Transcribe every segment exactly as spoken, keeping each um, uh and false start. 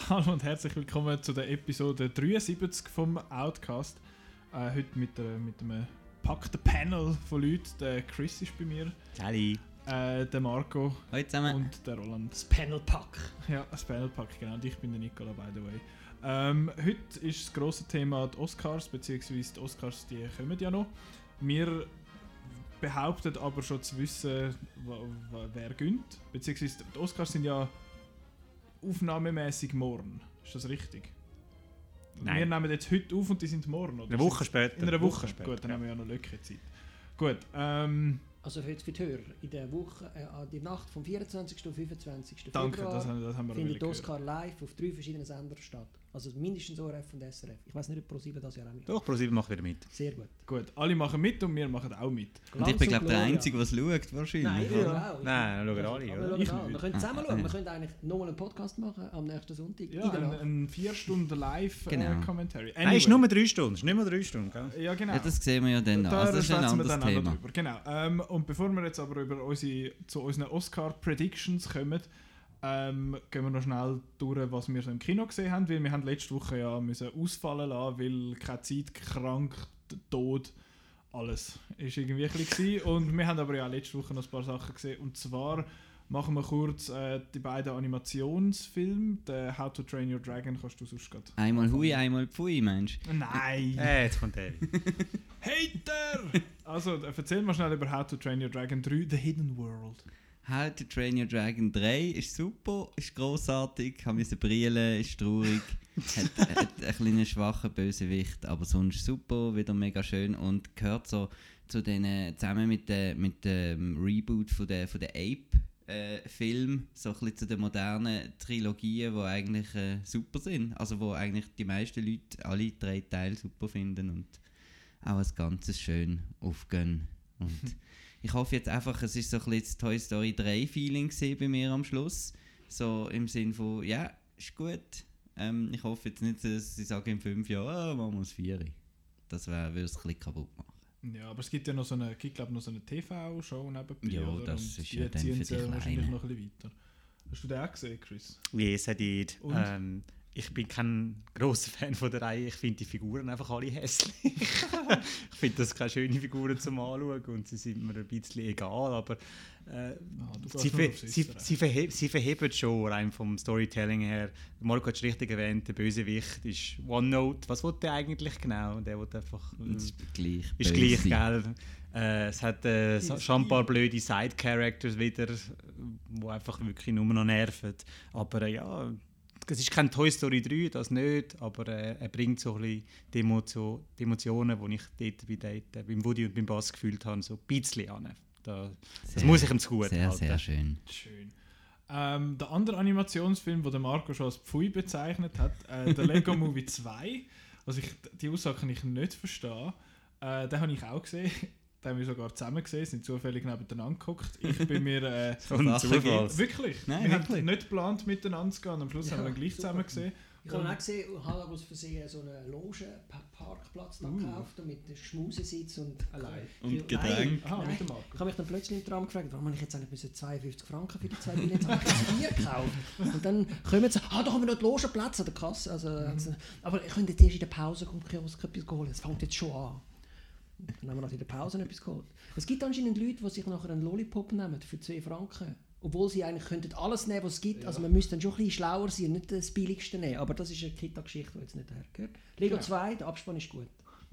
Hallo und herzlich willkommen zu der Episode dreiundsiebzig vom Outcast. Äh, heute mit, äh, mit einem packten Panel von Leuten. Der Chris ist bei mir. Hallo. Äh, der Marco. Hallo zusammen. Und der Roland. Das Panel-Pack. Ja, das Panel-Pack, genau. Und ich bin der Nicola, by the way. Ähm, heute ist das grosse Thema die Oscars, beziehungsweise die Oscars, die kommen ja noch. Wir behaupten aber schon zu wissen, wer gönnt. Beziehungsweise die Oscars sind ja aufnahmemäßig morgen. Ist das richtig? Nein. Wir nehmen jetzt heute auf und die sind morgen, oder? Eine Woche später. In einer Woche, Woche später. Gut, dann ja. haben wir ja noch Lückenzeit. Gut, ähm... Also für die Hörer, in der Woche, äh, an der Nacht vom vierundzwanzigsten auf fünfundzwanzigsten Danke, Februar das haben, das haben wir findet gehört. Oscar live auf drei verschiedenen Sendern statt. Also mindestens O R F und S R F. Ich weiß nicht, ob ProSieben das Jahr auch mit. Doch, ProSieben macht wieder mit. Sehr gut. Gut, alle machen mit und wir machen auch mit. Und ich bin glaube der Einzige, der es schaut, wahrscheinlich. Nein, Ja. ja. auch. Nein, schauen alle, Wir oder? schauen Ich an. Wir nicht. können zusammen schauen. Wir können eigentlich nochmal einen Podcast machen am nächsten Sonntag. Ja, in der ein, Nacht. ein vier Stunden Live-Commentary. Genau. Äh, Nein, ist nur drei Stunden. Ist nicht mehr drei Stunden, gell? Ja, genau. Ja, das sehen wir ja dann noch. Da Also das ist ein schwätzen wir anderes dann auch noch Thema. drüber. Genau. Ähm, und bevor wir jetzt aber über unsere, zu unseren Oscar-Predictions kommen, ähm, gehen wir noch schnell durch, was wir so im Kino gesehen haben, weil wir haben letzte Woche ja müssen ausfallen lassen, weil keine Zeit, krank, Tod, alles ist irgendwie ein bisschen. Und wir haben aber ja letzte Woche noch ein paar Sachen gesehen. Und zwar machen wir kurz äh, die beiden Animationsfilme. Den How to Train Your Dragon kannst du sonst gerade... Einmal Hui, einmal Pfui, Mensch. Nein! Äh, jetzt kommt der. Hater! Also, äh, erzähl mal schnell über How to Train Your Dragon drei, The Hidden World. How to Train Your Dragon drei ist super, ist grossartig, kann müssen brillen, ist traurig, hat, hat einen kleinen schwachen Bösewicht, aber sonst super, wieder mega schön und gehört so zu den, zusammen mit, de, mit dem Reboot von der, von der Ape äh, Film, so ein bisschen zu den modernen Trilogien, die eigentlich äh, super sind, also wo eigentlich die meisten Leute alle drei Teile super finden und auch als Ganzes schön aufgehen. Und ich hoffe jetzt einfach, es ist so ein bisschen das Toy Story drei Feeling bei mir am Schluss. So im Sinn von, ja, ist gut. Ähm, ich hoffe jetzt nicht, dass sie sagen in fünf Jahren, oh, machen wir es vier. Das wär, würde es ein bisschen kaputt machen. Ja, aber es gibt ja noch so eine, gibt, glaub, noch so eine T V-Show nebenbei, Ja, oder? das Und ist die ja dann ziehen für sie die ja wahrscheinlich Kleinen. noch ein bisschen weiter. Hast du den auch gesehen, Chris? Yes, I did. Und? Ähm, ich bin kein grosser Fan von der Reihe. Ich finde die Figuren einfach alle hässlich. Ich finde das keine schönen Figuren zum Anschauen und sie sind mir ein bisschen egal, aber äh, Ah, du gehst sie, nur ver aufs sie, Äußere. sie, verhe sie verheben schon rein vom Storytelling her. Marco hat es richtig erwähnt, der Bösewicht ist OneNote. Was will der eigentlich genau? Der will einfach... Und es ist gleich Ist böse. gleich, gell? Äh, es hat äh, so- schon ein paar blöde Side-Characters wieder, die einfach wirklich nur noch nerven. Aber äh, ja, es ist kein Toy Story drei, das nicht, aber äh, er bringt so ein bisschen die, Emotio die Emotionen, die ich dort bei, dort, beim Woody und beim Bass gefühlt habe, so ein bisschen an. Da, das Sehr, muss ich ihm zu gut Sehr, halten. sehr schön. Schön. Ähm, der andere Animationsfilm, den der Marco schon als Pfui bezeichnet hat, äh, der Lego Movie zwei. Also ich, die Aussage kann ich nicht verstehen. Äh, den habe ich auch gesehen. Den haben wir sogar zusammen gesehen, sind zufällig nebeneinander geguckt. Ich bin mir... Äh, So ein Sachen Zufall. wirklich? Nein, wir wirklich. haben nicht geplant, miteinander zu gehen. Und am Schluss Ja, haben wir dann gleich super. zusammen gesehen. Ich habe auch gesehen, und habe aus Versehen so einen Logen-Parkplatz Uh. gekauft mit einem Schmusesitz und allein. Und Getränk. Aha, Nein, mit dem Marco. ich habe mich dann plötzlich im Tram gefragt, warum habe ich jetzt eigentlich zweiundfünfzig Franken für die zwei Billets habe ich jetzt vier gekauft. Und dann kommen sie, ah, da haben wir noch den Logenplatz an der Kasse. Also, also, aber ich könnte jetzt erst in der Pause kommen, etwas holen. Es fängt jetzt schon an. Dann haben wir noch in der Pause etwas geholt. Es gibt anscheinend Leute, die sich nachher einen Lollipop nehmen für zwei Franken. Obwohl sie eigentlich könnten alles nehmen, was es gibt. Ja. Also man müsste dann schon ein bisschen schlauer sein und nicht das Billigste nehmen. Aber das ist eine Kita-Geschichte, die jetzt nicht hergehört. Lego Genau. zwei, der Abspann ist gut.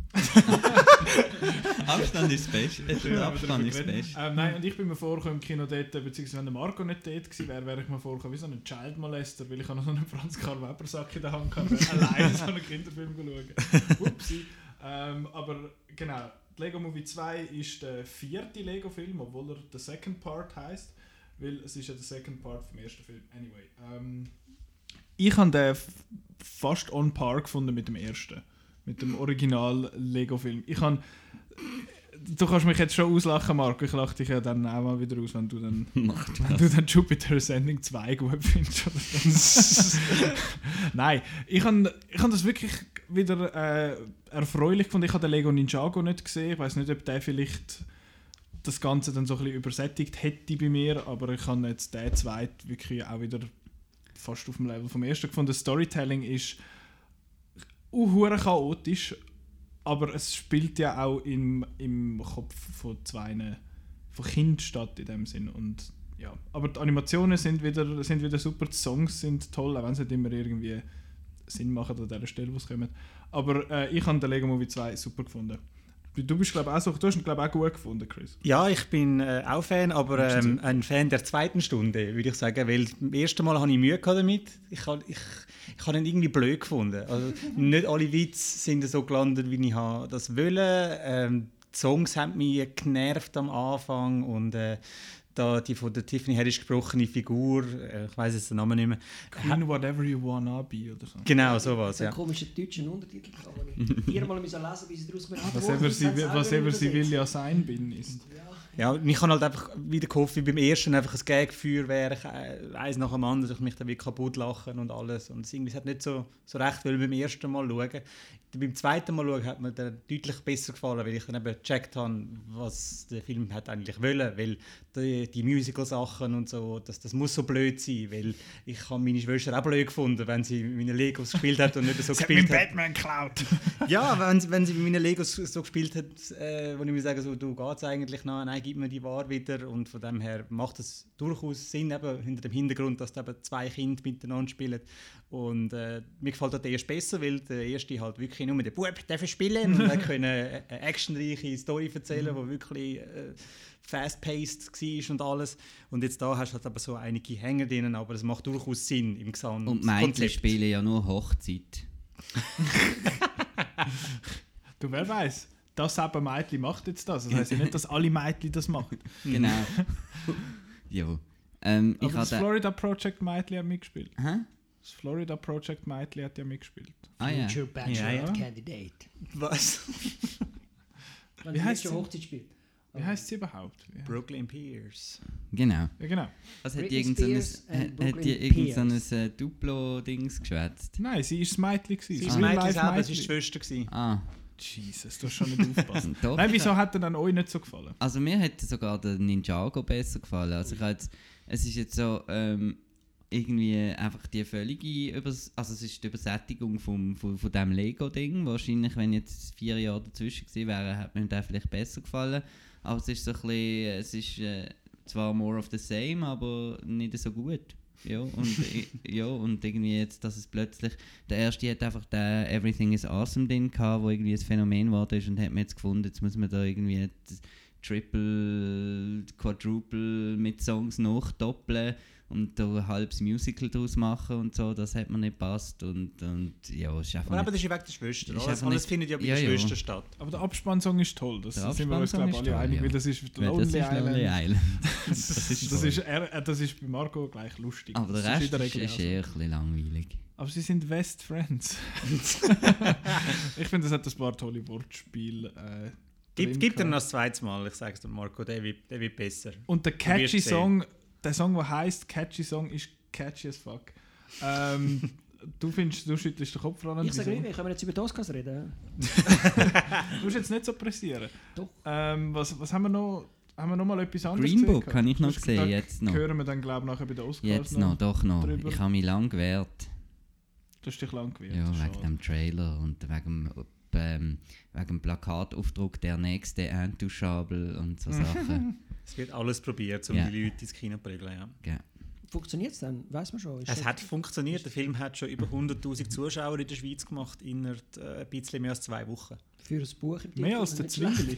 Abstand ist das Beste. Der Ja, Abstand ist das darüber Beste. reden. Ähm, nein, und ich bin mir vorgekommen im Kino dort, beziehungsweise wenn der Marco nicht dort gewesen wäre, wäre ich mir vorgekommen wie so ein Child Molester, weil ich habe noch so einen Franz Karl Weber Sack in der Hand gehabt, alleine so einen Kinderfilm schauen. Upsi. Ähm, aber genau, Lego Movie zwei ist der vierte Lego-Film, obwohl er der Second Part heisst, weil es ist ja der Second Part vom ersten Film. Anyway, ähm, ich habe den f- fast on par gefunden mit dem ersten, mit dem Original Lego-Film. Ich habe Du kannst mich jetzt schon auslachen, Marco. Ich lache dich ja dann auch mal wieder aus, wenn du dann, Macht wenn du dann Jupiter Ascending zwei gut findest. Oder? Nein, ich habe ich hab das wirklich wieder äh, erfreulich gefunden. Ich habe den Lego Ninjago nicht gesehen. Ich weiß nicht, ob der vielleicht das Ganze dann so ein bisschen übersättigt hätte bei mir, aber ich habe jetzt den zweiten wirklich auch wieder fast auf dem Level vom ersten gefunden. Das Storytelling ist uh, chaotisch, aber es spielt ja auch im, im Kopf von zwei von Kindern statt in dem Sinn. Und, ja. Aber die Animationen sind wieder, sind wieder super, die Songs sind toll, auch wenn sie nicht immer irgendwie Sinn machen an der Stelle, wo sie kommen. Aber äh, ich habe den Lego Movie zwei super gefunden. Du bist glaube auch so, du hast ihn glaube auch gut gefunden, Chris. Ja, ich bin äh, auch Fan, aber ähm, ein Fan der zweiten Stunde, würde ich sagen, weil beim ersten Mal hatte ich Mühe damit. Ich habe ich, ich habe ihn irgendwie blöd gefunden. Also, nicht alle Witze sind so gelandet, wie ich das wollte. Ähm, die Songs haben mich genervt am Anfang und äh, da die von der Tiffany Haddish gesprochene Figur, äh, ich weiss jetzt den Namen nicht mehr. Queen Whatever You Wanna Be oder so. Genau, sowas, ja. ja. Ein komischer deutscher Untertitel, den ich viermal lesen musste, bis ich daraus gekommen Was ever sie, was ever sie will ja sein bin, ist. Ja, und ich habe halt einfach wieder gehofft, wie beim ersten, einfach ein Gag-Feuerwerk, äh, eins nach dem anderen, ich mich dann wieder kaputt lachen und alles. Und es irgendwie hat nicht so, so recht, weil beim ersten Mal schauen. Beim zweiten Mal schauen hat mir dann deutlich besser gefallen, weil ich dann eben gecheckt habe, was der Film hat eigentlich wollen. Weil die, die Musical-Sachen und so, das, das muss so blöd sein, weil ich habe meine Schwester auch blöd gefunden, wenn sie mit meinen Legos gespielt hat und nicht so gespielt hat. Batman geklaut. Ja, wenn, wenn sie mit meinen Legos so gespielt hat, äh, wo ich mir sage, so, du geht's eigentlich noch, nein, gib mir die Ware wieder. Und von dem her macht es durchaus Sinn, eben hinter dem Hintergrund, dass da eben zwei Kinder miteinander spielen. Und äh, mir gefällt der erste besser, weil der erste halt wirklich nur mit dem Bub dürfen spielen und dann können eine actionreiche Story erzählen, die wirklich äh, fast-paced war und alles. Und jetzt da hast du halt aber so einige Hänger drin, aber es macht durchaus Sinn im Gesamt. Und Mädchen spielen ja nur Hochzeit. Du, wer weiß, das eben Mädchen macht jetzt das. Das heisst ja nicht, dass alle Mädchen das machen. Genau. Jo. Ähm, Aber ich das hatte... Florida Project Mädchen hat mitgespielt. Hä? Das Florida Project Mädchen hat ja mitgespielt. Ah ja. Future Bachelorette Ja, ja. Candidate. Was? Wenn Wie sie heisst nicht schon sie? Hochzeit spielt. Wie heisst sie überhaupt? Wie- Brooklyn Pierce. Genau. Ja, genau. Was hat Britney irgend so ein, Spears and hat hat Brooklyn die irgend so Pierce. ein äh, Duplo-Dings geschwätzt? Nein, sie war das Mädchen. Sie Sie ist war Mädchen Real-Life selber, sie war die Mädchen. Schwester gewesen. Ah. Jesus, du hast schon nicht aufgepasst. Doch, Nein, ich wieso hab- hat er dann euch nicht so gefallen? Also mir hat sogar der Ninjago besser gefallen. Also ich hab jetzt, es ist jetzt so ähm, irgendwie einfach die völlige Übers also es ist die Übersättigung vom, von, von dem Lego-Ding. Wahrscheinlich, wenn jetzt vier Jahre dazwischen gewesen wären, hat mir der vielleicht besser gefallen. Aber es ist so ein bisschen, es ist äh, zwar more of the same, aber nicht so gut. Ja, und, i- ja, und irgendwie jetzt, dass es plötzlich, der erste hat einfach den Everything is Awesome Ding gehabt, wo irgendwie ein Phänomen geworden ist und hat mir jetzt gefunden, jetzt muss man da irgendwie das Triple, Quadruple mit Songs nachdoppeln und da ein halbes Musical draus machen und so, das hat mir nicht gepasst und, und ja, es ist einfach Aber eben, nicht, das ist ja wegen der Schwester. Ist Alles, einfach alles nicht- findet ja bei Ja, der ja. Schwester statt. Aber der Abspannsong ist toll. Das Der sind wir uns glaube ich Abspannsong alle ist einig, toll, weil ja. das ist weil Lonely das ist Lonely Island. Island. Das, Das ist das, toll. ist, er, äh, das ist bei Marco gleich lustig. Aber der Das Rest in der ist, Regel ist auch so. eher ein bisschen langweilig. Aber sie sind Best Friends. Ich finde, das hat ein paar tolle Wortspiele. Äh, Gib, drin gib dir gehabt. noch das zweite Mal, ich sag's dir, Marco, der wird, der wird besser. Und der Du catchy wirst sehen. Song, der Song, der heisst Catchy Song, ist catchy as fuck. Ähm, du findest, du schüttelst den Kopf ran. Ich sage wieso? nicht, können wir jetzt über die Oscars reden? Du musst jetzt nicht so pressieren. Doch. Ähm, was, was haben wir noch? Haben wir noch mal etwas anderes Green Book gesehen? habe ich noch Das- gesehen, da jetzt noch. hören wir dann, glaube ich, nachher bei den Oscars Jetzt noch, doch noch. drüber. Ich habe mich lang gewehrt. Du hast dich lang gewehrt. Ja, schade. wegen dem Trailer und wegen dem, ähm, wegen dem Plakataufdruck «Der nächste Intouchable» und so Sachen. Es wird alles probiert, um Ja. die Leute ins Kino zu bringen. Ja. Ja. Funktioniert es dann? Weiß man schon. Ist Es das- hat funktioniert. Der Film hat schon über hunderttausend Zuschauer in der Schweiz gemacht, innerhalb äh, ein bisschen mehr als zwei Wochen. Für ein Buch im Titel. Mehr als der nicht schlecht. Zwingli.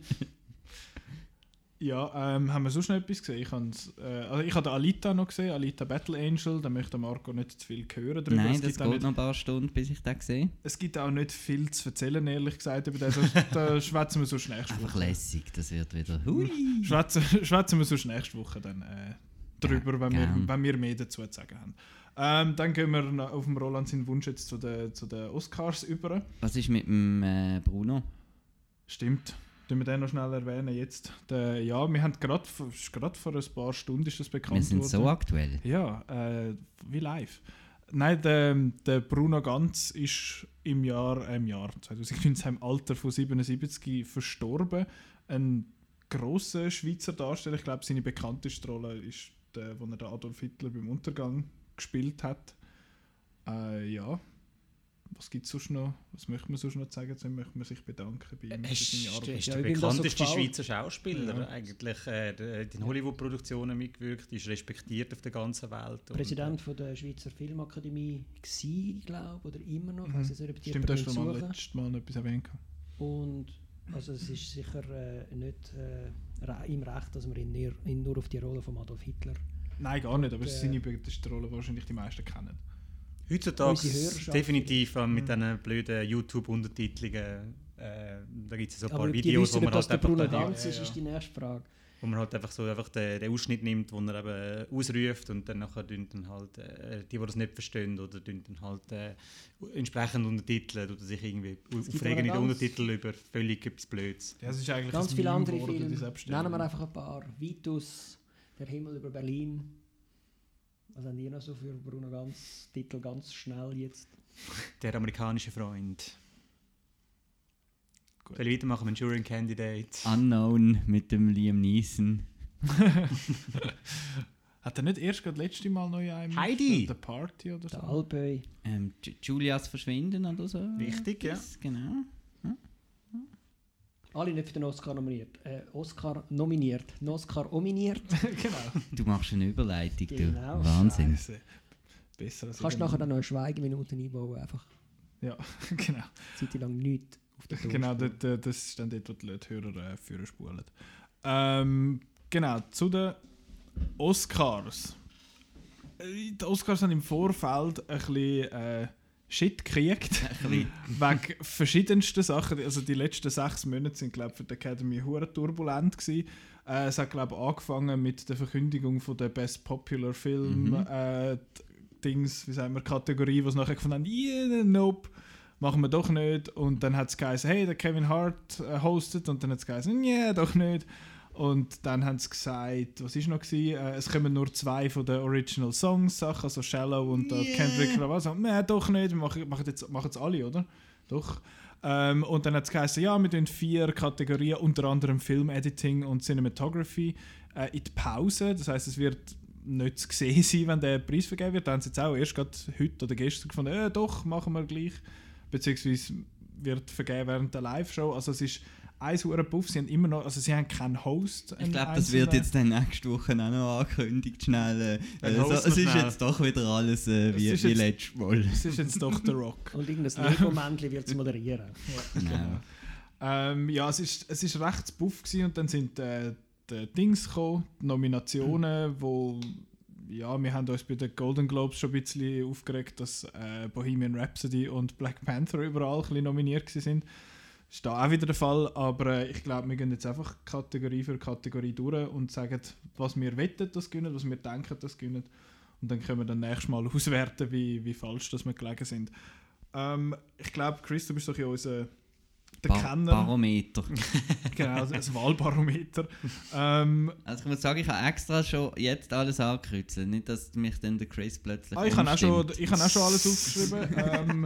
Ja, ähm, haben wir sonst noch etwas gesehen? Ich habe äh, also ich habe Alita noch gesehen, Alita Battle Angel. Da möchte Marco nicht zu viel hören darüber. Nein, es, das gibt geht auch nicht, noch ein paar Stunden, bis ich den sehe. es gibt auch nicht viel zu erzählen, ehrlich gesagt. Über das. Also, da schwätzen wir sonst nächste Einfach Woche. lässig, das wird wieder hui. Schwätzen, schwätzen wir sonst nächste Woche dann äh, drüber, wenn, wir, gern. wenn wir mehr dazu zu sagen haben. Ähm, dann gehen wir noch auf dem Roland seinen Wunsch jetzt zu den, zu den Oscars über. Was ist mit dem äh, Bruno? Stimmt. Tun wir den noch schnell erwähnen jetzt. Der, ja, wir haben gerade gerade vor ein paar Stunden ist das bekannt Wir sind worden. so aktuell. Ja, äh, wie live. Nein, der, der Bruno Ganz ist im Jahr, äh, im Jahr zwanzig neunzehn im Alter von siebenundsiebzig verstorben. Ein grosser Schweizer Darsteller. Ich glaube, seine bekannteste Rolle ist der, wo er den Adolf Hitler beim Untergang gespielt hat. Äh, ja. Was gibt es sonst noch? Was möchte man sonst noch sagen? Dann möchte man sich bedanken bei ihm für seine Arbeit. Er ist Ja, der ich bin da so bekannteste gefallen. Schweizer Schauspieler. Ja. Eigentlich äh, der hat in Hollywood-Produktionen mitgewirkt, ist respektiert auf der ganzen Welt. Präsident von der Schweizer Filmakademie war, glaube ich, oder immer noch. Ich weiss jetzt nicht, ob die Stimmt, da hast jemanden du mal suchen. letztes Mal noch etwas erwähnt. Und also es ist sicher äh, nicht äh, re- ihm recht, dass man ihn, nur- ihn nur auf die Rolle von Adolf Hitler. Nein, gar nicht, aber Und, es äh, ist seine bekannteste Rolle, die wahrscheinlich die meisten kennen. Heutzutage Unsere Hörerschaft- definitiv äh, mit Mhm. diesen blöden YouTube-Untertitelungen. Äh, da gibt es so ein Aber paar ob die Videos, wissen, wo man ob das halt der einfach, Bruno dann, ja, Ganz ist, ja. ist die nächste Frage. wo man halt einfach so einfach den, den Ausschnitt nimmt, wo er eben ausruft und dann nachher tun dann halt äh, die, die das nicht verstehen, oder tun dann halt äh, entsprechend untertiteln oder sich irgendwie gibt aufregen in aber den ganz- Untertitel über völlig etwas Blödes. Ja, es ist eigentlich Ganz ein viele Meme andere geworden, Filme. die Selbstständigen. Nennen wir einfach ein paar. Vitus, Der Himmel über Berlin. Was haben die noch so für Bruno Ganz Titel ganz schnell jetzt? Der amerikanische Freund. Gut. Soll ich weitermachen mit Jury Candidate? Unknown mit dem Liam Neeson. Hat er nicht erst gerade letzte Mal neu einen Heidi! The Party oder so? Der Alpöy. Ähm, Ju- Julias Verschwinden oder so. Richtig, ja. Das, genau. Alle nicht für den Oscar nominiert. Äh, Oscar nominiert. Oscar ominiert. Genau. Du machst eine Überleitung, Genau. du. Wahnsinn. Scheisse. Besser als Kannst irgendein- nachher dann noch eine Schweigeminute einbauen. Einfach Ja, genau. Zeit lang nichts auf der Tonspur. Genau, dort, äh, das ist dann dort, wo die Leute Hörer äh, führen spulen. Ähm, genau, zu den Oscars. Äh, Die Oscars haben im Vorfeld ein bisschen äh, Shit gekriegt. Ein Wegen verschiedensten Sachen. Also die letzten sechs Monate sind, glaube ich, für die Academy hure turbulent gewesen. Äh, es hat, glaube ich, angefangen mit der Verkündigung von der Best Popular Film Mhm. äh, Dings, wie sagen wir, Kategorie, was nachher gefunden haben, yeah, nope, machen wir doch nicht. Und dann hat es geheißen, hey, der Kevin Hart äh, hostet. Und dann hat es geheißen, yeah, doch nicht. Und dann haben sie gesagt, was ist noch gewesen? Äh, es kommen nur zwei von den Original Songs Sachen, also Shallow und yeah. Kendrick Lamar. So, nee, doch nicht, wir machen, machen jetzt machen jetzt alle, oder? Doch. Ähm, und dann hat es geheißen, ja, wir tun vier Kategorien, unter anderem Film Editing und Cinematography, äh, in die Pause. Das heisst, es wird nicht zu sehen sein, wenn der Preis vergeben wird. Da haben sie jetzt auch erst gerade heute oder gestern gefunden, äh, doch, machen wir gleich. Beziehungsweise wird vergeben während der Live-Show. Also es ist ein saurer Puff. Sie haben immer noch, also sie haben keinen Host. Ich glaube, das wird jetzt dann nächste Woche auch noch angekündigt. Schnell, äh, Ein äh, so, Host es noch ist schnell. jetzt doch wieder alles äh, wie, Es ist wie jetzt- letztes Mal. Es ist jetzt doch der Rock. Und irgendein Lego-Männchen wird es moderieren. Genau. Ähm, ja, es ist, es ist recht buff gewesen und dann sind äh, die Dings gekommen, die Nominationen, wo ja, wir haben uns bei den Golden Globes schon ein bisschen aufgeregt, dass äh, Bohemian Rhapsody und Black Panther überall ein bisschen nominiert gewesen sind. Das ist da auch wieder der Fall, aber äh, ich glaube, wir gehen jetzt einfach Kategorie für Kategorie durch und sagen, was wir wetten, das gewinnen, was wir denken, das gewinnen. Und dann können wir dann nächstes Mal auswerten, wie, wie falsch das wir gelegen sind. Ähm, ich glaube, Chris, du bist doch ja unser der Ba Kenner. Barometer. Genau, also ein Wahlbarometer. ähm, Also ich muss sagen, ich habe extra schon jetzt alles angekreuzt. Nicht, dass mich dann der Chris plötzlich ah, ich habe auch, schon- umstimmt. ich habe auch schon alles aufgeschrieben. ähm,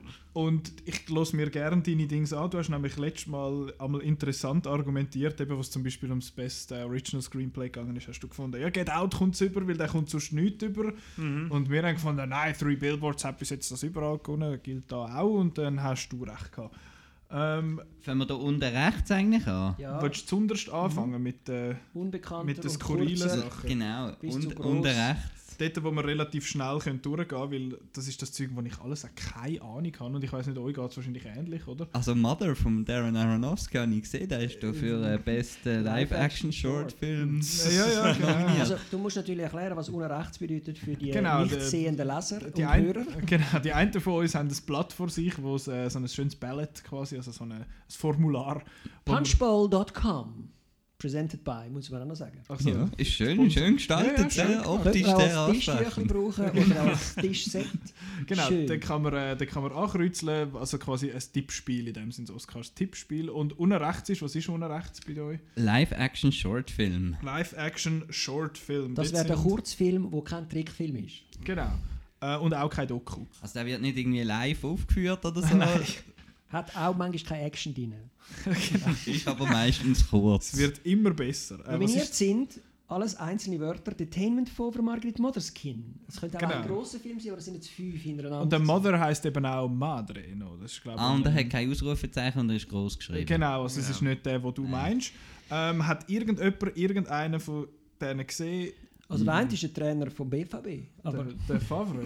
und ich lasse mir gerne deine Dinge an. Du hast nämlich letztes Mal einmal interessant argumentiert, eben, was zum Beispiel ums Best äh, Original Screenplay gegangen ist, hast du gefunden, ja, Get Out kommt es über, weil der kommt sonst nichts über. Mhm. Und wir haben gefunden, nein, Three Billboards hat bis jetzt das überall gewonnen, gilt da auch. Und dann hast du recht gehabt. Ähm, Fangen wir da unten rechts eigentlich an? Ja, Willst du zuunterst anfangen mit, äh, unbekannter mit den und skurrilen kurzer. Sachen? Genau, Bis und, zu gross. unten rechts. Dort, wo wir relativ schnell können durchgehen können, weil das ist das Zeug, wo ich alles auch keine Ahnung habe. Und ich weiss nicht, euch geht es wahrscheinlich ähnlich, oder? Also Mother von Darren Aronofsky habe ich gesehen, der ist da für äh, Best äh, Live-Action-Short-Film. Ja, ja, genau. nominiert. Also, du musst natürlich erklären, was unten rechts bedeutet für die Genau, nicht der- sehenden Leser Die, und ein, Hörer. genau, die einen von uns haben ein Blatt vor sich, wo es äh, so ein schönes Ballot quasi, also so eine, ein Formular. wo man- punchbowl Punkt com. Presented by, muss man auch noch sagen. Ach so. Ja, ist schön, schön gestaltet, Ja, ja, schön sehr gemacht. optisch Könnte man sehr als Tischtücher ansprechend. brauchen oder als Tischset. Genau, Schön. dann kann, man, äh, dann kann man ankreuzeln, also quasi ein Tippspiel, in dem sind Oscars Tippspiel. Und unten rechts ist, was ist unten rechts bei euch? Live-Action-Short-Film. Live-Action Short Film. Das Dort wäre der sind- Kurzfilm, der kein Trickfilm ist. Genau. Äh, und auch kein Doku. Also der wird nicht irgendwie live aufgeführt oder so. Nein. Hat auch manchmal keine Action drin. Ist aber meistens kurz. Es wird immer besser. Äh, was Nominiert ist, sind alles einzelne Wörter. Detainment von Margaret Motherskin. Es könnte auch Genau. ein grosser Film sein, aber es sind jetzt fünf hintereinander. Und der Mother heisst eben auch Madre. No? Das ist, glaub Ah, und er ich, hat kein Ausrufezeichen und er ist gross geschrieben. Genau, also es Ja. ist nicht der, den du meinst. Ähm, hat irgendjemand irgendeinen von denen gesehen? Also der eine ist der Trainer vom B V B. Aber Der, der Favre.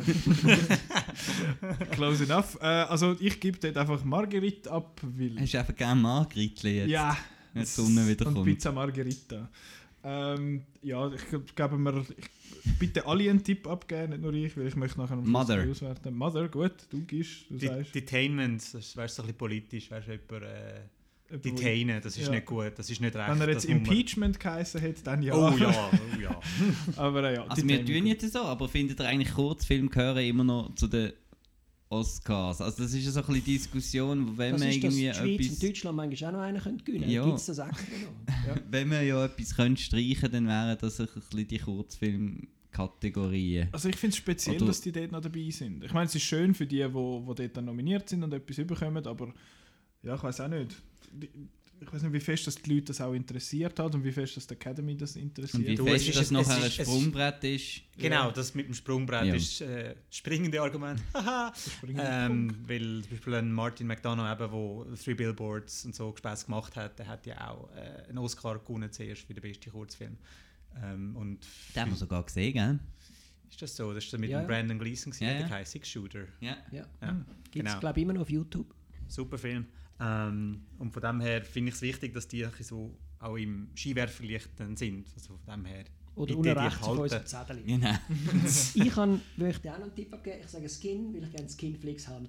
Close enough. Äh, also ich gebe dort einfach Marguerite ab, weil... Hast du einfach gerne Margrit jetzt? Ja. Wenn die Sonne wieder Und kommt. Pizza Margherita. Ähm, ja, ich gebe mir... Ich, bitte alle einen Tipp abgeben, nicht nur ich, weil ich möchte nachher am Schluss Mother. auswerten. Mother, gut, du gibst, du Die, sagst. Detainment, das wäre so ein bisschen politisch, wärst du jemand äh, detainen, das ist Ja. nicht gut, das ist nicht recht. Wenn er jetzt das muss man- Impeachment geheißen hätte, dann ja. Oh ja, oh ja. Aber äh, ja, Also wir Detainment, tun jetzt so, aber findet ihr eigentlich Kurzfilme gehören immer noch zu den Oscars? Also das ist ja so ein bisschen Diskussion, wo wenn das man ist, dass irgendwie die Schweiz etwas... und Deutschland manchmal auch noch einen können gewinnen Ja. können. Gibt es das extra noch? Wenn man ja etwas könnte streichen, dann wären das ein bisschen die Kurzfilmkategorien. Also ich finde es speziell, Oder- dass die dort noch dabei sind. Ich meine, es ist schön für die, die wo, wo dort dann nominiert sind und etwas überkommen, aber ja, ich weiß auch nicht. Die- Ich weiß nicht, wie fest das die Leute das auch interessiert hat und wie fest das die Academy das interessiert. Und wie Du, fest es ist- das es nachher ein ist- es- Sprungbrett ist. Genau, das mit dem Sprungbrett Ja. ist äh, das springende Argument. Haha. Springende ähm, weil zum Beispiel ein Martin McDonough, eben, wo Three Billboards und so Gespäss gemacht hat, der hat ja auch äh, einen Oscar gewonnen zuerst für den besten Kurzfilm. Ähm, und Den haben wir sogar gesehen, gell? ist das so? Das war mit Ja, dem ja. Brandon Gleeson, gewesen, Ja, der ja. kein Six Shooter. Ja. Ja. Ja, Hm. Gibt es, genau. glaube ich, immer noch auf YouTube. Super Film. Ähm, und von dem her finde ich es wichtig, dass die ein bisschen so auch im Skiwerferlicht dann sind. Also von dem her. Oder bitte unten die rechts auf halten. unserem Zettel. Genau. Ich kann, möchte auch noch einen Tipp abgeben. Ich sage Skin, weil ich gerne Skinflix habe.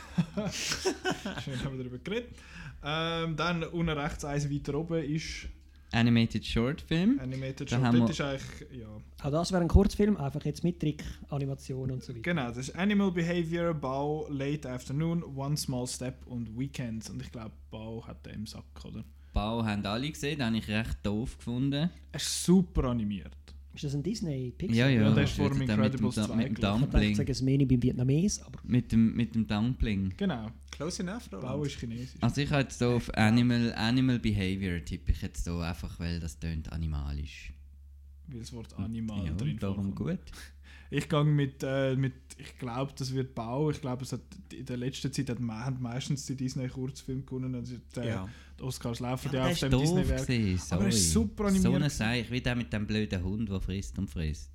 Schön haben wir darüber geredet. Ähm, dann unten rechts eins weiter oben ist Animated Short Film. Animated Da Short. haben Dort wir- ist eigentlich, ja. Auch das wäre ein Kurzfilm, einfach jetzt mit Trick, Animation und so weiter. Genau, das ist Animal Behavior, Bau, Late Afternoon, One Small Step und Weekends. Und ich glaube, Bau hat den im Sack, oder? Bau haben alle gesehen, den habe ich recht doof gefunden. Er ist super animiert. Ist das ein Disney-Pixel? Ja, ja. Ja, der ist vor dort dem der mit Incredibles dem, zwei, mit dem glaub Ich dachte, ich Dumpling. sage es Meni beim Vietnames, aber Mit dem, mit dem Dumpling. Genau, Close enough, Bau Roland. ist chinesisch. Also ich habe jetzt hier auf Animal, Animal Behavior tippe ich jetzt hier einfach, weil das tönt animalisch. Weil das Wort Animal Ja, drin darum vorkommt. gut. Ich gehe mit, äh, mit ich glaube, das wird Bau. Ich glaube, es hat in der letzten Zeit hat, me- haben meistens die Disney-Kurzfilme gewonnen. Also die, Ja. die Oscars laufen Ja, ja, aber auf der dem ist doof Disney-Werk. gewesen, Aber er ist sorry. super animiert So ein gewesen. Seich, wie der mit dem blöden Hund, der frisst und frisst.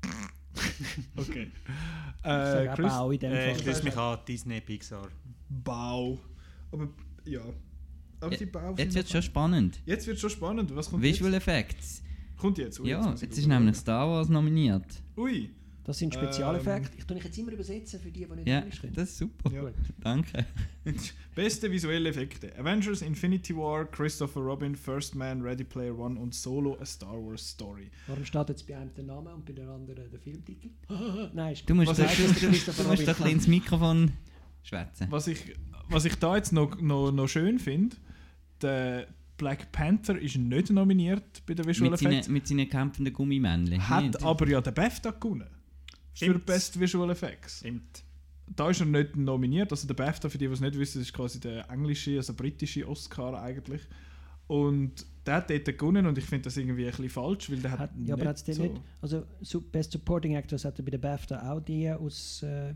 Okay. ich sage Äh, auch Chris, Bau in dem Äh, ich Fall. schließe mich an, Disney, Pixar. Bau. Aber ja. Aber die Bau Jetzt wird es schon spannend. Jetzt wird schon spannend. Was kommt Visual jetzt? Effects. Kommt jetzt? Ui, Ja, muss ich jetzt ist googeln. nämlich Star Wars nominiert. Ui. Das sind Spezialeffekte. Ich tue mich jetzt immer übersetzen für die, die nicht Ja, Englisch können. das ist super. Ja. Danke. Beste visuelle Effekte: Avengers, Infinity War, Christopher Robin, First Man, Ready Player One und Solo: A Star Wars Story. Warum steht jetzt bei einem der Name und bei der anderen der Filmtitel? Nein, ist Du musst, Was doch- ist du, das? du, du musst doch ein bisschen ins Mikrofon schwätzen. Was ich, was ich da jetzt noch, noch, noch schön finde, der Black Panther ist nicht nominiert bei den Visual Mit Effects, seinen, mit seinen kämpfenden Gummimännchen. hat Nicht? aber ja den BAFTA gewonnen. Für Stimmt. Best Visual Effects. Stimmt. Da ist er nicht nominiert. Also der BAFTA, für die, die es nicht wissen, ist quasi der englische, also britische Oscar eigentlich. Und der hat dort gewonnen und ich finde das irgendwie ein bisschen falsch, weil der hat, Hat, ja, aber nicht hat's den so... nicht? Also Su- Best Supporting Actress hat er bei der BAFTA auch die aus äh,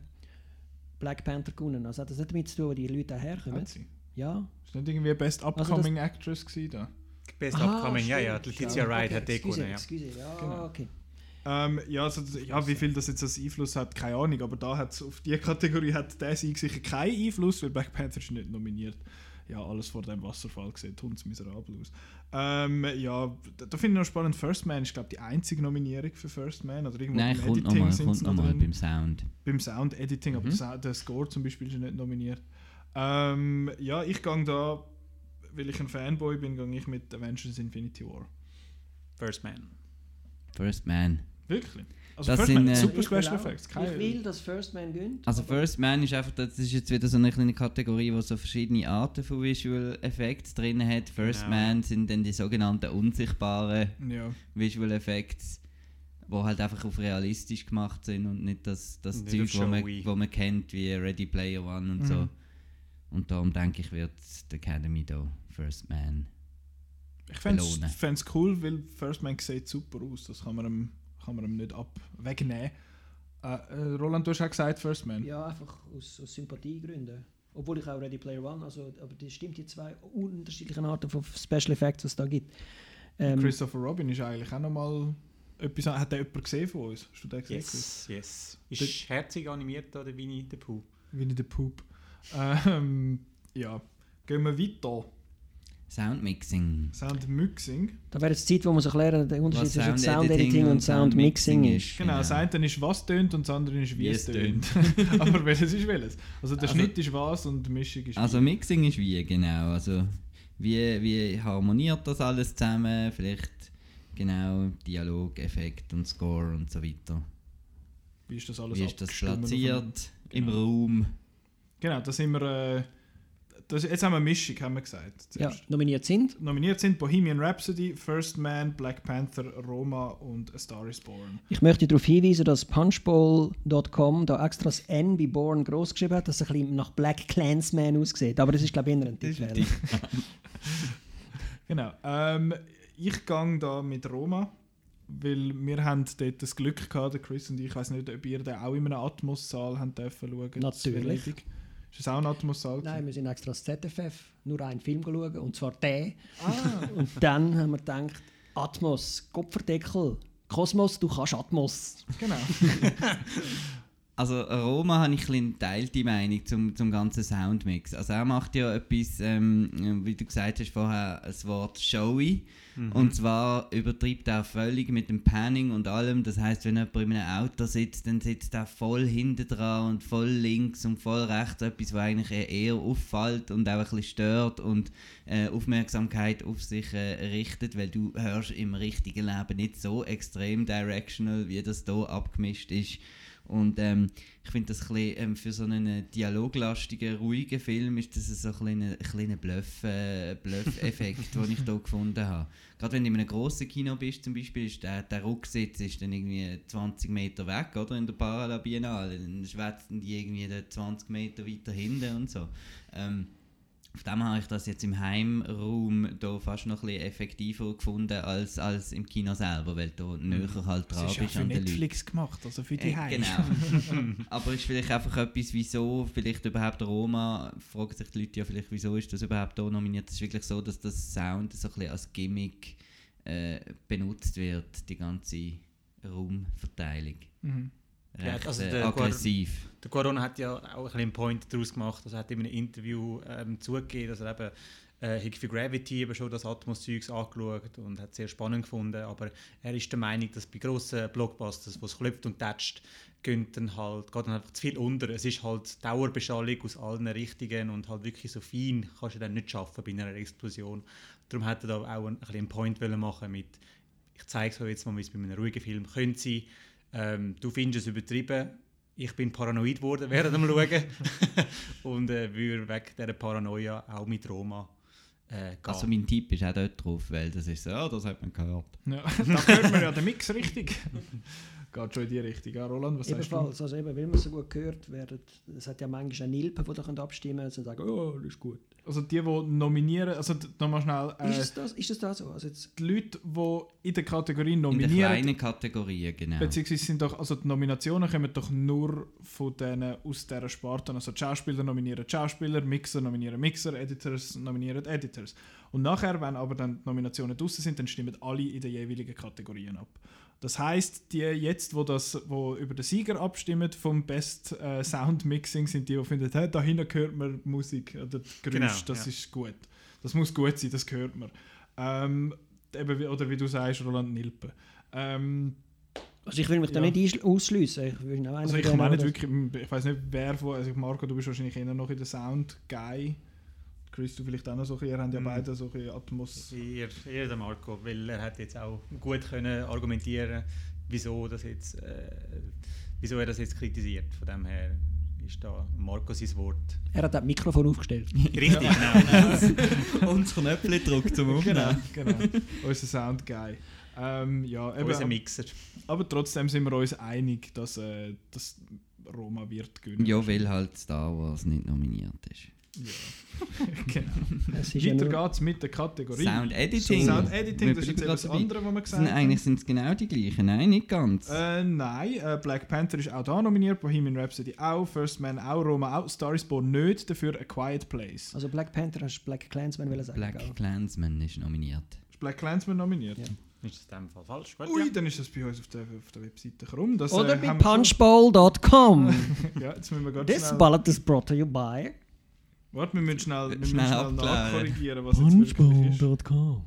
Black Panther gewonnen. Also hat das nicht damit zu tun, wo die Leute auch herkommen? Hat sie. Ja. Ist nicht irgendwie Best Also Upcoming Actress gewesen da? Best Aha, Upcoming, ja, ja. stimmt. Letizia Wright Okay, hat den excuse, gewonnen, ja. excuse, ja, Genau. okay. Ähm, ja, also, ja, wie viel das jetzt als Einfluss hat, keine Ahnung, aber da hat's auf diese Kategorie hat der Sieg sicher keinen Einfluss, weil Black Panther ist nicht nominiert. Ja, alles vor dem Wasserfall sieht hundsmiserabel aus. Ähm, ja, da, da finde ich noch spannend, First Man ist glaube ich die einzige Nominierung für First Man, oder irgendwo Nein, beim kommt Editing nochmal, sind's kommt noch nochmal drin. beim Sound. Beim Sound Editing, aber Mhm. der Sa- der Score zum Beispiel ist nicht nominiert. Ähm, ja, ich gehe da, weil ich ein Fanboy bin, gehe ich mit Avengers Infinity War. First Man. First Man. Wirklich? Also Das First sind, Man, äh, super Ich will Special auch- Effects. Ich Keine- will, dass First Man gönnt. Also aber- First Man ist einfach, das ist jetzt wieder so eine kleine Kategorie, wo so verschiedene Arten von Visual Effects drin hat. First Genau. Man sind dann die sogenannten unsichtbaren Ja. Visual Effects, wo halt einfach auf realistisch gemacht sind und nicht das, das Nicht Zeug, auf wo man, showy. wo man kennt, wie Ready Player One und Mhm. so. Und darum denke ich, wird die Academy da First Man Ich fände es cool, weil First Man sieht super aus. Das kann man ihm, kann man ihm nicht ab wegnehmen. Äh, äh, Roland, du hast auch gesagt First Man. Ja, einfach aus, aus Sympathiegründen. Obwohl ich auch Ready Player One, also, aber das stimmt, die zwei unterschiedlichen Arten von Special Effects, was es da gibt. Ähm, Christopher Robin ist eigentlich auch nochmal etwas. Hat der jemand gesehen von uns? Hast du den gesehen? Yes, yes. Ist das herzig animiert, oder Winnie the Pooh? Winnie the Pooh. Ähm, ja, gehen wir weiter. Soundmixing. Soundmixing. Da wäre jetzt Zeit, wo man sich erklären, der Unterschied Was zwischen Sound Sound Editing und Sound Mixing ist. Genau, das eine ist, was tönt und das andere ist, wie, wie es tönt. Aber welches ist welches? Also der also, Schnitt ist was und die Mischung ist Also wie. Mixing ist wie, genau. Also wie, wie harmoniert das alles zusammen? Vielleicht genau Dialog, Effekt und Score und so weiter. Wie ist das alles Wie ist das platziert im genau. Raum? Genau, da sind wir... Äh, Das, jetzt haben wir eine Mischung, haben wir gesagt. Ja, nominiert sind? Nominiert sind Bohemian Rhapsody, First Man, Black Panther, Roma und A Star is Born. Ich möchte darauf hinweisen, dass punchbowl Punkt com da extra das N wie Born groß geschrieben hat, dass es ein bisschen nach Black Clansman aussieht. Aber das ist, glaube ich, eher ein Tippfehler. Genau. Ähm, ich gehe da mit Roma, weil wir haben dort das Glück gehabt, Chris und ich, ich weiß nicht, ob ihr den auch in einem Atmos-Saal haben dürfen schauen. Natürlich. Ist das auch ein Atmos-Saal? Nein, wir sind extra das Z F F, nur einen Film schauen, und zwar den. Ah. Und dann haben wir gedacht, Atmos, Kopfverdeckel, Kosmos, du kannst Atmos. Genau. Also Roma habe ich eine geteilte Meinung zum, zum ganzen Soundmix. Also er macht ja etwas, ähm, wie du gesagt hast vorher, das Wort showy. Mhm. Und zwar übertreibt er völlig mit dem Panning und allem. Das heisst, wenn jemand in einem Auto sitzt, dann sitzt er voll hinten dran und voll links und voll rechts. Etwas, was eigentlich eher auffällt und auch ein bisschen stört und äh, Aufmerksamkeit auf sich äh, richtet, weil du hörst im richtigen Leben nicht so extrem directional, wie das hier abgemischt ist. Und ähm, ich finde das ein bisschen, ähm, für so einen dialoglastigen, ruhigen Film ist das so ein kleiner, kleiner Bluff, äh, Bluff-Effekt, den ich hier gefunden habe. Gerade wenn du in einem grossen Kino bist, zum Beispiel, ist der, der Rücksitz ist dann irgendwie zwanzig Meter weg, oder, in der Parala Biennale. Dann schwätzen die irgendwie zwanzig Meter weiter hinten und so. Ähm, Auf dem habe ich das jetzt im Heimraum da fast noch ein bisschen effektiver gefunden als, als im Kino selber, weil du näher halt dran bist. Das ist ja für an den Netflix Leuten. gemacht, also für die äh, Heim. Genau. Aber ist vielleicht einfach etwas, wieso vielleicht überhaupt Roma, fragen sich die Leute ja vielleicht, wieso ist das überhaupt da nominiert. Es ist wirklich so, dass das Sound so ein bisschen als Gimmick äh, benutzt wird, die ganze Raumverteilung. Mhm. Recht ja, also äh, der aggressiv. Der Corona hat ja auch ein bisschen einen Point daraus gemacht. Also er hat in einem Interview ähm, zugegeben, dass er eben äh, für Gravity eben schon das Atmos-Zeugs angeschaut und hat es sehr spannend gefunden. Aber er ist der Meinung, dass bei grossen Blockbusters, wo es klopft und tätscht, geht dann halt, geht dann einfach zu viel unter. Es ist halt Dauerbeschallung aus allen Richtungen und halt wirklich so fein kannst du dann nicht schaffen bei einer Explosion. Darum hat er da auch ein, ein bisschen einen Point wollen machen mit, ich zeige es euch jetzt mal, wie es bei einem ruhigen Film könnte sein. Ähm, du findest es übertrieben. Ich bin paranoid geworden während dem Schauen und äh, würde wegen dieser Paranoia auch mit Roma äh, gehen. Also mein Tipp ist auch dort drauf, weil das ist so, ja, das hat man gehört. Ja, da hört man ja den Mix richtig. Geht schon in die Richtung. Ja, Roland, was sagst du? Ebenfalls, also eben, weil man so gut gehört werden, es hat ja manchmal eine Nilpe, die da abstimmen können und sagen, oh, das ist gut. Also die, die nominieren, also nochmal schnell... Äh, ist, das, ist das da so? Also jetzt die Leute, die in der Kategorie nominieren... In der kleinen Kategorie, genau. Beziehungsweise sind doch, also die Nominationen kommen doch nur von denen aus dieser Sparte. Also die Schauspieler nominieren Schauspieler, Mixer nominieren Mixer, Editors nominieren Editors. Und nachher, wenn aber dann die Nominationen draussen sind, dann stimmen alle in den jeweiligen Kategorien ab. Das heisst, die jetzt, wo, das, wo über den Sieger abstimmen vom Best äh, Sound Mixing, sind die, die finden, hey, da hinten hört man Musik oder Geräusch, genau, das ja. ist gut. Das muss gut sein, das hört man. Ähm, eben, oder wie du sagst, Roland Nilpe. Ähm, also ich will mich ja. da nicht ausschliessen. Ich, will auch also ich meine nicht wirklich, ich weiß nicht, wer von, also Marco, du bist wahrscheinlich eher noch in der Sound-Guy. Chris, du vielleicht auch noch so ein bisschen, ihr habt ja beide so ein bisschen Atmos... Eher, eher der Marco, weil er hat jetzt auch gut können argumentieren, wieso, das jetzt, äh, wieso er das jetzt kritisiert. Von dem her ist da Marco sein Wort. Er hat das Mikrofon aufgestellt. Richtig, genau. Und das Knöpfchen drückt zum Aufnehmen. Genau, genau. Unser Sound-Guy. Ähm, ja, eben, unser Mixer. Aber trotzdem sind wir uns einig, dass, äh, dass Roma wird gewinnen. Ja, weil halt Star Wars nicht nominiert ist. Ja, genau. Es ist ja Weiter nur, geht's mit der Kategorie. Sound Editing. Sound Editing, Wir das ist jetzt bleiben etwas gerade dabei. anderes, was wir Sind, gesagt haben. eigentlich sind es genau die gleichen. Nein, nicht ganz. Äh, nein, äh, Black Panther ist auch da nominiert, Bohemian Rhapsody auch, First Man auch, Roma auch, Star is Born nicht, dafür A Quiet Place. also Black Panther hast du Black Clansman wollen sagen. Black gell? Klansman ist nominiert. Ist Black Clansman nominiert? Ja. Ist das in dem Fall falsch? Gut, Ui, ja. dann ist das bei uns auf der, auf der Webseite krumm. Das, Oder äh, bei haben wir schon- punchbowl dot com. Ja, jetzt müssen wir ganz This schnell... ballot is brought to you by Warte, wir müssen schnell, wir müssen Schnell schnell abklären. nachkorrigieren, was jetzt wirklich punchbowl ist. dot com.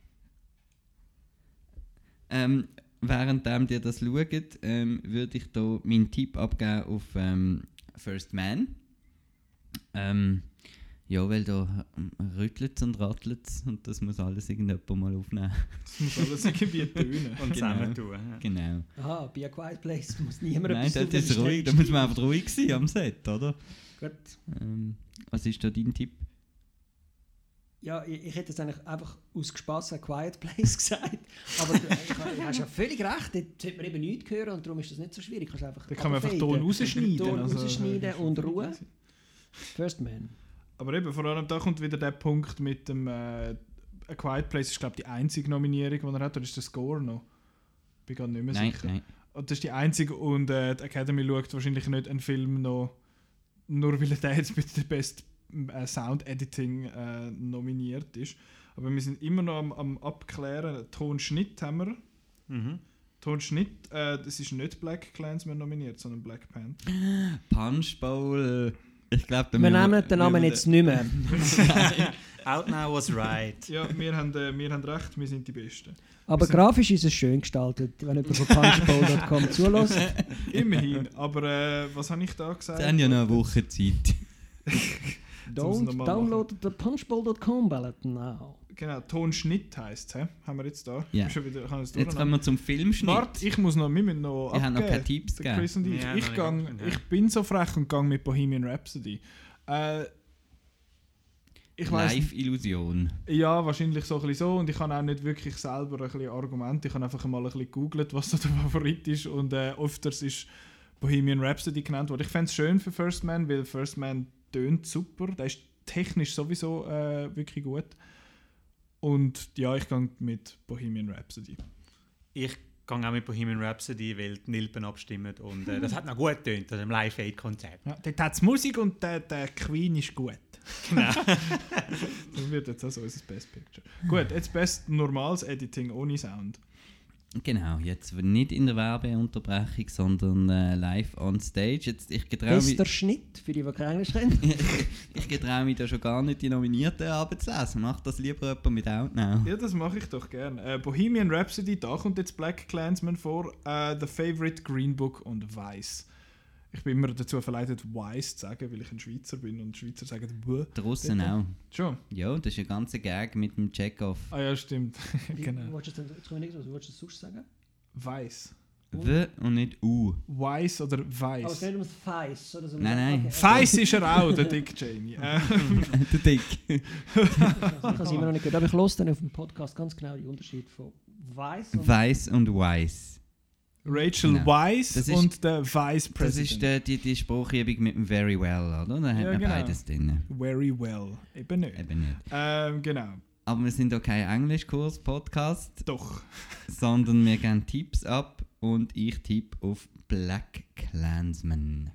Ähm, währenddem ihr das schaut, ähm, würde ich hier meinen Tipp abgeben auf ähm, First Man. Ähm, ja, weil da rüttelt es und rattelt es und das muss alles irgendjemand mal aufnehmen. Das muss alles irgendwie tönen. Und Genau. zusammen tun. Ja. Genau. Aha, bei A Quiet Place muss niemand Nein, etwas das auf der ist ruhig, da Stage muss man einfach ruhig sein am Set, oder? Gut. Ähm, was ist da dein Tipp? Ja, ich, ich hätte jetzt eigentlich einfach aus Spass A Quiet Place gesagt. Aber du ich, ich, hast ja völlig recht, dort sollte man eben nichts hören und darum ist das nicht so schwierig. Kannst einfach Da kann man einfach runterfaden. Ton rausschneiden. Ton also, rausschneiden das ist und schon Ruhe. easy. First Man. Aber eben, vor allem da kommt wieder der Punkt mit dem äh, A Quiet Place ist glaube ich die einzige Nominierung, die er hat, oder ist der Score noch? Bin gar nicht mehr Nein, sicher. nein. Und das ist die einzige und äh, die Academy schaut wahrscheinlich nicht einen Film noch, nur weil er der jetzt mit der Best äh, Sound Editing äh, nominiert ist. Aber wir sind immer noch am, am abklären. Tonschnitt haben wir. Mhm. Tonschnitt, äh, das ist nicht Black Klansman nominiert, sondern Black Panther. Punchbowl. Ich glaube, Wir nehmen den Namen jetzt nicht mehr. Out Now was right. Ja, wir haben, äh, wir haben recht, wir sind die Besten. Aber grafisch ist es schön gestaltet, wenn jemand von punchbowl dot com zulässt. Immerhin. Aber äh, was habe ich da gesagt? Sie haben ja noch eine Woche Zeit. muss noch Don't mal download the punchbowl dot com ballot now. Genau, Tonschnitt heisst es. Haben wir jetzt da? Ja. Schon wieder, kann Jetzt kommen wir zum Filmschnitt. Warte, ich muss noch, wir müssen noch Wir haben noch keine abgeben. Tipps Der Chris und ich. Wir haben Ich, noch nicht gang, abgegeben, ja. ich bin so frech und gehe mit Bohemian Rhapsody. Äh, ich weiss Live-Illusion. Ja, wahrscheinlich so ein bisschen so. Und ich habe auch nicht wirklich selber ein bisschen Argumente. Ich habe einfach mal ein bisschen gegoogelt, was so der Favorit ist. Und äh, öfters ist Bohemian Rhapsody genannt worden. Ich fände es schön für First Man, weil First Man tönt super. Der ist technisch sowieso äh, wirklich gut. Und ja, ich gehe mit Bohemian Rhapsody. Ich gehe auch mit Bohemian Rhapsody, weil die Nilpen abstimmen. Und äh, das hat noch gut getönt, also im Live-Aid-Konzert. Ja, dort hat es Musik und der, der Queen ist gut. Genau. Das wird jetzt also unser Best Picture. Gut, jetzt Best normales Editing ohne Sound. Genau, jetzt nicht in der Werbeunterbrechung, sondern äh, live on stage. Jetzt, ich getraue mich, Bester Schnitt, für die, die kein Englisch können. ich getraue mich da schon gar nicht, die Nominierten abzulesen. Mach das lieber jemand mit Outnow. Ja, das mache ich doch gerne. Äh, Bohemian Rhapsody, da kommt jetzt Black Klansman vor, äh, The Favourite, Green Book und Vice. Ich bin immer dazu verleitet, Vice zu sagen, weil ich ein Schweizer bin und Schweizer sagen «Bäh». Die Russen Bitte? auch. Schon? Ja, das ist ein ganzer Gag mit dem Check-off. Ah ja, stimmt. Genau. genau. Willst du das, jetzt komme ich nicht raus. Willst du das sonst sagen? Vice. W und nicht U. Vice oder Aber es Vice? geht nicht um das Feiss. Oder so. Nein, nein. Okay, Vice ist er auch, der Dick Cheney. Äh, Der Dick. okay. Ich habe es immer noch nicht gehört. Aber ich höre dann auf dem Podcast ganz genau den Unterschied von Weiss und Weiss und Weiss. Rachel Genau. Weisz Das ist- und der Vice Das President. ist äh, die, die Spruchübung mit dem Very Well, oder? Da hat Ja, man genau. beides drin. Very well. Eben nicht. Eben nicht. Ähm, genau. Aber wir sind auch kein Englischkurs-Podcast, Doch. sondern wir geben Tipps ab und ich tippe auf Black Klansman.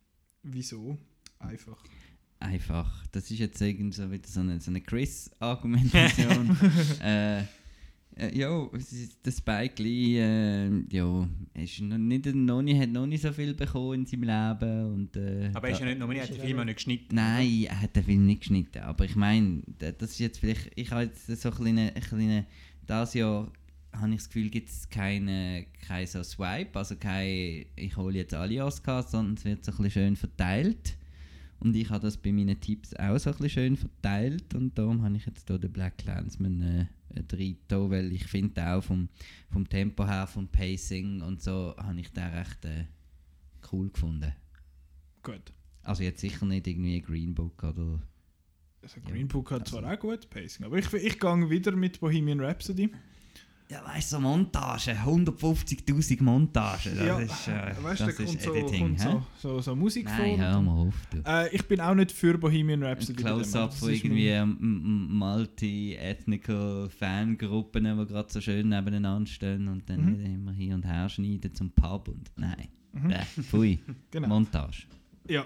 Wieso? Einfach. Einfach. Das ist jetzt irgendwie so wieder so eine, so eine Chris-Argumentation. äh, äh, ja, es ist- der Spike Lee äh, ja, ist noch nicht, noch nicht, hat noch nicht so viel bekommen in seinem Leben. Und, äh, Aber er ist ja da- nicht nominiert, der Film hat nicht geschnitten. Nein, er hat den Film nicht geschnitten. Aber ich meine, da- das ist jetzt vielleicht. Ich habe jetzt so ein kleine, ein kleine. Das Jahr habe ich das Gefühl, gibt es keine, kein so Swipe. Also kein, ich hole jetzt alle Oscars, sondern es wird so ein bisschen schön verteilt. Und ich habe das bei meinen Tipps auch so ein bisschen schön verteilt. Und darum habe ich jetzt hier den Black Klansman äh, drin, weil ich finde auch vom, vom Tempo her, vom Pacing und so, habe ich den recht äh, cool gefunden. Gut. Also jetzt sicher nicht irgendwie Green Book oder... Also Green Book hat also- zwar auch gut Pacing, aber ich, ich gehe wieder mit Bohemian Rhapsody. Ja, weißt du, so Montage, hundertfünfzigtausend Montagen, das Ja, ist, äh, weißt du, das da kommt, ist so, Editing. kommt hä? so, so, so Musik Nein, vor. hör mal auf. Du. Äh, ich bin auch nicht für Bohemian Rhapsody. Ein bei dem, Close-up das von ist irgendwie mein- ähm, m- multi-ethnical Fangruppen, die gerade so schön nebeneinander stehen und dann Mhm. wieder immer hier und her schneiden zum Pub und nein, Mhm. äh, pfui, Genau. Montage. Ja.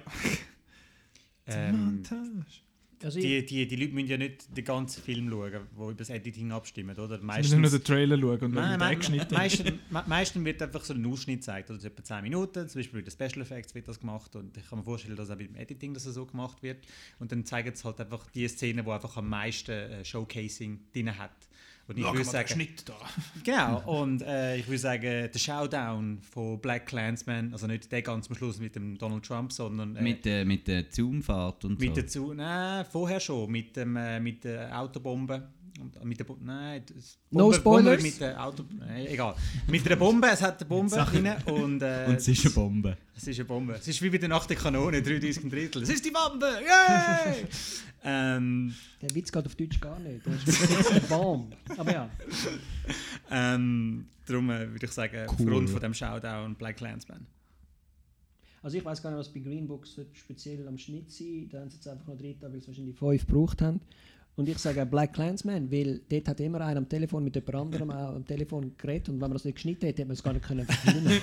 Ähm, Montage. Also ich, die, die, die Leute müssen ja nicht den ganzen Film schauen, die über das Editing abstimmen, oder? Wir müssen nur Meistens, den Trailer schauen und nein, dann nein, wird geschnitten. meistens, me- meistens wird einfach so ein Ausschnitt gezeigt, oder etwa zehn Minuten, zum Beispiel bei den Special Effects wird das gemacht und ich kann mir vorstellen, dass auch beim Editing das so gemacht wird und dann zeigen sie halt einfach die Szene, die einfach am meisten äh, Showcasing drin hat. Und ich Schau würde mal, sagen, der Schnitt da. genau, und äh, ich würde sagen, der Showdown von Black Klansman, also nicht der ganz am Schluss mit dem Donald Trump, sondern äh, Mit, äh, mit der Zoomfahrt und mit so. der Zu nein, vorher schon, mit, dem, äh, mit der Autobombe. Und, äh, mit der Bo nein, das No Bombe, Bombe spoilers? mit der Auto, nein, egal. Mit der Bombe, es hat eine Bombe drin und, äh, Und es ist eine Bombe. es ist eine Bombe. Es ist wie bei der Nacht der Kanone, dreiunddreißig Drittel. Es ist die Bombe! Yay! ähm, der Witz geht auf Deutsch gar nicht. Das ist jetzt eine Bombe. Aber ja. ähm, darum äh, würde ich sagen, Cool. aufgrund von dem Showdown Black Klansman. Also ich weiß gar nicht, was bei Green Books speziell am Schnitt sein. Da haben sie jetzt einfach noch drei, weil sie wahrscheinlich fünf gebraucht haben. Und ich sage Black Klansman, weil dort hat immer einer am Telefon mit jemand anderem auch am Telefon geredet und wenn man das nicht geschnitten hätte, hätte man es gar nicht können filmen.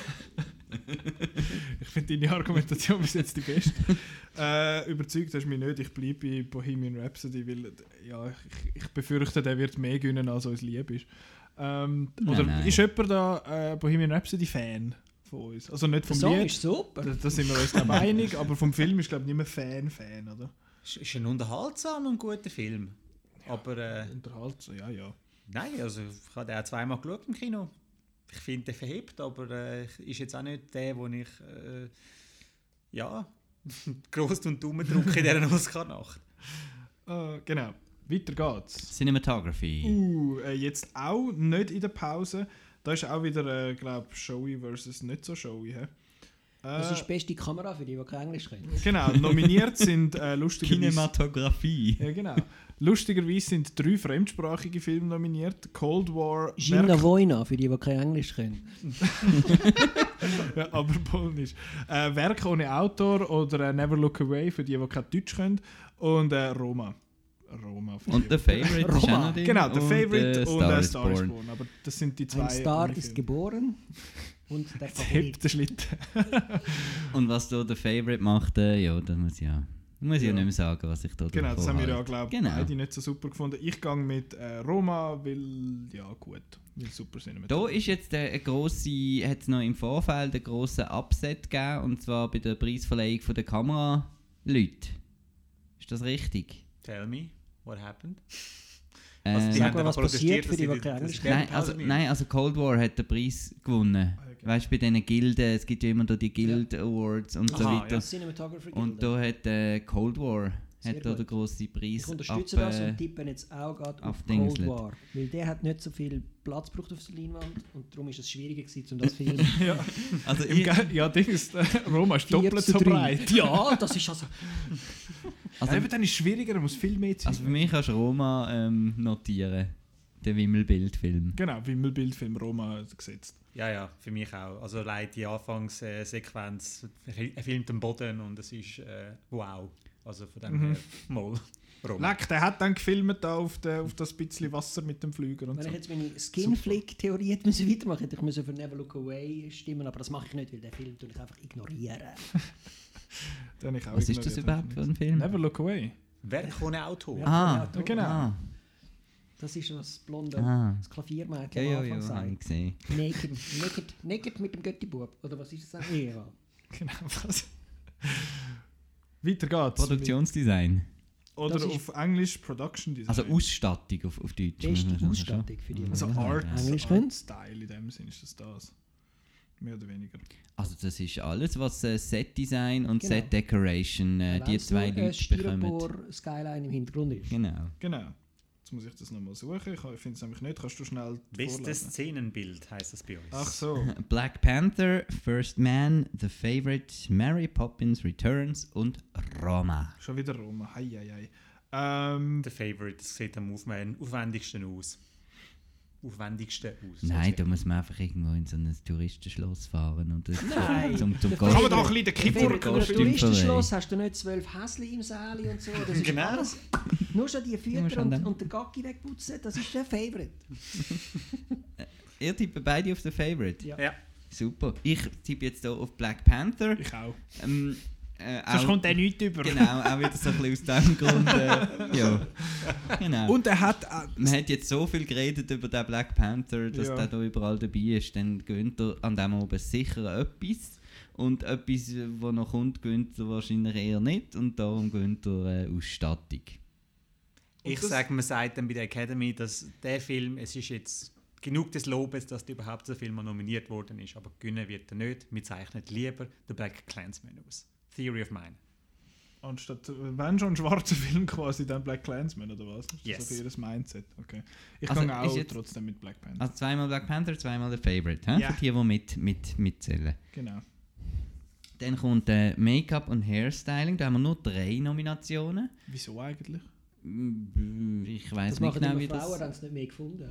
Ich finde deine Argumentation bis jetzt die beste. äh, überzeugt hast du mich nicht, ich bleibe bei Bohemian Rhapsody, weil ja, ich, ich befürchte, der wird mehr gewinnen, als uns lieb ist. Ähm, Nein, oder nein. ist jemand da äh, Bohemian Rhapsody-Fan von uns? Also nicht Der vom Song Lied, ist super. da, da sind wir uns glaube ich einig, aber vom Film ist glaube ich nicht mehr Fan-Fan, oder? Es ist ein unterhaltsamer und guter Film. Aber äh, Unterhalt, ja, ja. nein, also ich habe den auch zweimal geschaut im Kino. Ich finde, der verhebt, aber äh, ist jetzt auch nicht der, wo ich äh, ja, gross und Daumen drücke in dieser Oscar-Nacht. Äh, genau, weiter geht's. Cinematography. Uh, äh, jetzt auch nicht in der Pause. Da ist auch wieder, äh, glaube ich, showy versus nicht so showy. He? Das Äh, ist die beste Kamera für die, die kein Englisch können. Genau, nominiert sind äh, lustigerweise... Kinematografie. Ja, genau. Lustigerweise sind drei fremdsprachige Filme nominiert. Cold War, Gina Werk, Vojna für die, die kein Englisch können. ja, aber polnisch. Äh, Werk ohne Autor oder äh, Never Look Away für die, die kein Deutsch können. Und äh, Roma. Roma für Und die, der Favorite ist Roma. auch noch drin. Genau, der Favorite äh, und Star äh, is Star is Born. Born. Aber das sind die zwei... Ein Star ohne ist Filme. geboren und der Jetzt Favorit. hebt der Schlitten. Und was da der Favorite macht, äh, ja, das muss ich ja, muss ich ja Ja. nicht mehr sagen, was ich da Genau, das davon haben wir ja, halte. glaube ich, Genau. beide nicht so super gefunden. Ich gehe mit äh, Roma, weil, ja gut, weil super sind. Da ist jetzt äh, eine grosse, hat es noch im Vorfeld einen grossen Upset gegeben, und zwar bei der Preisverleihung von der Kameraleute. Ist das richtig? Tell me, what happened? Äh, Also, die Sag haben mal, einfach was passiert protestiert, für die, dass die sie kein die- Englisch das können. nein, Geld also, nicht. nein, also Cold War hat den Preis gewonnen. okay. Weißt du, bei diesen Gilden, es gibt ja immer da die Guild Awards und so Aha, weiter. ja. Cinematographer Und Guild. da hat äh, Cold War Sehr hat da gut. den grossen Preis Ich unterstütze ab, das äh, und tippe jetzt auch gerade auf auf Cold Dingslet. War. Weil der hat nicht so viel Platz gebraucht auf der Leinwand und darum ist es schwieriger gewesen, um das zu filmen. Ja, Also im ich, Ge ja, Ding ist, äh, Roma ist vier doppelt zu so drei. breit. Ja, das ist also... also, ja, eben, dann ist es schwieriger, er muss viel mehr ziehen. also für mich kannst du Roma ähm, notieren. Der Wimmelbildfilm. Genau, Wimmelbildfilm Roma gesetzt. Ja, ja, für mich auch. Also allein die Anfangssequenz, er filmt den Boden und es ist äh, wow. Also von dem Mhm. her, mal, Roma. Leck, der hat dann gefilmt da auf, der, auf das bisschen Wasser mit dem Flüger und Wenn so. ich jetzt meine Skinflick-Theorie hätte müssen weitermachen hätte ich müssen für Never Look Away stimmen, aber das mache ich nicht, weil den Film tue ich einfach ignorieren. Den habe ich auch Was ist das ignoriert. überhaupt für ein Film? Never Look Away. Werk ohne Autor. Ja. Ah, Ja, genau. Ah, Das ist das blonde ah. das Klaviermädchen Ja, ja, am ja, Anfang habe ich sagt. gesehen. Naked, naked, naked mit dem Göttibub. Oder was ist das? Ja. Genau, was? Weiter geht's. Produktionsdesign. Oder Das ist- auf Englisch Production Design. Also Ausstattung auf, auf Deutsch. muss Beste man sagen, Ausstattung für die. Also Ja, Art, ja. Englisch Art können's? Style in dem Sinn ist das das. Mehr oder weniger. Also das ist alles, was äh, Set-Design und Genau. Set-Decoration, äh, die Wenn's zwei nur ein Leute bekommen. Styropor-Skyline im Hintergrund ist. Genau. Genau. Jetzt muss ich das nochmal suchen. Ich finde es nämlich nicht. Kannst du schnell Bestes vorlesen? Szenenbild heisst das bei uns. Ach so. Black Panther, First Man, The Favorite, Mary Poppins Returns und Roma. Schon wieder Roma. Hei, hei, hei. Ähm, Der Favorite, das sieht am aufwen- aufwendigsten aus. aufwendigsten aus. Nein, da muss man einfach irgendwo in so ein Touristenschloss fahren. Und das Nein. Zum, zum Der Kann man Gast- da ein bisschen den Kipper... Im Touristenschloss hast du nicht zwölf Häsli im Säli und so. Das ist Genau. alles. Nur schon die musst Fütter an und, dem- und den Gacki wegputzen, das ist der Favourite. Ihr tippt beide auf den Favorite? Ja. Ja. Super. Ich tippe jetzt hier auf Black Panther. Ich auch. Ähm, äh, Sonst auch- kommt der nichts über. Genau, auch wieder so ein bisschen aus dem Grund. Äh, ja, genau. Und er hat... Äh, Man hat jetzt so viel geredet über den Black Panther, dass Ja. der da überall dabei ist. Dann gewinnt er an dem oben sicher etwas. Und etwas, was noch kommt, gewinnt er wahrscheinlich eher nicht. Und darum gewinnt er äh, Ausstattung. Ich das- sage, man sagt dann bei der Academy, dass der Film, es ist jetzt genug des Lobes, dass der überhaupt so Film nominiert worden ist, aber gewinnen wird er nicht. Wir zeichnen lieber den Black Klansman aus. Theory of Mine. Anstatt, wenn schon ein schwarzer Film quasi, dann Black Klansman oder was? Ist Yes. das so ihr Mindset? Okay. Ich Also, gehe auch ist jetzt- trotzdem mit Black Panther. Also zweimal Black Panther, zweimal der Favorite. He? Ja. Für die, die mit, mit, mitzählen. Genau. Dann kommt äh, Make-up und Hairstyling. Da haben wir nur drei Nominationen. Wieso eigentlich? Mm, Ich weiß Das nicht machen genau, immer wie Frauen, das... haben es nicht mehr gefunden.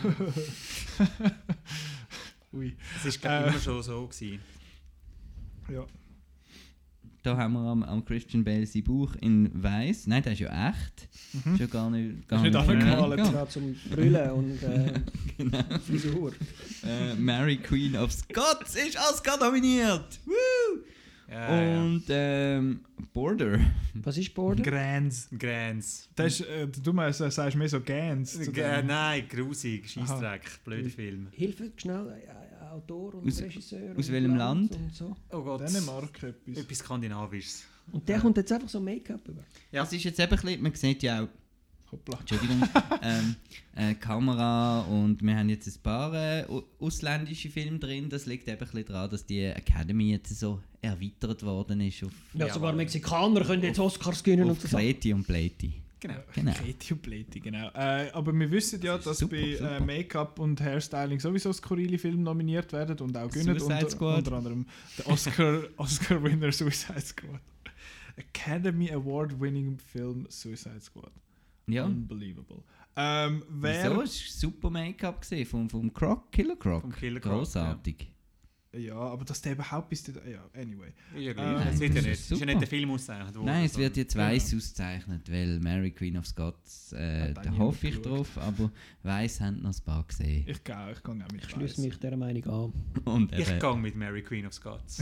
Ui. Das war Äh. immer schon so gewesen. Ja. Da haben wir am, am Christian Bale sein Buch in weiß. Nein, der ist ja echt. Mhm. Ist ja gar nicht, gar Ist nicht nicht angemalt. Ja. Ja, zum Brüllen und äh, Genau. Frisur. äh, Mary Queen of Scots ist Oscar nominiert. Woo! Ja, ja. Und ähm, Border. Was ist Border? Grands. Grants. Das ist, äh, du meinst, äh, sagst mehr so Gans. zu G dem. nein, grusig, Scheissdreck, blöder Film. Hilfe schnell, äh, Autor und Aus- Regisseur. aus und welchem Land? Und, so. Oh Gott. Dänemark etwas. Etwas Skandinavisches. Und der kommt jetzt einfach so Make-up über. Ja. Das ist jetzt eben ein bisschen, man sieht ja auch, Hoppla. Entschuldigung, ähm, äh, Kamera und wir haben jetzt ein paar äh, au- ausländische Filme drin. Das liegt eben ein bisschen daran, dass die Academy jetzt so erweitert worden ist auf, Ja, Ja, sogar aber- Mexikaner können jetzt Oscars gewinnen auf und so. Kreti und Pleiti. Genau. Genau. Katie und Pleiti, genau. Äh, aber wir wissen ja, Das ist dass super, bei super. äh, Make-up und Hairstyling sowieso skurrile Filme nominiert werden und auch gewinnen. Suicide Unter, Squad. unter anderem der Oscar, Oscar-Winner Suicide Squad. Academy Award-winning Film Suicide Squad. Ja. Unbelievable. Ähm, wer, Wieso? Es war super Make-up gesehen vom, vom Croc, Killer Croc. Vom Killer Croc, Großartig. Ja, aber dass der überhaupt bis... Ja, anyway. Ja, Äh, gleich. Das wird ja das nicht. ist Das ist ja super. nicht der Film ausgezeichnet worden. Nein, es wird jetzt Ja. Weiss ausgezeichnet, weil Mary Queen of Scots, äh, Hat auch da niemand hoffe ich geschaut. drauf, aber Weiss haben noch ein paar gesehen. Ich gehe ich gehe auch mit Ich schließe Weiss. mich dieser Meinung an. Und Ich eben, gehe mit Mary Queen of Scots.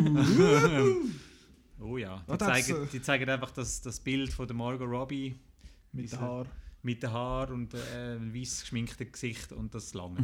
Oh ja. Die Oh, das, zeigen, äh, die zeigen einfach das, das Bild von der Margot Robbie Mit diese- den Haaren. mit den Haaren und äh, einem weiss geschminkten Gesicht und das lange.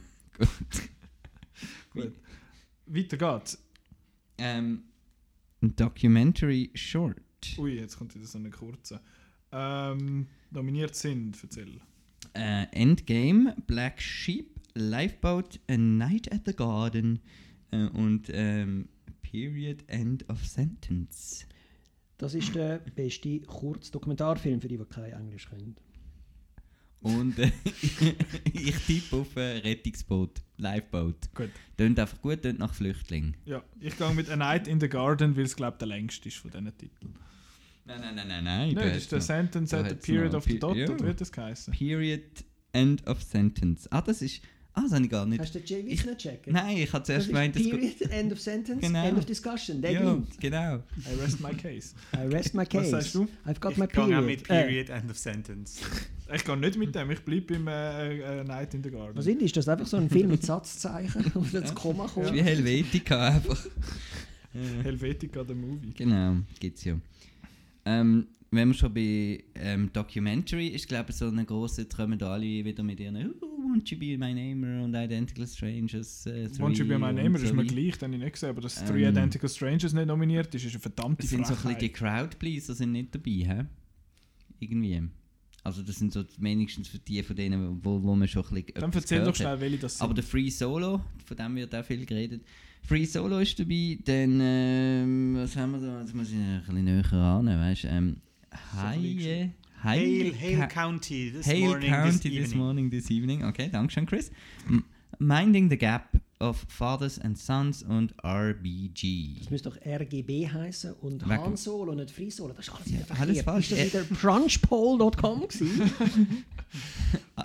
Gut. Weiter geht's. ähm, ein Documentary Short. Ui, jetzt kommt wieder so eine kurze. Ähm, nominiert sind, erzähl. Äh, Endgame, Black Sheep, Lifeboat, A Night at the Garden äh, und ähm, Period End of Sentence. Das ist der beste Kurzdokumentarfilm für die, die kein Englisch können. Und äh, ich tippe auf äh, Rettungsboot, Lifeboat. Gut. Tönt einfach gut, tönt nach Flüchtling. Ja, ich gehe mit A Night in the Garden, weil es, glaube ich, der längste ist von diesen Titeln. Nein, nein, nein, nein, nein. Nein, du das hast ist der noch Sentence da at the hat's Period noch of the Pe- Dot, ja. oder wird das geheißen? Period End of Sentence. Ah, das ist... Ah, das habe ich gar nicht... Hast du den Jay Wiesner checken? Nein, ich habe Das zuerst ist gemeint, dass... Period, End of Sentence, Genau. End of Discussion. Der Ja, gewinnt. genau. I rest my case. I rest my case. Was sagst du? I've got Ich my gehe auch period. mit Äh, Period End of Sentence. Ich gehe nicht mit dem, ich bleibe beim äh, äh, Night in the Garden. was ist das? Ist das einfach so ein Film mit Satzzeichen, wo dann das Komma Das ist kommt? wie Helvetica einfach. Helvetica, the movie. Genau, gibt's ja. Ähm, wenn wir schon bei ähm, Documentary ist, glaube ich, so eine grosse, jetzt kommen da alle wieder mit ihren oh, Won't You Be My Neighbor und Identical Strangers äh, Won't You Be My und Name, so ist mir wie- gleich, den habe ich nicht gesehen, aber dass Ähm, Three Identical Strangers nicht nominiert ist, ist eine verdammte Das sind so ein bisschen Frechheit. die Crowdpleaser sind nicht dabei, hä? Irgendwie. Also das sind so wenigstens für die von denen, wo, wo man schon ein bisschen Dann etwas erzähl doch gehört hat. schnell, welche das sind. Aber der Free Solo, von dem wird auch viel geredet. Free Solo ist dabei, dann, ähm, was haben wir da? Jetzt muss ich ein bisschen näher ran, weißt du? Ähm, Haie. Hale, Haie. Hale County this Hale morning, County this this evening. morning, this evening. Okay, danke schön, Chris. M- Minding the Gap of Fathers and Sons und R B G. Das müsste doch R G B heißen und Weg- Han Solo und nicht Free Solo. Das ist alles wieder alles verkehrt. falsch. Ist das wieder brunchpole Punkt com gewesen? Ah,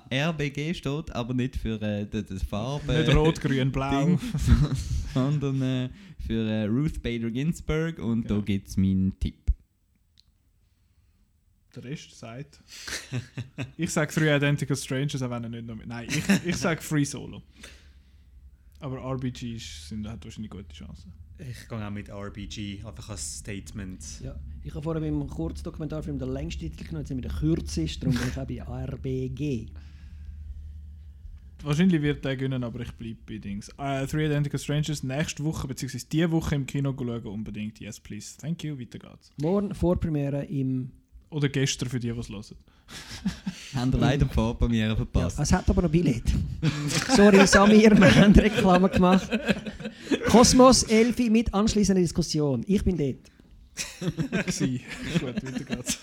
R B G steht, aber nicht für äh, die, die Farbe. Nicht rot, grün, blau. Ding, sondern äh, für äh, Ruth Bader Ginsburg. Und Genau. da gibt es meinen Tipp. Der Rest sagt. Ich sage Three Identical Strangers, auch wenn er nicht nominiert. Nein, ich, ich sage Free Solo. Aber R B G ist, sind, hat wahrscheinlich gute Chancen. Ich gehe auch mit R B G, einfach als Statement. Ja. Ich habe vorher beim Kurzdokumentarfilm den längsten Titel genommen, jetzt sind wir der kürzeste, darum bin ich auch bei R B G. Wahrscheinlich wird der gewinnen, aber ich bleibe bei Dings. Uh, Three Identical Strangers nächste Woche, beziehungsweise diese Woche im Kino schauen, unbedingt. Yes, please. Thank you, weiter geht's. Morgen Vorpremiere im... Oder gestern für die, die es hören. Haben wir leider die Vorpremiere Ja, verpasst. es hat aber noch Billett. Sorry Samir, wir haben Reklame gemacht. Kosmos Elfi mit anschliessender Diskussion. Ich bin dort. Gsi. Gut, weiter geht's.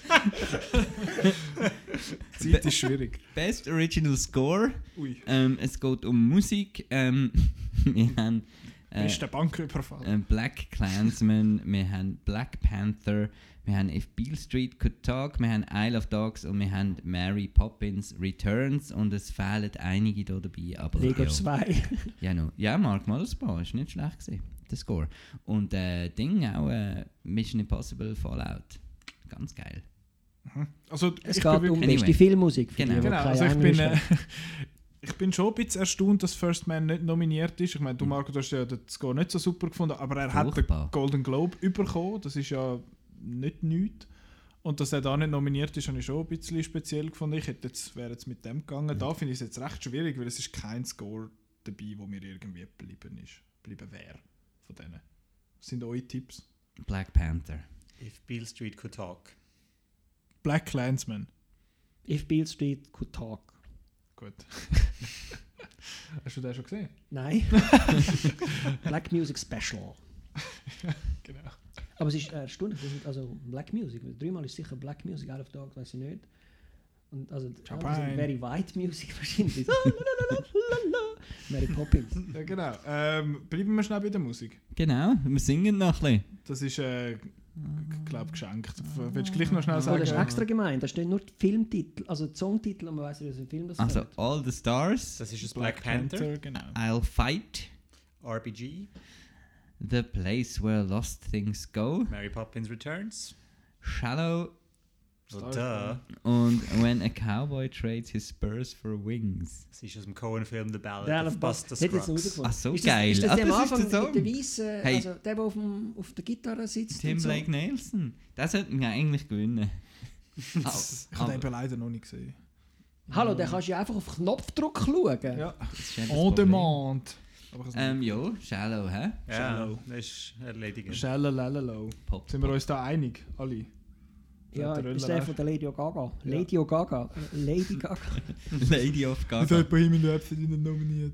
Die Zeit ist schwierig. Best Original Score. Ui. Ähm, es geht um Musik. Ähm, wir haben äh, Ist der Banküberfall. äh, Black Klansman, wir haben Black Panther, wir haben If Beale Street Could Talk, wir haben Isle of Dogs und wir haben Mary Poppins Returns und es fehlen einige hier dabei. Aber Lego ja. zwei. Ja, no. Ja, Mark Mothersbaugh ist nicht schlecht gewesen, der Score. Und äh, Ding auch äh, Mission Impossible Fallout. Ganz geil. Also, Es ich geht bin um wirklich, Anyway. beste Filmmusik. Für Genau. die, die Genau, kein also ich Englisch bin, äh, haben. ich bin schon ein bisschen erstaunt, dass First Man nicht nominiert ist. Ich meine, du Marco, du hast ja den Score nicht so super gefunden, aber er hat Furchtbar. den Golden Globe bekommen. Das ist ja nicht nichts. Und dass er da nicht nominiert ist, habe ich schon ein bisschen speziell gefunden. Ich hätte jetzt, wäre jetzt mit dem gegangen. Da finde ich es jetzt recht schwierig, weil es ist kein Score dabei, wo mir irgendwie geblieben ist, geblieben wäre von denen. Was sind eure Tipps? Black Panther. If Beale Street Could Talk. Black Klansman. If Beale Street Could Talk. Gut. Hast du den schon gesehen? Nein. Black Music Special. Genau. Aber es ist äh, erstaunlich, das ist also Black Music. Dreimal ist sicher Black Music, Out of Dog, weiß ich nicht. Und also, ja, das ist very white music wahrscheinlich. Mary Poppins. Ja, genau. Ähm, bleiben wir schnell bei der Musik. Genau, wir singen noch ein bisschen. Das ist, äh, ich glaube, geschenkt. Willst du gleich noch schnell Oh, sagen? das ist extra gemein. Da stehen nur die Filmtitel, also die Songtitel und man weiß nicht, was ein Film das Also, ist. All the Stars, Das ist ein Black, Panther. Genau. I'll Fight, R B G. The Place Where Lost Things Go, Mary Poppins Returns. Shallow So, duh. und When a Cowboy Trades His Spurs for Wings. Das ist aus dem Coen-Film The Ballad Der of of Buster Bus- hätte jetzt noch Scruggs. rausgefunden. Ach so, ist geil. Das, ist das Ah, der am das ist Anfang der Song. mit der weißen, Hey. also der, der auf, dem, auf der Gitarre sitzt? Tim und so. Blake Nelson. Das sollten wir eigentlich gewinnen. Ich habe den eben leider noch nicht gesehen. Hallo, der kannst du ja einfach auf Knopfdruck schauen. Ja. Das ist ja das On Problem. demand. Aber ich has Ähm, ja, Shallow, hä? Ja, Shallow. das ist erledigt. Shallow. Pop. Sind wir uns da einig? Alle? Ja, Der das ist Röller der von der Lady Gaga. Lady Gaga. Äh, Lady Gaga. Lady of Gaga. Bohemian Rhapsody nicht nominiert.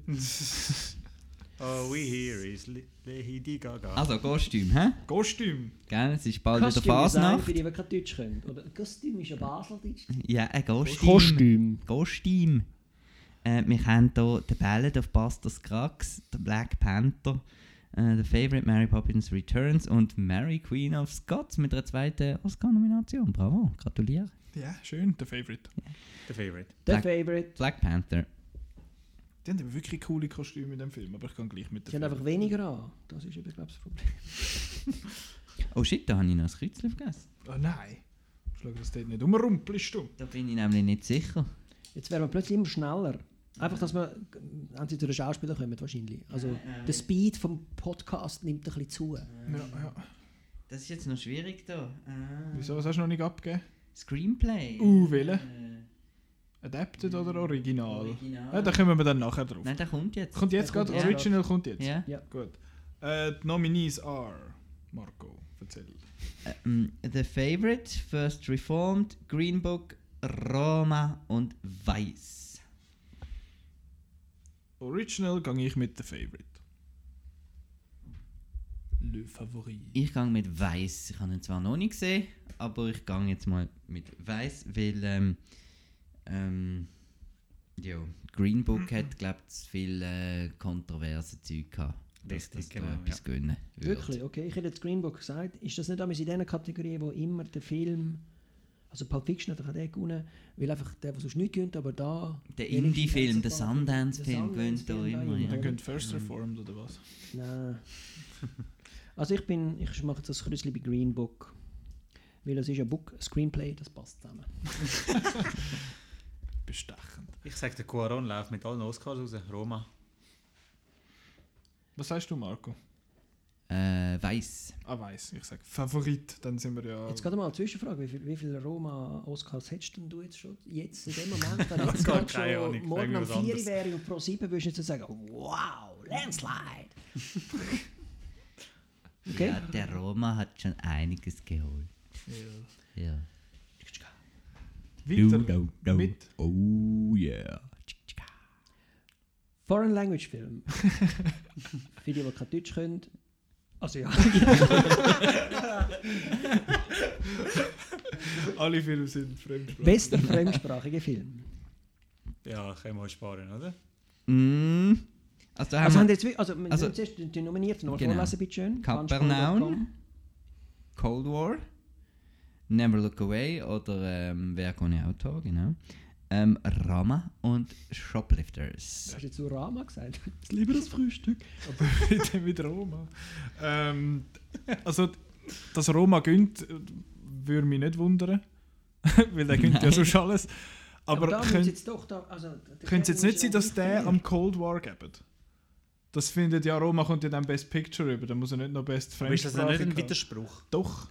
All we hear is Li- Lady Gaga. Also, Kostüm, hä? Kostüm. Gell, es ist bald wieder Kostüm Design, Fasnacht. für die, die kein Deutsch können. Oder Kostüm ist ja Baseldeutsch. Ja, ein Kostüm. Kostüm. Kostüm. Äh, wir haben hier The Ballad of Buster Scruggs, The Black Panther, äh, The Favorite Mary Poppins Returns und Mary Queen of Scots mit einer zweiten Oscar-Nomination. Bravo, gratuliere. Ja, schön, der Favorite. The Favorite. The Black- Favorite. Black Panther. Die haben eben wirklich coole Kostüme in dem Film, aber ich kann gleich mit Sie der haben einfach weniger an. Das ist eben, glaube ich, das Problem. Oh shit, da habe ich noch ein Kreuzchen vergessen. Oh nein. Schau, dass dort nicht umrumpelst du. Da bin ich nämlich nicht sicher. Jetzt werden wir plötzlich immer schneller. Einfach, dass wir, wenn sie zu den Schauspielern kommen, wahrscheinlich. Also, der Speed vom Podcast nimmt ein bisschen zu. Ja, ja. Das ist jetzt noch schwierig da. Ah. Wieso, was hast du noch nicht abgegeben? Screenplay. Uh, welche? Äh, Adapted oder Original? Original. Ja, da kommen wir dann nachher drauf. Nein, der kommt jetzt. Kommt jetzt Der gerade, kommt jetzt Original kommt jetzt? Ja. Ja. Gut. Äh, die Nominees are... Marco, erzähl. Ähm, The Favorite, First Reformed, Green Book, Roma und Weiß. Original gehe ich mit The Favorite. Le Favori. Ich gehe mit Weiß. Ich habe ihn zwar noch nicht gesehen, aber ich gehe jetzt mal mit Weiß, weil ähm, ähm, ja, Green Book hat, glaube ich, zu viel äh, kontroverse Zeug gehabt. dass Richtig, das da genau, etwas gewinnen würde. Wirklich, okay. Ich hätte jetzt Green Book gesagt. Ist das nicht damals in dieser Kategorie, wo immer der Film... Also Pulp Fiction hat auch den gewonnen, weil einfach der, der sonst nichts gewinnt, aber da... Der Indie-Film, der Sundance-Film gewinnt da Sundance-Film immer. da Ja. Dann gehört First Reformed oder was? Nein. Also ich bin, ich mache jetzt das Krüsli bei Green Book, weil es ist ein Book, ein Screenplay, das passt zusammen. Bestechend. Ich sage, der Cuarón läuft mit allen Oscars raus. Roma. Was sagst du, Marco? Äh, Weiss. Ah, weiss. Ich sage Favorit. Dann sind wir ja... Jetzt gerade mal eine Zwischenfrage, wie viele wie viel Roma-Oscars hättest denn du jetzt schon? Jetzt, in dem Moment, wenn Ich jetzt habe gerade keine Ahnung, schon frag morgen mich um was vier anderes. wäre und pro sieben würdest du jetzt so sagen, wow, Landslide! Okay? Ja, der Roma hat schon einiges geholt. Ja. Ja. Weiter mit... Oh yeah. Foreign Language Film. Für die, die kein Deutsch können. Also ja. Alle Filme sind fremdsprachig. Bester fremdsprachige Film. Ja, können wir uns sparen, oder? Mm. Also, da Also, haben haben wir jetzt, wir- also, wir Also- müssen zuerst die- die Nominierten noch Genau. vorlesen, bitte schön. Kapernaum. Punchbowl Punkt com. Cold War, Never Look Away oder ähm, Wer ohne Autor, genau. Ähm, Rama und Shoplifters. Hast du jetzt so Rama gesagt? Das lieber das Frühstück. Aber bitte mit Roma. Ähm, also, dass Roma gönnt, würde mich nicht wundern. Weil der gönnt ja sonst alles. Aber, da muss könnt, jetzt doch da, also, der könnte es jetzt muss nicht ja sein, dass nicht der viel. am Cold War gibt? Das findet ja, Roma kommt ja dann Best Picture über, dann muss er nicht noch Best Aber ist das dann Fremdsprache nicht ein haben. Widerspruch? Doch.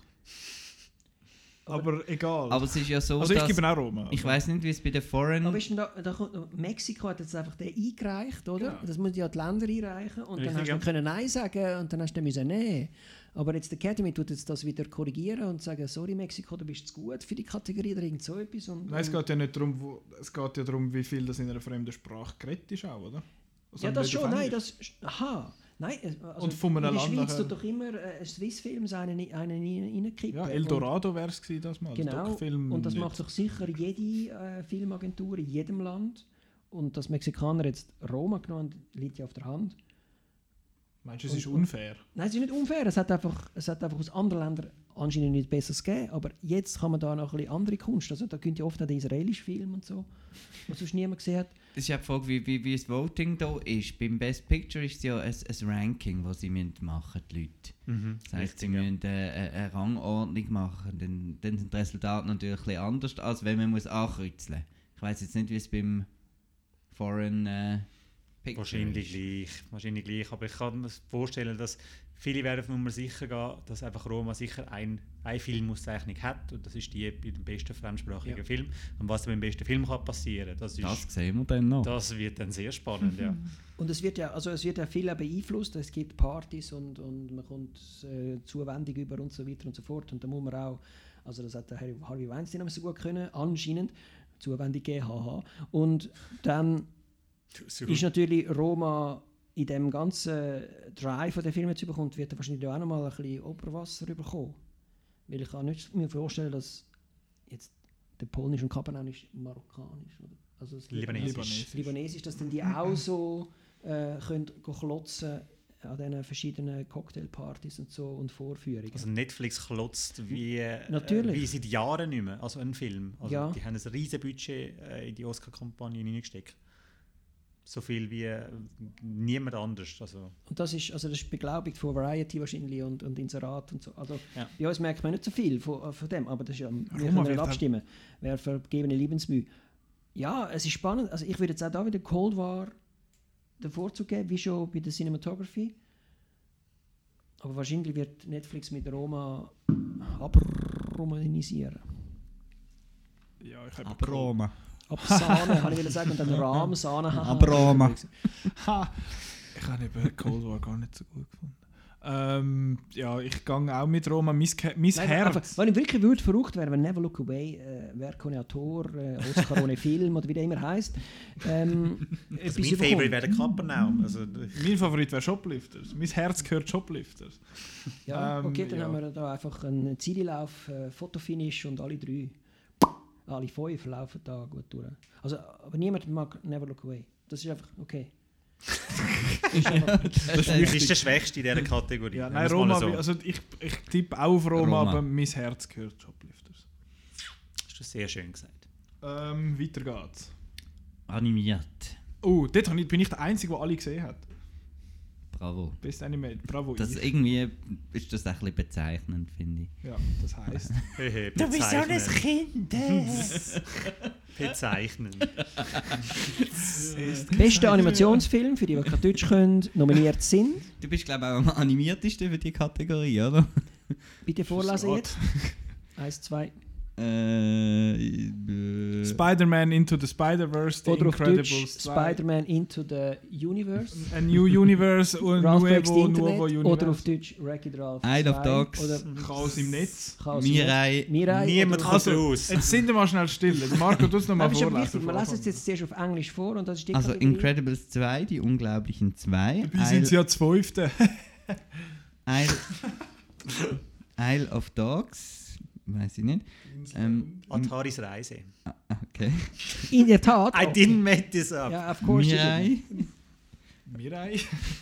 Aber egal. Aber es ist ja so, also ich dass... gebe auch Roma. Ich weiß nicht, wie es bei den Foreign... Aber ist denn da, da kommt, Mexiko hat jetzt einfach den eingereicht, oder? Genau. Das muss ja die Länder einreichen und Richtig, dann hast du ja. können Nein sagen und dann hast du müssen Nein. Aber jetzt der Academy tut jetzt das wieder korrigieren und sagen, sorry Mexiko, du bist zu gut für die Kategorie oder irgend so etwas. Und, Nein, es und, geht ja nicht darum, wo, es geht ja darum, wie viel das in einer fremden Sprache geredet ist auch, oder? Also ja, das nicht auf schon, nein, Englisch. das... Aha. Nein, also Und von einem in der Land Schweiz nachher- tut doch immer äh, Swiss-Films einen, einen reinkippen. Ja, Eldorado wäre es gewesen, das mal. Genau, Doc-Film und das nicht. macht doch sicher jede äh, Filmagentur in jedem Land. Und dass Mexikaner jetzt Roma genommen haben, liegt ja auf der Hand. Meinst du, es ist und- unfair? Nein, es ist nicht unfair. Es hat einfach, es hat einfach aus anderen Ländern anscheinend nichts Besseres gegeben. Aber jetzt kann man da noch ein bisschen andere Kunst. Also da könnt ja oft auch der israelische Film und so, was sonst niemand gesehen hat. Das ist ja die Frage, wie, wie, wie das Voting da ist. Beim Best Picture ist es ja ein, ein Ranking, das sie müssen machen die Leute. Mhm. Das heisst, sie müssen äh, eine, eine Rangordnung machen. Dann, dann sind die Resultate natürlich ein bisschen anders, als wenn man muss ankreuzeln muss. Ich weiss jetzt nicht, wie es beim Foreign äh, Picture Wahrscheinlich ist. gleich, wahrscheinlich gleich. Aber ich kann mir vorstellen, dass viele werden auf Nummer sicher gehen, dass einfach Roma sicher ein, eine Filmauszeichnung hat. Und das ist die bei dem besten fremdsprachigen Ja. Film. Und was beim besten Film kann passieren, das, ist, Das das, sehen wir dann noch. wird dann sehr spannend. Ja. Und es wird ja, also es wird ja viel auch beeinflusst. Es gibt Partys und, und man kommt äh, Zuwendung über und so weiter und so fort. Und da muss man auch, also das hat der Harvey- Harvey Weinstein so gut können, anscheinend, Zuwendung geben, haha. Und dann ist natürlich Roma in dem ganzen Drive, den der Film jetzt bekommt, wird er wahrscheinlich auch noch mal ein bisschen Oberwasser bekommen. Weil ich kann nicht mir vorstellen, dass jetzt der polnisch und kapernaunisch marokkanisch oder also das Libanesisch. Libanesisch. Libanesisch, dass dann die auch so äh, können go klotzen an diesen verschiedenen Cocktailpartys und so und Vorführungen. Also Netflix klotzt wie, äh, Natürlich. wie seit Jahren nicht mehr. Also ein Film. Also Ja. Die haben ein riesiges Budget äh, in die Oscar-Kampagne hineingesteckt. So viel wie äh, niemand anders. Also, Und das ist, also das ist beglaubigt von Variety wahrscheinlich und, und Inserat und so. Also Ja. bei uns merkt man nicht so viel von, von dem, aber das ist ja, wir Roma können wird nicht halt- abstimmen. Wer vergebene Lebensmühe. Ja, es ist spannend. Also ich würde jetzt auch da wieder Cold War den Vorzug geben, wie schon bei der Cinematography. Aber wahrscheinlich wird Netflix mit Roma abromanisieren. Ja, ich habe Abroma. Absahne, habe ich will sagen, und dann Rahmsahne. haha. Abroma. Ha! Ich habe eben Cold War gar nicht so gut gefunden. Ähm, ja, ich gehe auch mit Roma. Mein, Ke- mein Nein, Herz. aber, wenn ich wirklich würde verrückt wäre, wenn Never Look Away, äh, Werk ohne Autor, äh, Oscar ohne Film oder wie der immer heisst, ähm, also etwas mein überkommt. Favorit wäre der Kapernaum. Also, Mein Favorit wäre Shoplifters. Mein Herz gehört Shoplifters. Ja, Ähm, okay, dann ja. haben wir da einfach einen Zielelauf, äh, Fotofinish und alle drei, alle fünf laufen da gut durch. Also, aber niemand mag Never Look Away. Das ist einfach okay. das ist der Schwächste in dieser Kategorie. Ja, Nennen nein, wir's mal Roma, so. also ich, ich tippe auch auf Roma, Roma. aber mein Herz gehört Shoplifters. Hast Schon sehr schön gesagt. Ähm, weiter geht's. Animiert. Oh, dort hab ich- bin ich der Einzige, der alle gesehen hat. Bravo. Best Animated. Bravo. Das ich. irgendwie ist das ein bisschen bezeichnend, finde ich. Ja, das heisst. Hehe, Du bist ja ein bezeichnend. Kind! Bezeichnend. Bester Animationsfilm, für die, die kein Deutsch können, nominiert sind. Du bist, glaube ich, auch am animiertesten für die Kategorie, oder? Bitte vorlesen Gott. jetzt. Eins, zwei. Äh, äh, Spider-Man Into the Spider-Verse, The Oder auf Deutsch Incredibles zwei. Spider-Man Into the Universe. A New Universe und Ralph Breaks the Nuevo, Internet. Nuevo Universe. Oder auf Deutsch Wreck-It Ralph Isle of zwei. Dogs. Oder Chaos im Netz. Chaos im Netz. Mirai. Mirai. Niemand oder- kommt Also, raus. jetzt sind wir mal schnell still. Marco, du es noch mal Nein, das ist aber vorlesen. wichtig. Wir lesen es jetzt zuerst auf Englisch vor und das ist die Also Kategorie. Incredibles zwei, die Unglaublichen zwei. Dabei sind sie ja das Fünfte. Isle, Isle of Dogs, weiß ich nicht. Ähm, Ataris Reise. ah, okay. In der Tat. I didn't make this up. Ja, of course. you Mirai. Mirai.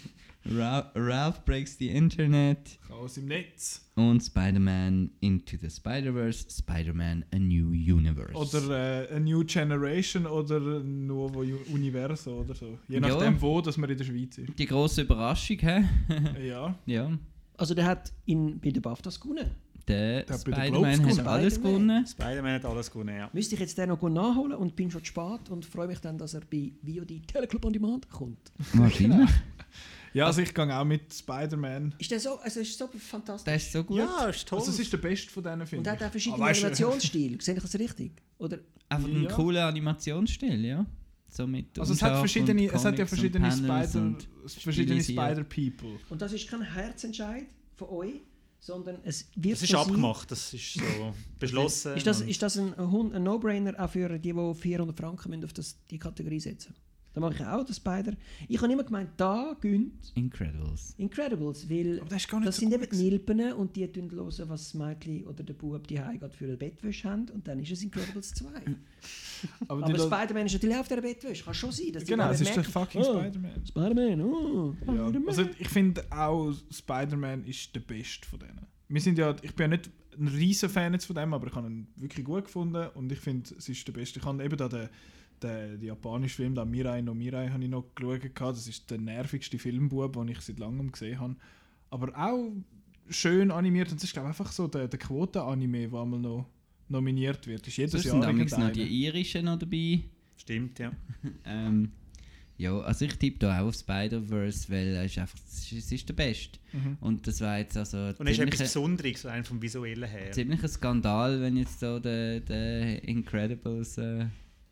Ra Ralph Breaks the Internet. Chaos im Netz. Und Spider-Man Into the Spider-Verse. Spider-Man A New Universe. Oder äh, A New Generation oder Nuevo Ju- Universo oder so. Je Ja. nachdem, wo dass man in der Schweiz ist. Die grosse Überraschung, hä? Ja. Ja. Also der hat in, bei den BAFTAs gewonnen. Der Der hat bei den Spider-Man Globes hat gewonnen. alles Spider-Man. gewonnen. Spider-Man hat alles gewonnen, ja. Müsste ich jetzt den noch nachholen und bin schon zu spät und freue mich dann, dass er bei V O D Teleclub on Demand kommt. Wahrscheinlich. Ja, also ich gehe auch mit Spider-Man. Ist der so, also ist so fantastisch. Der ist so gut. Ja, ist toll. Also es ist der beste von denen, Und finde er ich. hat auch verschiedene Aber weißt du- Animationsstile. Sehe ich das richtig? Oder Einfach ein Ja. cooler Animationsstil, ja. So mit Also es hat unscharf verschiedene, und es hat ja Comics und verschiedene Panels Spider, und verschiedene stilisiert. Spider-People. und das ist kein Herzentscheid von euch, sondern es wird Das ist von Sie- abgemacht, das ist so beschlossen. Ist das, und- ist das ein, ein ein No-Brainer auch für die, die vierhundert Franken müssen auf das, die Kategorie setzen? Da mache ich auch den Spider. Ich habe immer gemeint, da gönnt Incredibles. Incredibles, weil Aber das ist gar nicht das so sind gut eben die Nilpen und die hören, hören, was das Mädchen oder der Bub die Heimgeht für eine Bettwäsche haben und dann ist es Incredibles zwei. Aber, Aber die Spider-Man ist natürlich auch auf dieser Bettwäsche, kann schon sein. Dass die Genau, gar es nicht ist der merken, fucking oh, Spider-Man. Spider-Man, oh, Ja. Spider-Man. Also ich finde auch, Spider-Man ist der beste von denen. Wir sind ja, ich bin ja nicht ein riesen Fan jetzt von dem, aber ich habe ihn wirklich gut gefunden und ich finde, es ist der beste. Ich habe eben da den, den, den japanischen Film, da Mirai no Mirai, habe ich noch geschaut. Das ist der nervigste Filmbub, den ich seit langem gesehen habe. Aber auch schön animiert und es ist glaube ich einfach so der, der Quoten-Anime, der einmal noch nominiert wird. Ist jedes Sonst Jahr sind damals noch irgendeiner. die irischen noch dabei. Stimmt, ja. Ähm, ja, also ich tippe da auch auf Spider-Verse, weil er ist einfach, es ist, es ist der Beste. Mhm. Und das war jetzt also Und es ist etwas ziemlich, Besonderes, rein vom Visuellen her. ziemlich ein Skandal, wenn jetzt so der, der Incredibles... Äh,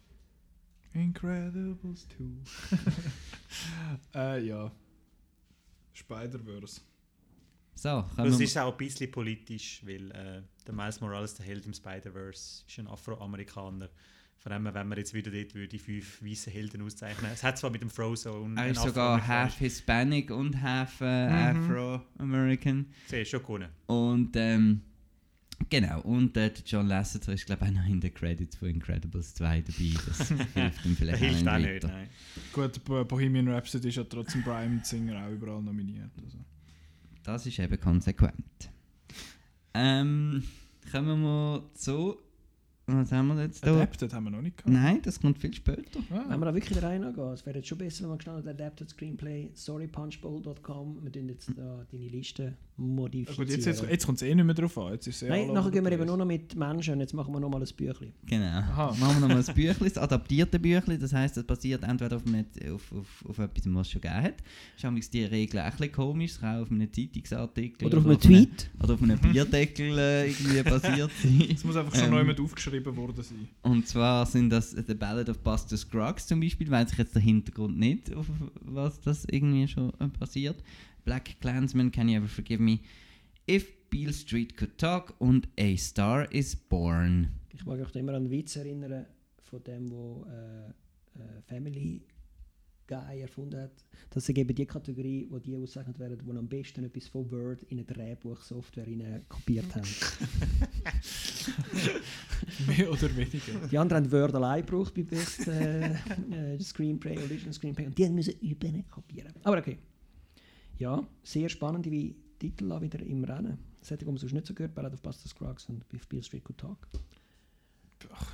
Incredibles zwei. äh, ja. Spider-Verse. so, können Das wir... ist auch ein bisschen politisch, weil äh, der Miles Morales, der Held im Spider-Verse, ist ein Afroamerikaner. Vor allem, wenn man jetzt wieder dort würde, fünf weiße Helden auszeichnen. Es hat zwar mit dem Frozen Er ist sogar half Hispanic und half äh, Mhm. Afro-American. Sie ist schon gewonnen. Und ähm, genau, und äh, der John Lasseter ist glaube ich auch noch in den Credits von Incredibles zwei dabei. Das hilft ihm Der vielleicht hilft auch auch nicht nicht, weiter. nein. Gut, Bo- Bohemian Rhapsody ist ja trotzdem Bryan Singer auch überall nominiert. Also. Das ist eben konsequent. Ähm, kommen wir zu... Was haben wir jetzt da? Adapted haben wir noch nicht gehabt. Nein, das kommt viel später. Ah. Wenn wir da wirklich rein angehen, es wäre jetzt schon besser, wenn wir gestanden Adapted Screenplay, storypunchbowl Punkt com, wir tun jetzt da deine Liste Ja, modifizieren. gut, jetzt, jetzt, jetzt kommt es eh nicht mehr drauf an. Jetzt ist es eh Nein, all nachher over gehen wir the eben place. nur noch mit Menschen, jetzt machen wir nochmal ein Büchlein. Genau. Aha. Machen wir nochmal ein Büchlein, das adaptierte Büchlein. Das heisst, das basiert entweder auf, einem, auf, auf, auf etwas, was es schon gegeben hat. Das ist manchmal die Regel auch ein bisschen komisch. Es kann auch auf einem Zeitungsartikel Oder auf einem Tweet. Oder auf einem Bierdeckel äh, irgendwie basiert sein. Es muss einfach schon Ähm, neu mit aufgeschrieben worden sein. Und zwar sind das The Ballad of Buster Scruggs zum Beispiel, weiß ich jetzt der Hintergrund nicht, auf was das irgendwie schon äh, passiert. Black Klansman, Can You Ever Forgive Me? If Beale Street Could Talk und A Star Is Born. Ich mag mich immer an einen Witz erinnern von dem, wo äh, äh, Family Guy erfunden hat. Das ist eben die Kategorie, wo die ausgezeichnet werden, die am besten etwas von Word in eine Drehbuchsoftware hinein kopiert haben. Mehr oder weniger. Die anderen haben Word allein gebraucht bei Best äh, äh, Screenplay, Original Screenplay und die müssen üben kopieren. Aber okay. Ja, sehr spannende wie Titel auch wieder im Rennen. Das hätte ich sonst nicht so gehört, Ballad of Buster Scruggs und If Beale Street Could Talk.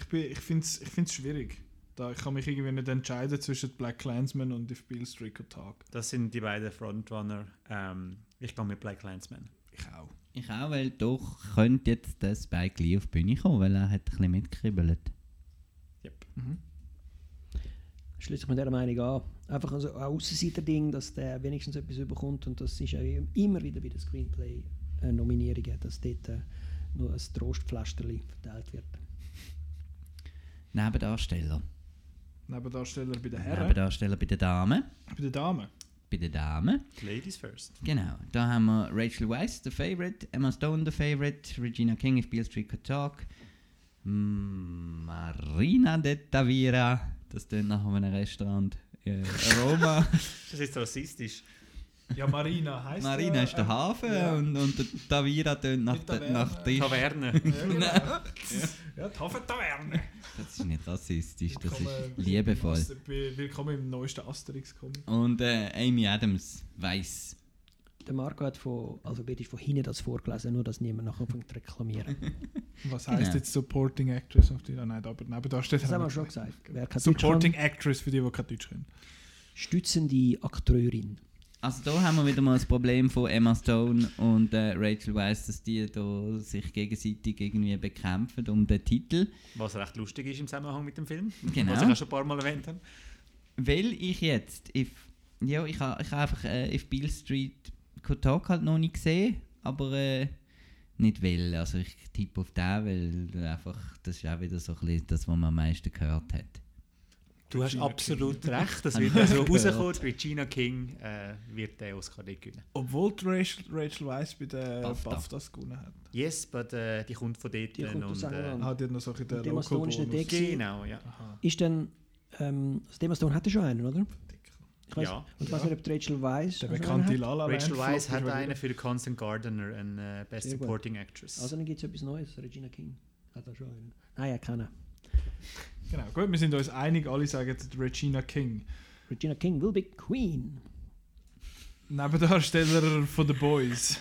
bin, ich finde es ich find's schwierig. Da, ich kann mich irgendwie nicht entscheiden zwischen Black Klansman und If Beale Street Could Talk. Das sind die beiden Frontrunner. Ähm, ich gehe mit Black Klansman. Ich auch. Ich auch, weil doch könnte jetzt der Spike Lee auf die Bühne kommen, weil er hat ein bisschen mitgekribbelt. Yep. Mhm. Schließe ich mit dieser Meinung an. Einfach also ein Aussenseiter-Ding, dass der wenigstens etwas überkommt und das ist ja immer wieder bei den Screenplay-Nominierungen, dass dort äh, nur ein Trostpflasterli verteilt wird. Nebendarsteller. Nebendarsteller bei den Herren. Nebendarsteller bei den Damen. Bei den Damen. Bei den Damen. Ladies first. Genau. Da haben wir Rachel Weisz, the Favorite, Emma Stone, the Favorite, Regina King, If Beale Street Could Talk, mm, Marina de Tavira, das tönt nach einem Restaurant, äh, Roma. Das ist rassistisch. Ja, Marina heisst Marina ja, ist der äh, Hafen ja. und, und der Tavira tönt nach, Die Taverne. nach Tisch. Taverne. Ja, genau. Ja, die Hafentaverne. Das ist nicht rassistisch, das ist Willkommen- liebevoll. Ast- Willkommen im neuesten Asterix-Comic. Und äh, Amy Adams, Weiss. Der Marco hat von, alphabetisch von hinten das vorgelesen, nur dass niemand nachher anfängt zu reklamieren. Was heisst Genau. jetzt Supporting Actress auf die? Ah, nein, aber Nebendarsteller. Das haben wir schon gesagt. Wer kein Deutsch Supporting kann, Actress für die, die kein Deutsch können. stützende Akteurin. Also da haben wir wieder mal das Problem von Emma Stone und äh, Rachel Weisz, dass die da sich gegenseitig irgendwie bekämpfen um den Titel. Was recht lustig ist im Zusammenhang mit dem Film. Genau. Was ich auch schon ein paar Mal erwähnt habe. Weil ich jetzt, if, ja, ich habe ich ha einfach äh, If Beale Street Could Talk halt noch nicht gesehen, aber äh, nicht will. Also ich tippe auf den, weil einfach, das ist auch wieder so ein bisschen das, was man am meisten gehört hat. Du hast Regina absolut recht. Das Habe wird ich also gehört. rauskommen. Regina King äh, wird den Oscar nicht gewinnen. Obwohl die Rachel, Rachel Weisz bei den BAFTA. BAFTAs gewonnen hat. Yes, but äh, die kommt von dort. Die kommt aus und, äh, England. Ah, die hat noch so ein bisschen Und den Emma Stone ist nicht Local-Bonus. der gewesen. Genau, ja. Aha. Ist dann, ähm, das Emma Stone hatte schon einen, oder? Ich weiss, Ja. Und ich Ja. weiß nicht, ob die Rachel Weisz Der auch schon bekannte einen hat. La La Land Rachel Weisz Flop hat ist einen wieder- für Constant Gardener, einen äh, Best Sehr gut. Supporting Actress. Also dann gibt es etwas Neues. Regina King hat er schon einen. Nein, er kennen. Genau, gut, wir sind uns einig, alle sagen Regina King. Regina King will be Queen. Nebendarsteller von The Boys.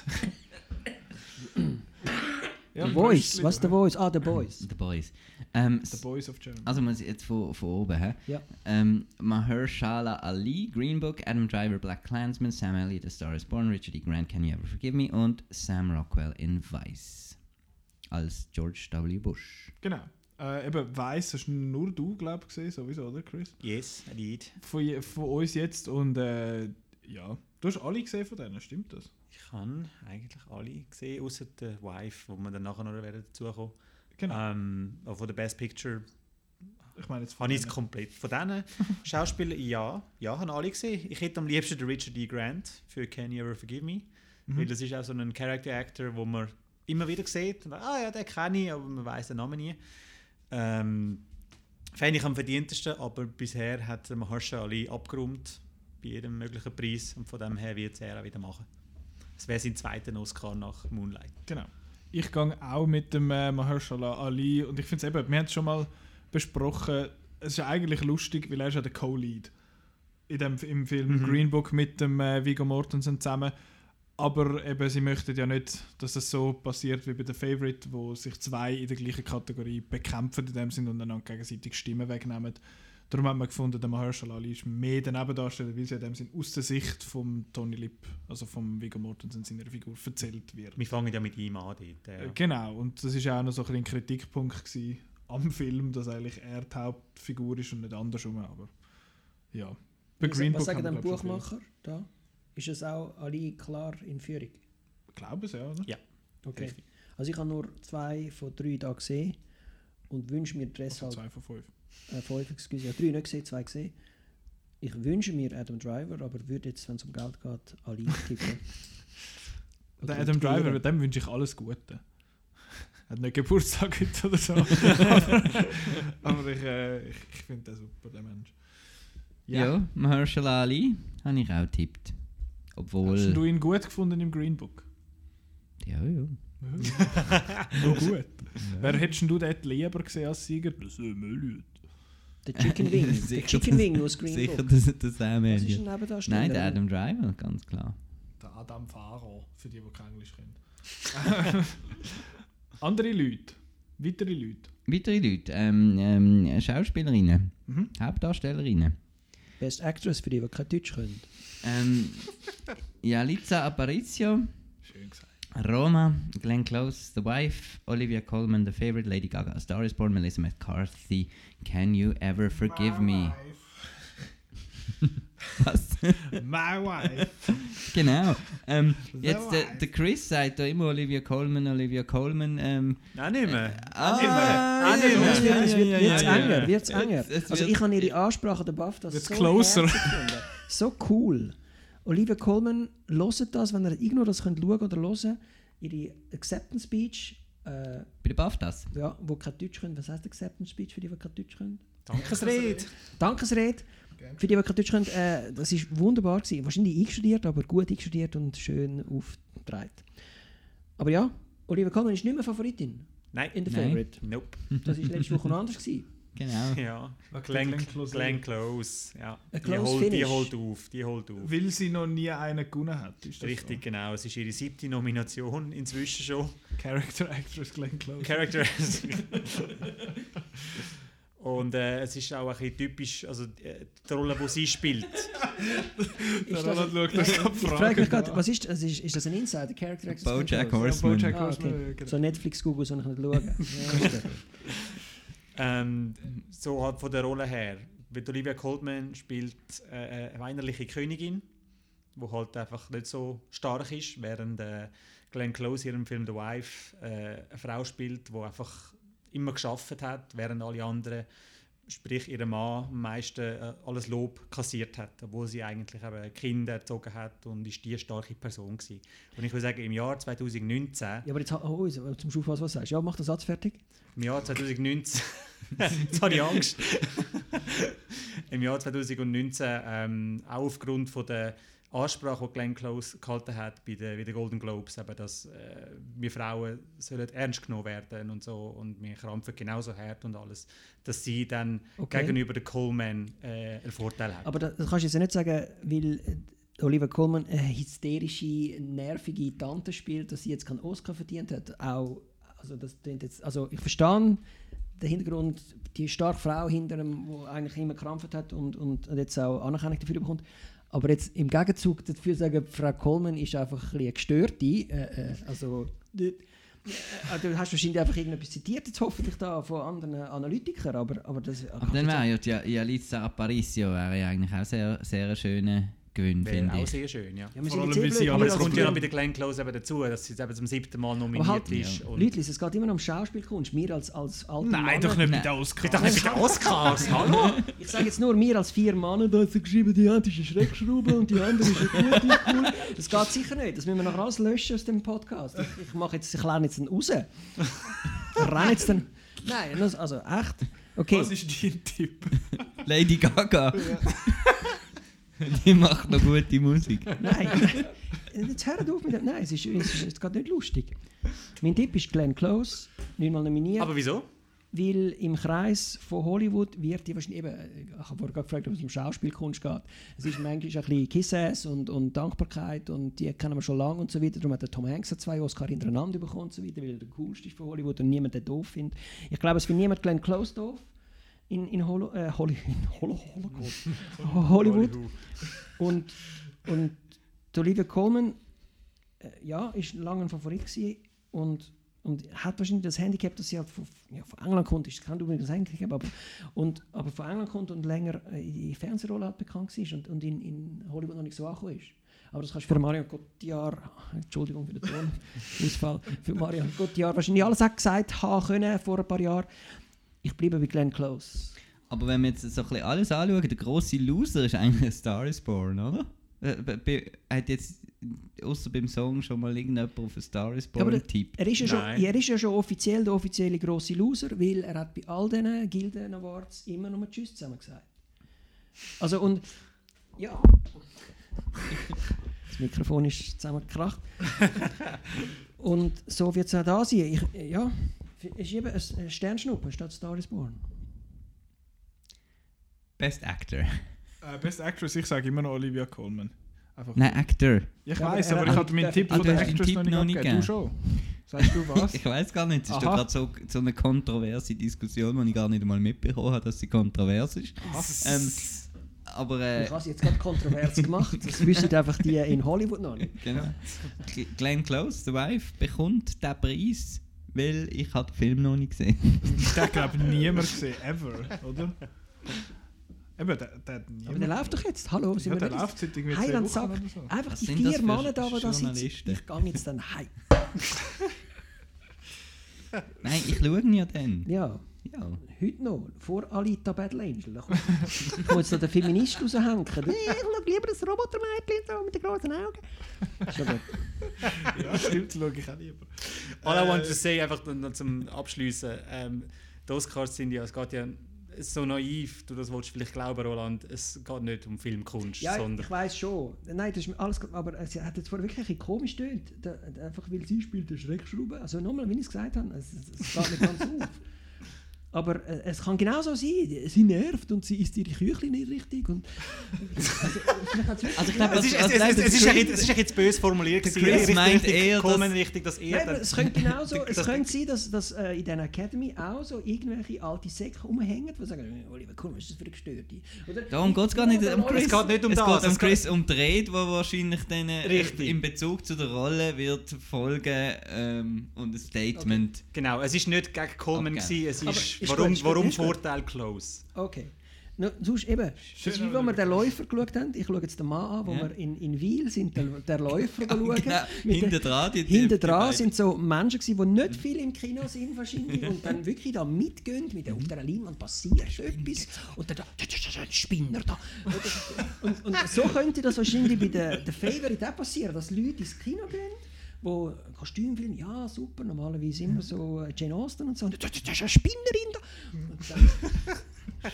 Ja, The Voice. Brüstli- Was The Voice? Ah, The Boys. The Boys. Ähm, The Boys of Germany. also muss ich jetzt von, von oben. He? Ja. Ähm, Mahershala Ali, Green Book, Adam Driver, Black Klansman, Sam Elliott, A Star is Born, Richard E. Grant, Can You Ever Forgive Me und Sam Rockwell in Vice als George W. Bush. Genau. Äh, eben, Weiss hast nur du, glaube ich, gesehen, sowieso, oder Chris? Yes, I did. Von, je- von uns jetzt und äh, ja. Du hast alle gesehen von denen, stimmt das? Ich habe eigentlich alle gesehen, außer der Wife, wo wir dann nachher noch werden dazukommen. Genau. Ähm, auch von der Best Picture Ich meine jetzt von habe ich es denen. komplett. Von diesen Schauspielern, ja, ja, haben alle gesehen. Ich hätte am liebsten den Richard E. Grant für Can You Ever Forgive Me? Mhm. Weil das ist auch so ein Character Actor, wo man immer wieder sieht. Und, ah ja, den kenne ich, aber man weiß den Namen nie. Ähm, Fände ich am verdientesten, aber bisher hat Mahershala Ali abgeräumt bei jedem möglichen Preis und von dem her wird es er auch wieder machen. Es wäre sein zweiter Oscar nach Moonlight. Genau. Ich gehe auch mit dem äh, Mahershala Ali und ich finde es eben, wir haben es schon mal besprochen, es ist ja eigentlich lustig, weil er ist ja der Co-Lead in dem, im Film Mhm. Green Book mit dem äh, Viggo Mortensen zusammen. Aber eben, sie möchten ja nicht, dass es so passiert wie bei The Favourite, wo sich zwei in der gleichen Kategorie bekämpfen in dem Sinn und einander gegenseitig Stimmen wegnehmen. Darum haben wir gefunden, der Mahershala Ali ist mehr der Nebendarsteller, weil sie in dem Sinn aus der Sicht von Tony Lip, also vom Viggo Mortensen, seiner Figur, erzählt wird. Wir fangen ja mit ihm an dort. Äh, Äh, Genau, und das war auch noch so ein, bisschen ein Kritikpunkt gewesen am Film, dass eigentlich er die Hauptfigur ist und nicht andersrum. Aber ja. Bei Was, Green was Book sagen haben dem wir, glaub ich, schon Buchmacher da? Ist es auch Ali klar in Führung? viel- Ich glaube es, ja, oder? Ja. Okay. Richtig. Also ich habe nur zwei von drei da gesehen und wünsche mir Also deshalb... zwei von fünf. Äh, fünf, excuse, ja, drei nicht gesehen, zwei gesehen. Ich wünsche mir Adam Driver, aber würde jetzt, wenn es um Geld geht, Ali tippen. Der Oder Adam Trieren. Driver, dem wünsche ich alles Gute. Er hat nicht Geburtstag heute oder so. aber aber ich, äh, ich, ich finde den super, der Mensch. Ja, Mahershala Ali habe ich auch getippt. Obwohl... Hast du ihn gut gefunden im Green Book? Ja, ja. Noch gut. Wer hättest du dort lieber gesehen als Sieger? Das ist Elliott. Der Chicken Wing. der Sicher Chicken das- Wing aus Green Sicher, Book. dass das Sam Das ist Elliott. ein Nebendarsteller. Nein, der Adam Driver, ganz klar. Der Adam Faro, für die, die kein Englisch können. Andere Leute. Weitere Leute? Weitere Leute, ähm, ähm, Schauspielerinnen, Mhm. Hauptdarstellerinnen. Best Actress für die, die kein Deutsch können. Ähm, Yalitza Aparicio, Schön gesagt. Roma, Glenn Close, The Wife, Olivia Colman, The Favorite, Lady Gaga, A Star is Born, Melissa McCarthy, Can You Ever Forgive Me? Was? My wife. Genau. Ähm, The jetzt, der, Wife. der Chris sagt da immer Olivia Colman, Olivia Colman. Ähm, Nein, nicht mehr. ah, nicht mehr. ja, nicht mehr. ja, Es wird, ja, es wird, ja, wird's ja, enger, ja. wird's enger. Es- es Also wird- ich habe ihre Ansprache der BAFTA Wird's so closer. herzig gefunden. So cool. Olivia Colman, hört das, wenn ihr irgendwo das könnt schauen oder hören, ihre Acceptance Speech, äh, Bei den BAFTAs. ja, wo kein Deutsch können. Was heisst Acceptance Speech für die, die kein Deutsch können? Dankesrede. Dankesrede. Für die, die kein Deutsch können, äh, das war wunderbar gewesen. Wahrscheinlich eingestudiert, aber gut eingestudiert und schön aufgetragen. Aber ja, Olivia Colman ist nicht mehr Favoritin Nein. in The Nein. Favorite. Nope. Das war letzte Woche noch anders gewesen. Genau. Ja. Okay, Glenn, Glenn Close. Glenn Close. Ja. A Die, close holt, die finish. holt auf. Die holt auf. Weil sie noch nie einen gewonnen hat. Ist das Richtig, genau. Es ist ihre siebte Nomination inzwischen schon. so? Character Actress Glenn Close. Character. Und äh, es ist auch ein bisschen typisch, also äh, die Rolle, die sie spielt. Der Ist das- Roland schaut das gerade Ich frage fragen. mich gerade, was ist, also ist, ist das ein Insider? Character Actress Glenn BoJack Close? Horseman. Bojack Ah, Horseman, okay. genau. So Netflix Google soll ich nicht schauen. Ja, ist gut. Ähm, so halt von der Rolle her. Weil Olivia Colman spielt äh, eine weinerliche Königin, die halt einfach nicht so stark ist, während äh, Glenn Close in ihrem Film The Wife äh, eine Frau spielt, die einfach immer geschafft hat, während alle anderen, sprich ihr Mann, am meisten äh, alles Lob kassiert hat, obwohl sie eigentlich eben Kinder erzogen hat und ist die starke Person gewesen. Und ich würde sagen, im Jahr zwanzig neunzehn, Ja, aber jetzt oh, oh, zum Schluss was, was sagst du? Ja, mach den Satz fertig. im Jahr zwanzig neunzehn, jetzt habe ich Angst. Im Jahr zwanzig neunzehn, ähm, auch aufgrund von der Ansprache, die Glenn Close gehalten hat bei den, bei den Golden Globes, eben, dass äh, wir Frauen sollen ernst genommen werden und so und wir krampfen genauso hart und alles, dass sie dann Okay. gegenüber den Coleman äh, einen Vorteil hat. Aber das, das kannst du jetzt ja nicht sagen, weil äh, Olivia Colman eine hysterische, nervige Tante spielt, dass sie jetzt keinen Oscar verdient hat. Auch, also, das klingt jetzt, also ich verstehe den Hintergrund, die starke Frau hinter ihm, die eigentlich immer gekrampft hat und, und, und jetzt auch Anerkennung dafür bekommt. Aber jetzt im Gegenzug dafür sagen, Frau Colman ist einfach ein bisschen eine gestörte. Äh, äh, also, äh, du hast wahrscheinlich einfach irgendetwas zitiert, jetzt hoffentlich da von anderen Analytikern, aber, aber das... Aber dann wäre ja die Yalitza Aparicio wäre ja eigentlich auch sehr, sehr ein schöner Gewinn, Wäre finde auch ich. sehr schön, ja. Ja, wir Vor sind allem, jetzt weil eh sie blöd, alles wir Es als kommt ja noch bei Film- der Glenn Close eben dazu, dass sie jetzt eben zum siebten Mal Aber nominiert halt, ist. Und Leute, es geht immer noch um Schauspielkunst. Wir als, als alte Nein, Männer- doch nicht Nein. mit den Oscars. doch nicht bei den Oscars, hallo? Ich sage jetzt nur, wir als vier Männer, da hat sie geschrieben, die eine ist eine Schreckschraube und die andere ist eine gute, cool. Das geht sicher nicht. Das müssen wir nachher alles löschen aus dem Podcast. Ich, ich mache jetzt, ich lerne jetzt dann raus. Ich renne jetzt dann... Nein, das- also echt. Okay. Was ist dein Tipp? Lady Gaga. Die macht noch gute Musik. Nein, jetzt hört auf mit dem. Nein, es ist, es ist, es geht nicht lustig. Mein Tipp ist Glenn Close, neunmal nominiert. Aber wieso? Weil im Kreis von Hollywood wird die wahrscheinlich eben, ich habe vorher gerade gefragt, ob es um Schauspielkunst geht. Es ist manchmal ein bisschen Kiss-Ass und, und Dankbarkeit und die kennen wir schon lange und so weiter. Darum hat der Tom Hanks zwei Oscar hintereinander bekommen und so weiter, weil er der coolste ist von Hollywood und niemand den doof findet. Ich glaube, es findet niemand Glenn Close doof in, in, Holo, äh, Holly, in Holo, Holo, Hollywood. Und, und die Olivia Colman äh, ja, ist lange ein Favorit gewesen und Und hat wahrscheinlich das Handicap, dass sie halt von, ja, von England kommt, ist kein unbedingt das Handicap, aber, und, aber von England kommt und länger in die Fernsehrolle halt bekannt war und, und in, in Hollywood noch nicht so angekommen ist. Aber das kannst du für Marion Cotillard, Entschuldigung für den Tonausfall, für Marion Cotillard wahrscheinlich alles auch gesagt haben können vor ein paar Jahren. Ich bleibe bei Glenn Close. Aber wenn wir jetzt so ein bisschen alles anschauen, der grosse Loser ist eigentlich A Star is Born, oder? Äh, be- be- Hat jetzt außer beim Song schon mal irgendjemand auf A Star is Ja, aber Born tippt? Er ist, ja schon, Nein. er ist ja schon offiziell der offizielle grosse Loser, weil er hat bei all diesen Gilden Awards immer nur Tschüss zusammen gesagt. Also und ja. Das Mikrofon ist zusammengekracht. Und so wird es auch da sein. Ich, ja, es ist eben ein Sternschnuppe statt Star is Born. Best Actor. Äh, Best Actress, ich sage immer noch Olivia Colman. Einfach Nein, Actor. Ich Ja, aber weiß, er aber ich hat- hatte meinen er- Tipp Ah, von du der hast den Actress Tipp noch nicht noch nicht abgegeben. Du gegeben. schon. Sagst du was? Ich weiß gar nicht, es ist Aha. doch gerade so, so eine kontroverse Diskussion, die ich gar nicht einmal mitbekommen habe, dass sie kontrovers ist. Ähm, aber äh, Ich habe sie jetzt gerade kontrovers gemacht. Das wissen einfach die in Hollywood noch nicht. genau. Gl- Glenn Close, The Wife, bekommt den Preis, weil ich habe den Film noch nicht gesehen. Den glaube ich niemand gesehen, ever, oder? Eben, der, der hat niemand. Aber der läuft doch jetzt. Hallo, sind Ja, wir der nicht? läuft seit irgendwie zwei Heiland Wochen sagt oder so. einfach Was die sind das vier für Männer da, die da sitzen. Journalisten? Ich gehe jetzt dann heim. Nein, ich schaue ihn ja dann. Ja, Ja. heute noch, vor Alita Battle Angel. Da kommt, kommt jetzt noch der Feminist raushängen. Ich schaue lieber das Robotermädchen so mit den großen Augen. Schon gut. Ja, stimmt, schaue ich auch lieber. All I Äh, want to say, einfach noch zum Abschließen. Ähm, die Oscars sind ja, es geht ja so naiv, du das willst vielleicht glauben, Roland, es geht nicht um Filmkunst, Ja, sondern... ich weiss schon. Nein, das ist mir alles gut, aber sie hat jetzt vorher wirklich ein bisschen komisch getönt. Da- Einfach weil sie spielt eine Schreckschraube. Also nochmal, wie ich es gesagt habe, es, es, es geht nicht ganz auf. Aber äh, es kann genauso sein. Sie nervt und sie isst ihre Küchli nicht richtig. Und, also, vielleicht hat's wirklich- Also ich glaube, Es ist, es, also, es, also, es, es, ist der ein bisschen- es ist ein bisschen böse formuliert der gewesen. Chris Richtig- meint richtig eher, Coleman, dass- richtig, dass er Nein, aber dann- es könnte genauso, es das- könnte sein, dass, dass äh, in dieser Academy auch so irgendwelche alte Säcke rumhängen, die sagen, Oliver Kuhn, was ist das für eine Gestörte? Oder Darum geht es gar nicht um Chris. Es geht nicht um es das, geht um es Chris um die Rede, die wahrscheinlich dann äh, Richtig. in Bezug zu der Rolle wird folgen ähm, und ein Statement. Genau, es ist nicht gegen Coleman, Okay. gewesen, es Aber ist, ist warum, gut, ist warum gut, ist gut. Vorteil Close. Okay. No, sonst eben, das ist wie wenn wir den Läufer geschaut haben. Ich schaue jetzt den Mann an, wo Ja. wir in, in Wiel sind, der, der Läufer Ja, schauen. genau. Mit Hinten der- dran, die- die- Hinten die dran beiden. sind so Menschen gewesen, die nicht viel im Kino sind wahrscheinlich und dann wirklich da mitgehen, mit der, auf dieser Leinwand passiert etwas und dann da, ein Spinner da. Und, und so könnte das wahrscheinlich bei der, der Favorite auch passieren, dass Leute ins Kino gehen, wo Kostümfilm, ja super, normalerweise immer so Jane Austen und so, und da ist eine Spinnerin da. Und dann,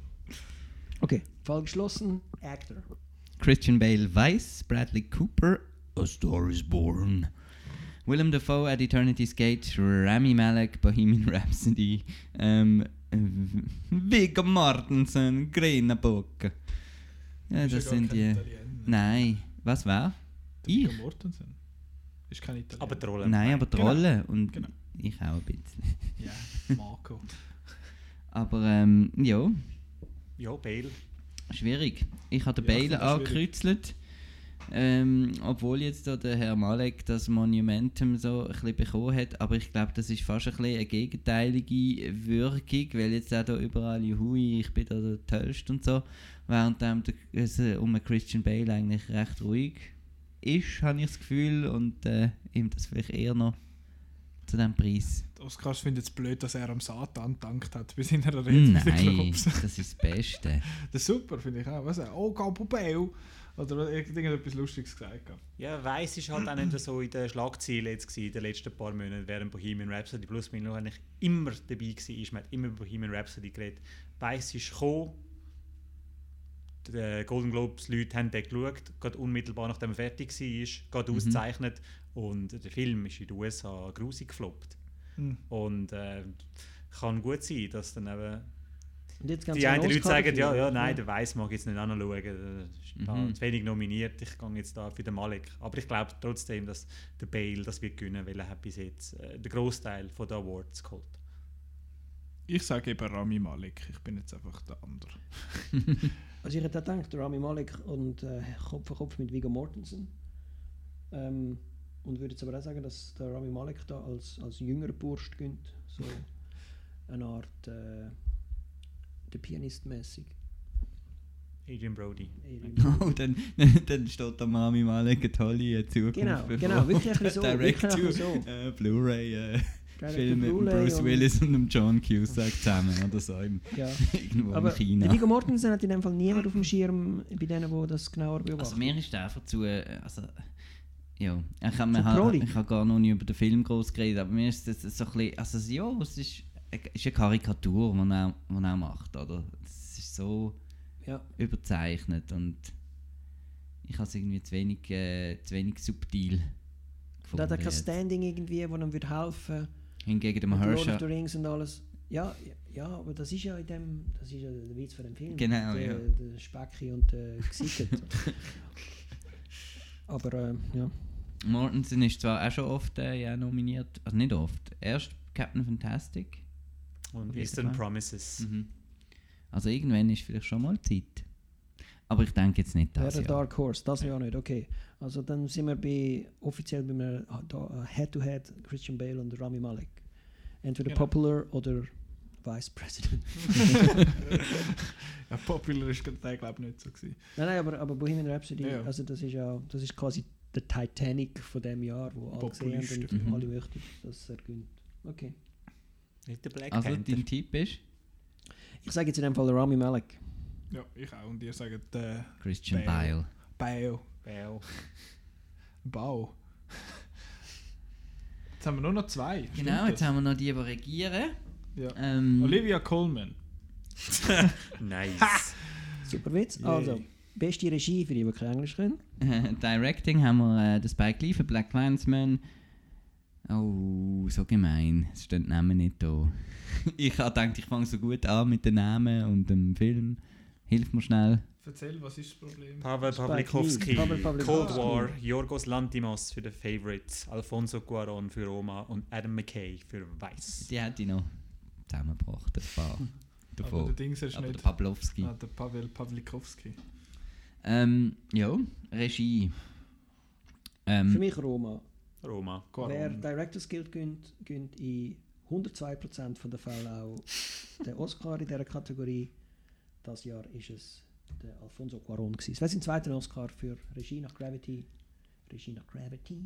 okay, Fall geschlossen, Actor. Christian Bale Weiss, Bradley Cooper, A Star is Born. Willem Dafoe at Eternity's Gate, Rami Malek, Bohemian Rhapsody, ähm, Viggo Mortensen, Grüne Bock. Ja, das sind die. Nein, was war? Ich? Viggo Mortensen. Ist kein Italiener. Aber die Rolle. Nein, aber die Genau. Rolle und Genau. ich auch ein bisschen. Ja, Marco. Aber ähm, ja, Ja, Bale. schwierig. Ich habe den Ja, ich Bale finde das angekreuzelt. Ähm, obwohl jetzt da der Herr Malek das Monumentum so ein bisschen bekommen hat, aber ich glaube, das ist fast ein bisschen eine gegenteilige Wirkung, weil jetzt auch da überall Juhui, ich bin da der Tollste und so, während dem der, es äh, um einen Christian Bale eigentlich recht ruhig ist, habe ich das Gefühl, und äh, ihm das vielleicht eher noch zu diesem Preis. Die Oscars finden es blöd, dass er am Satan gedankt hat bei seiner Rede mit den Nein, Globes. das ist das Beste. Das ist super, finde ich auch. Was, oh, Galpopel! Oder irgendetwas Lustiges gesagt. gehabt. Ja, Weiss ist halt auch nicht so in den Schlagzeilen jetzt gewesen, in den letzten paar Monaten, während Bohemian Rhapsody plus minus eigentlich immer dabei war. Man hat immer über Bohemian Rhapsody geredet. Weiss ist gekommen, die Golden Globes Leute haben den geschaut, gerade unmittelbar nachdem er fertig war, gerade Mhm. ausgezeichnet, und der Film ist in den U S A grusig gefloppt. Hm. Und äh, kann gut sein, dass dann eben Und jetzt gehen die sie einen einen Leute Oscar sagen, ja, dafür. ja, nein, der Weiss mag jetzt nicht anschauen, der ist da Mhm. zu wenig nominiert, ich gehe jetzt da für den Malek. Aber ich glaube trotzdem, dass der Bale das wird gewinnen, weil er hat bis jetzt äh, den Großteil der Awards geholt. Ich sage eben Rami Malek, ich bin jetzt einfach der andere. Also ich hätte auch gedacht, Rami Malek und äh, Kopf an Kopf mit Viggo Mortensen. Ähm, und würde jetzt aber auch sagen, dass der Rami Malek da als, als jüngerer Bursch gönnt. So eine Art äh, der Pianist mäßig. Adrian Brody. Oh, dann, dann steht der Mami Malek eine tolle Zukunft Genau, bevor. genau, wirklich ein bisschen so, Direct wirklich ein to bisschen so. äh, Blu-ray äh, Direct Film to mit dem Blu-ray Bruce und- Willis und dem John Cusack zusammen oder so im, Ja. irgendwo Aber in China. der Viggo Mortensen hat in dem Fall niemand auf dem Schirm, bei denen, die das genauer beobachten. Also mir ist der einfach zu, äh, also ja, ich habe Zu ha, prolig. ich hab gar noch nicht über den Film groß geredet, aber mir ist das so ein bisschen, also ja, es ist, ist eine Karikatur, die er, die er macht, oder? Es ist so ja. überzeichnet und ich habe es irgendwie zu wenig, äh, zu wenig subtil Und hat er kein jetzt. Standing irgendwie, wo ihm würde helfen Hingegen dem mit Lord of Herrscher. the Rings und alles. Ja, ja, ja, aber das ist ja in dem, das ist ja der Witz von dem Film. Genau, der, ja. Der Specki und der Gesicket. Aber äh, ja. Mortensen ist zwar auch schon oft äh, ja, nominiert, also nicht oft. Erst Captain Fantastic. Und Eastern Promises. Mhm. Also irgendwann ist vielleicht schon mal Zeit. Aber ich denke jetzt nicht das Wäre Jahr. Dark Horse, das Jahr nicht, okay. Also dann sind wir bei, offiziell bei einem uh, Head-to-Head Christian Bale und Rami Malek. Entweder Genau. Popular oder Vice President. Ja, Popular ist der, glaube ich, nicht so gewesen. Nein, nein, aber, aber Bohemian Rhapsody, Ja. also das ist ja, das ist quasi der Titanic von dem Jahr, wo alle gesehen haben und Mhm. alle möchten, dass er gönnt. Okay. Nicht der Black Also Panther. dein Tipp ist Ich sage jetzt in dem Fall Rami Malek. Ja, ich auch. Und ihr sagt äh, Christian Bale. Bale. Bau. Bau. Bau. Jetzt haben wir nur noch zwei. Stimmt Genau, jetzt das? haben wir noch die, die regieren. Ja. Ähm, Olivia Colman. Nice. Super Witz. Yay. Also, beste Regie für die, die kein Englisch können. Directing haben wir äh, den Spike Lee für Black Klansman. Oh, so gemein. Es steht der Name nicht da. Ich habe gedacht, ich fange so gut an mit den Namen und dem Film. Hilf mir schnell. Erzähl, was ist das Problem? Pavel Spike Pawlikowski, Lee. Pavel Cold Pawlikowski. War, Yorgos Lanthimos für The Favourite, Alfonso Cuarón für Roma und Adam McKay für Vice. Die hätte ich noch zusammengebracht, ein paar Aber der davon. Dings ist Aber der nicht. Pawlowski. Ah, der Pavel Pawlikowski. Ähm, ja, Regie. Ähm, Für mich Roma. Roma. Wer Cuarón. Directors Guild gönnt, gönnt in hundertzwei Prozent der Fälle auch den Oscar in dieser Kategorie. Das Jahr ist es der Alfonso Cuarón gewesen. Es wäre sein zweiter Oscar für Regie nach Gravity. Regie nach Gravity.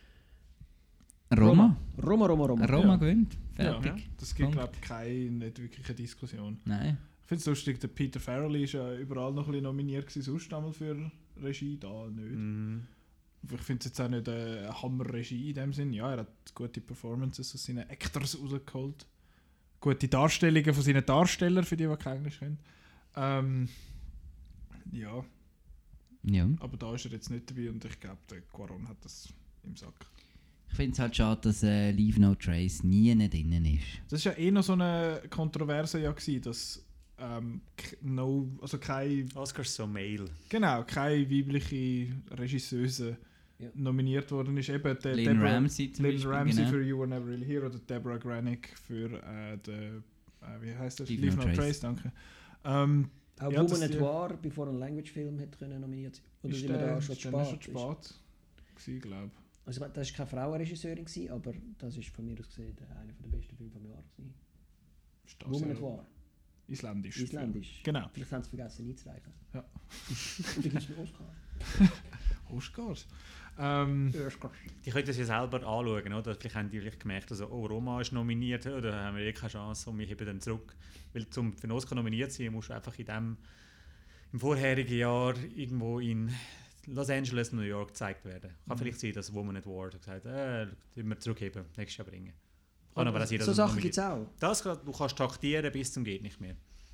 Roma. Roma, Roma, Roma. Roma Ja. gewinnt. Ja, Fertig. das gibt, Punkt. glaube ich, keine nicht wirkliche Diskussion. Nein. Ich finde es lustig, der Peter Farrell ist ja überall noch ein bisschen nominiert gewesen, sonst einmal für Regie, da nicht. Mhm. Ich finde es jetzt auch nicht eine Hammer-Regie in dem Sinn. Ja, er hat gute Performances aus seinen Actors rausgeholt. Gute Darstellungen von seinen Darstellern, für die, die kein Englisch können. Ähm, ja, Ja. aber da ist er jetzt nicht dabei und ich glaube, der Cuarón hat das im Sack. Ich finde es halt schade, dass äh, Leave No Trace nie drinnen ist. Das war ja eh noch so eine Kontroverse, ja, gewesen, dass ähm, k- no, also keine, Oscars so male. genau, keine weibliche Regisseuse Ja. nominiert worden ist. Eben der Lynn Deborah- Ramsey zum Lynn Beispiel. Ramsey genau. für You Were Never Really Here oder Deborah Granick für äh, den, äh, wie heißt das? Leave Leave No No Trace. Trace, danke. Ähm, Auch Ja, das Woman at die- War, bevor ein Language-Film hätte können nominiert sein. Oder ist sind wir der, da schon ist zu der spät? nicht schon spät gewesen, glaube Also, das war keine Frauenregisseurin, gewesen, aber das ist von mir aus gesehen der- einer der besten Filme des Jahres. gewesen. ich. Ist das Woman ja at War. Isländisch. Isländisch. Genau. Vielleicht haben sie vergessen einzureichen. Ja. Und da gibt es einen Oscar. Oscars. Ähm, Oscar. Die können das ja selber anschauen, oder? Vielleicht haben die vielleicht gemerkt, also, oh, Roma ist nominiert, oder haben wir eh keine Chance und wir heben dann zurück. Weil zum für den Oscar nominiert zu sein, musst du einfach in dem, im vorherigen Jahr irgendwo in Los Angeles, New York gezeigt werden. Kann Mhm. vielleicht sein, dass Woman at War gesagt hat, äh, müssen wir zurückheben, nächstes Jahr bringen. Kann aber auch sein, dass So er Sachen nominiert- gibt es auch. Das, kann- du kannst taktieren bis zum geht nicht mehr.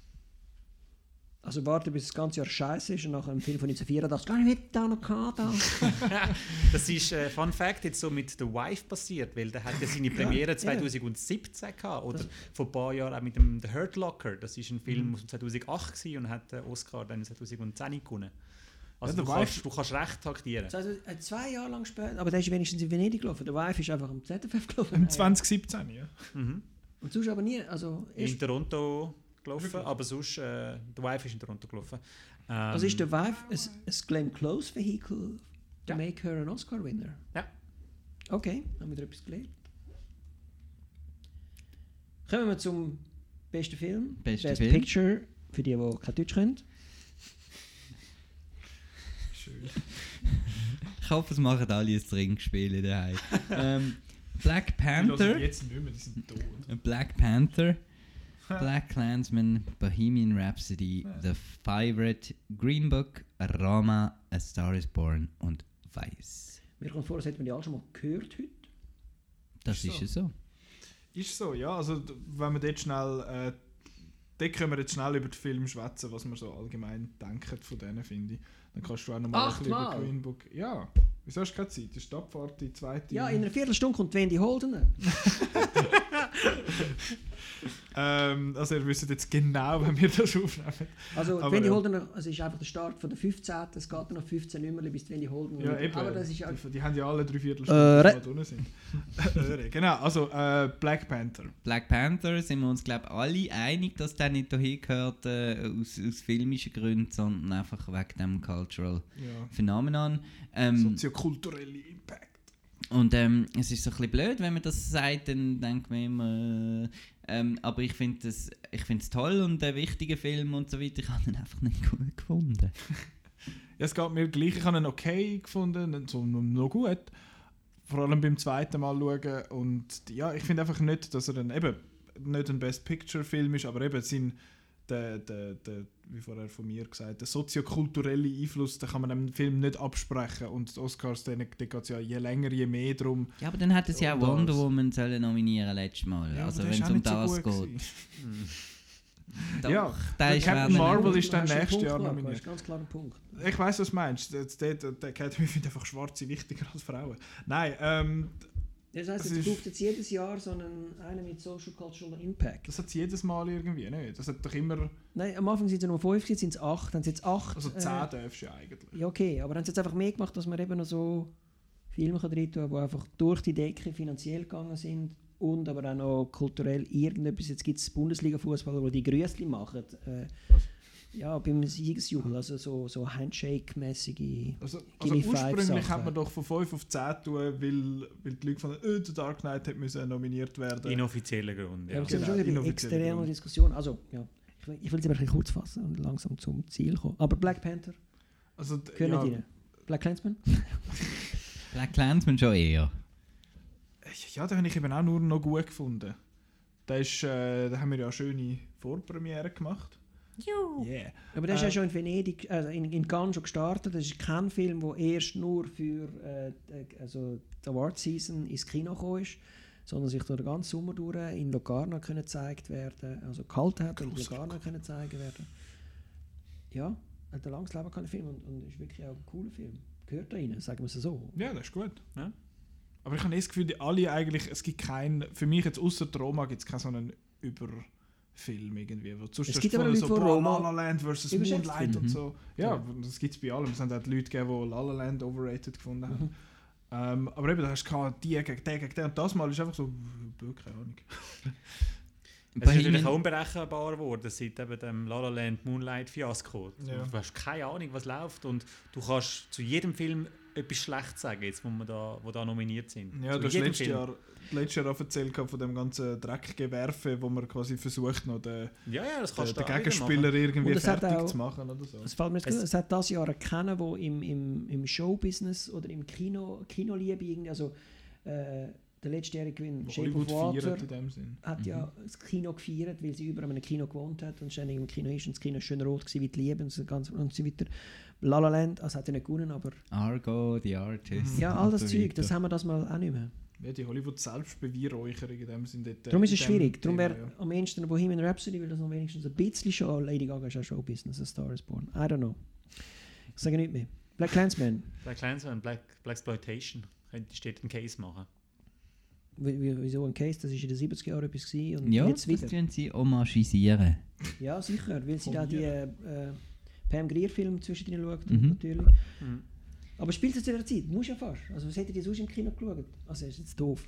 Also warten, bis das ganze Jahr scheiße ist und nach einem Film von neunzehnhundertvierundachtzig gar nicht da noch gehabt. Da. Das ist äh, Fun Fact jetzt so mit The Wife passiert, weil der hat ja seine Premiere zwanzig siebzehn gehabt oder Das- vor ein paar Jahren auch mit dem The Hurt Locker. Das ist ein Film Mhm. aus zweitausendacht gewesen und hat den Oscar dann zwanzig zehn gewonnen. Also Ja, du, The kannst, Wife- du kannst recht taktieren. Das heißt, äh, zwei Jahre lang später, aber der ist wenigstens in Venedig gelaufen. Der Wife ist einfach am Z F F gelaufen. Im zwanzig siebzehn, ja. Mhm. Und sonst aber nie, also In ist, Toronto gelaufen, Wirklich? aber sonst äh, The Wife ist in Toronto gelaufen. Ähm, also ist der Wife ein, ein Glenn Close Vehicle to Ja. make her an Oscar winner? Ja. Okay, haben wir da etwas gelernt. Kommen wir zum besten Film. Beste Best Film. Picture, für die, die kein Deutsch können. Schön. Ich hoffe, es machen alle ein Trinkspiel daheim. ähm, Black Die hören Panther. jetzt nicht mehr, die sind tot. Black Panther. Black Klansman, Bohemian Rhapsody, The Favourite, Green Book, Roma, A Star is Born und Vice. Mir kommt vor, das hätten wir die alle schon mal gehört heute. Das Ist ist so. ja so. Ist so, ja. Also, d- wenn wir dort schnell. Äh, dort können wir jetzt schnell über den Film schwätzen, was wir so allgemein denken von denen, finde ich. Dann kannst du auch noch mal ein bisschen über Achtmal? Green Book. Ja, wieso hast du keine Zeit? Das ist die Abfahrt, die zweite. Ja, in einer Viertelstunde kommt Wendy Holden. ähm, also ihr wisst jetzt genau, wenn wir das aufnehmen. Also Aber Wendy ja. Holden, also ist einfach der Start von der fünfzehnten Es geht noch fünfzehn Nummer bis Wendy Holden. Ja, eben. Aber das ist ja... die, die haben ja alle drei Äh, Viertelstunden, re- die drin sind. Äh, genau, also äh, Black Panther. Black Panther sind wir uns, glaube ich, alle einig, dass der nicht hierher gehört, äh, aus, aus filmischen Gründen, sondern einfach wegen dem Cultural Ja. Phänomenon. Ähm, Soziokulturelle Impact. Und ähm, es ist so ein bisschen blöd, wenn man das sagt, dann denkt man immer, äh, ähm, aber ich finde es toll und ein wichtiger Film und so weiter. Ich habe ihn einfach nicht gut gefunden. Ja, es geht mir gleich. Ich habe ihn okay gefunden, so noch gut. Vor allem beim zweiten Mal schauen. Und ja, ich finde einfach nicht, dass er dann eben nicht ein Best Picture Film ist, aber eben sein, der, der, der, wie vorher von mir gesagt, der soziokulturelle Einfluss, den kann man dem Film nicht absprechen. Und die Oscars, da geht es ja je länger, je mehr darum. Ja, aber dann hätten sie auch Und das- Wonder Woman sollen nominieren letztes Mal. Ja, also aber wenn der es ist auch um nicht so das gut geht. gewesen. Doch, Ja, der ist Captain wäre dann- Marvel ist dann Du hast einen nächstes Punkt Jahr gemacht, nominiert. du hast ganz klar einen Punkt. Ich weiss, was du meinst. Der, der, der Academy findet einfach Schwarze wichtiger als Frauen. Nein, ähm, Das heisst, Das es ist- braucht jetzt jedes Jahr so einen, einen mit Social Cultural Impact. das hat es jedes Mal irgendwie nicht. Das hat doch immer. Nein, am Anfang sind es nur fünf, jetzt sind es acht. Dann sind es acht. Also äh, zehn darfst du ja eigentlich. Ja, okay, aber dann haben sie jetzt einfach mehr gemacht, dass man eben noch so Filme drin tun kann, die einfach durch die Decke finanziell gegangen sind und aber auch noch kulturell irgendetwas. Jetzt gibt es Bundesliga-Fußballer, die die Grüßli machen. Äh, Was? Ja, beim Siegesjubel, also so, so Handshake-mäßige. Also, also Give me five ursprünglich Sachen. hat man doch von fünf auf zehn tun, weil, weil die Leute von äh, The Dark Knight hat müssen nominiert werden. Inoffiziellen Grund, Ja, ja. wir sind genau, schon in inoffizielle externer Gründe. Diskussion. Also, ja, ich will, ich will es aber ein bisschen kurz fassen und langsam zum Ziel kommen. Aber Black Panther, Also, d- gehören ja, nicht rein. Black Clansman? Black Clansman schon eher. ja, den habe ich eben auch nur noch gut gefunden. Da, ist, äh, da haben wir ja eine schöne Vorpremiere gemacht. Yeah. Aber der ist Äh, ja schon in Venedig, also in, in Cannes schon gestartet. Das ist kein Film, der erst nur für äh, die- also die Award Season ins Kino gekommen ist, sondern sich durch den ganzen Sommer durch in Locarno können gezeigt werden, also kalt hat und in Grosser Locarno können zeigen werden. Ja, hat ein langes Leben gehabt, der Film, und, und ist wirklich auch ein cooler Film. Gehört da rein, sagen wir es so. Ja, das ist gut. Ja. Aber ich habe das Gefühl, die alle eigentlich, es gibt keinen, für mich jetzt außer Roma gibt es keinen so einen Überfilm irgendwie. Wo sonst Es hast gibt du aber vorhin Leute so von boah, Roma La La Land versus überschätzt Moonlight finden. und so. Ja, Ja. das gibt es bei allem. Es haben auch Leute gegeben, die La La Land overrated gefunden haben. Mhm. Ähm, aber eben, da hast du gehabt, die gegen den, gegen den. Und das Mal ist einfach so, äh, keine Ahnung. Es ist natürlich Bohemian- auch unberechenbar geworden seit eben dem La La Land Moonlight Fiasko. Ja. Du hast keine Ahnung, was läuft, und du kannst zu jedem Film etwas Schlechtes sagen, jetzt, wo, wir da, wo da nominiert sind. Ja, zu du hast jedem letztes Film. Jahr, letztes Jahr auch erzählt gehabt von dem ganzen Dreckgewerfe, wo man quasi versucht, noch den, Ja, ja, das den, kannst den du auch wieder Gegenspieler machen. irgendwie Und es hat fertig auch- zu machen oder so. Es fällt mir jetzt Es- gut, es hat das Jahr erkennen, wo im, im, im Showbusiness oder im Kino, Kinoliebe irgendwie, also äh, der letztjährige Gewinn, Wo Shape Hollywood of Water, feiert in dem Sinn. hat ja das Kino gefeiert, weil sie über einem Kino gewohnt hat und ständig im Kino ist und das Kino ist schön rot gewesen wie die Liebe und so, ganz, und so weiter. La La Land, also hat er nicht gewonnen, aber Argo, The Artist. ja, all das und so Zeug, das weiter. haben wir das mal auch nicht mehr. Ja, die Hollywood-Selbstbeweihräucherung in dem Sinn. Dort, äh, Darum ist in es dem schwierig. Darum Thema, wäre am ehesten ein Bohemian Rhapsody, weil das noch wenigstens ein bisschen schon Lady Gaga ist auch Showbusiness, A Star is Born. I don't know. Ich sage nicht mehr. Black Clansman, Black Clansman, Black, Black Exploitation. Könntest du dort einen Case machen? wie- wie- wieso ein Case? Das war in den siebziger Jahren etwas gewesen und Ja, jetzt das wieder. tun sie homagisieren. Ja, sicher, weil sie da die äh, äh, Pam Grier-Filme zwischendrin schaut, Mhm. natürlich. Mhm. Aber spielt es zu der Zeit? Muss ja fast. Also was hättet ihr sonst im Kino geschaut? Also ist jetzt doof.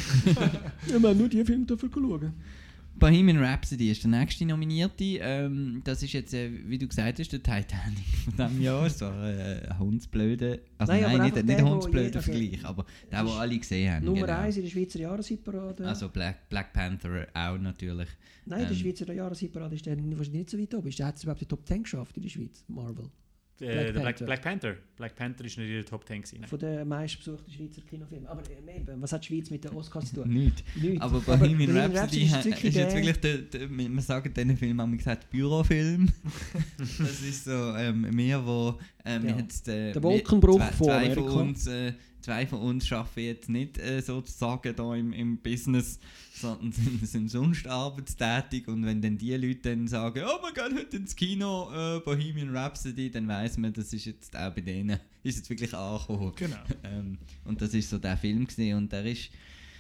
ja, wir haben nur die Filme dafür geschaut. Bohemian Rhapsody ist der nächste Nominierte. Ähm, das ist jetzt, äh, wie du gesagt hast, der Titanic von diesem Jahr. So äh, ein hundsblöder, also Nein, nein, aber nicht, einfach nicht der, ein wo hundsblöder je- also, Vergleich, aber der, es den ist alle gesehen haben. Nummer genau. eins in der Schweizer Jahreshitparade. Also Black, Black Panther auch natürlich. Nein, in der ähm, Schweizer Jahreshitparade ist der wahrscheinlich nicht so weit oben. Ist der hat es überhaupt die Top zehn geschafft in der Schweiz? Marvel. Äh, Black der Black, Panther. Black Panther. Black Panther ist nicht in der Top zehn gewesen. nein. Von den meistbesuchten Schweizer Kinofilmen. Aber äh, eben, was hat die Schweiz mit den Oscars zu tun? Nicht. Nichts. Aber Bohemian Bohemian Rhapsody ha- ist, wirklich jetzt der- wirklich der, der, man sagt diesen Film haben wir gesagt Bürofilm. Das ist so ähm, mehr, wo ähm, Ja. jetzt äh, Der Wolkenbruch zwei, von zwei von Amerika. uns äh, zwei von uns arbeiten jetzt nicht äh, sozusagen da im, im Business, sondern sind, sind sonst arbeitstätig, und wenn dann die Leute dann sagen, oh, wir gehen heute ins Kino, äh, Bohemian Rhapsody, dann weiss man, das ist jetzt auch bei denen, ist jetzt wirklich angekommen. Genau. Ähm, und das ist so der Film gewesen, und der ist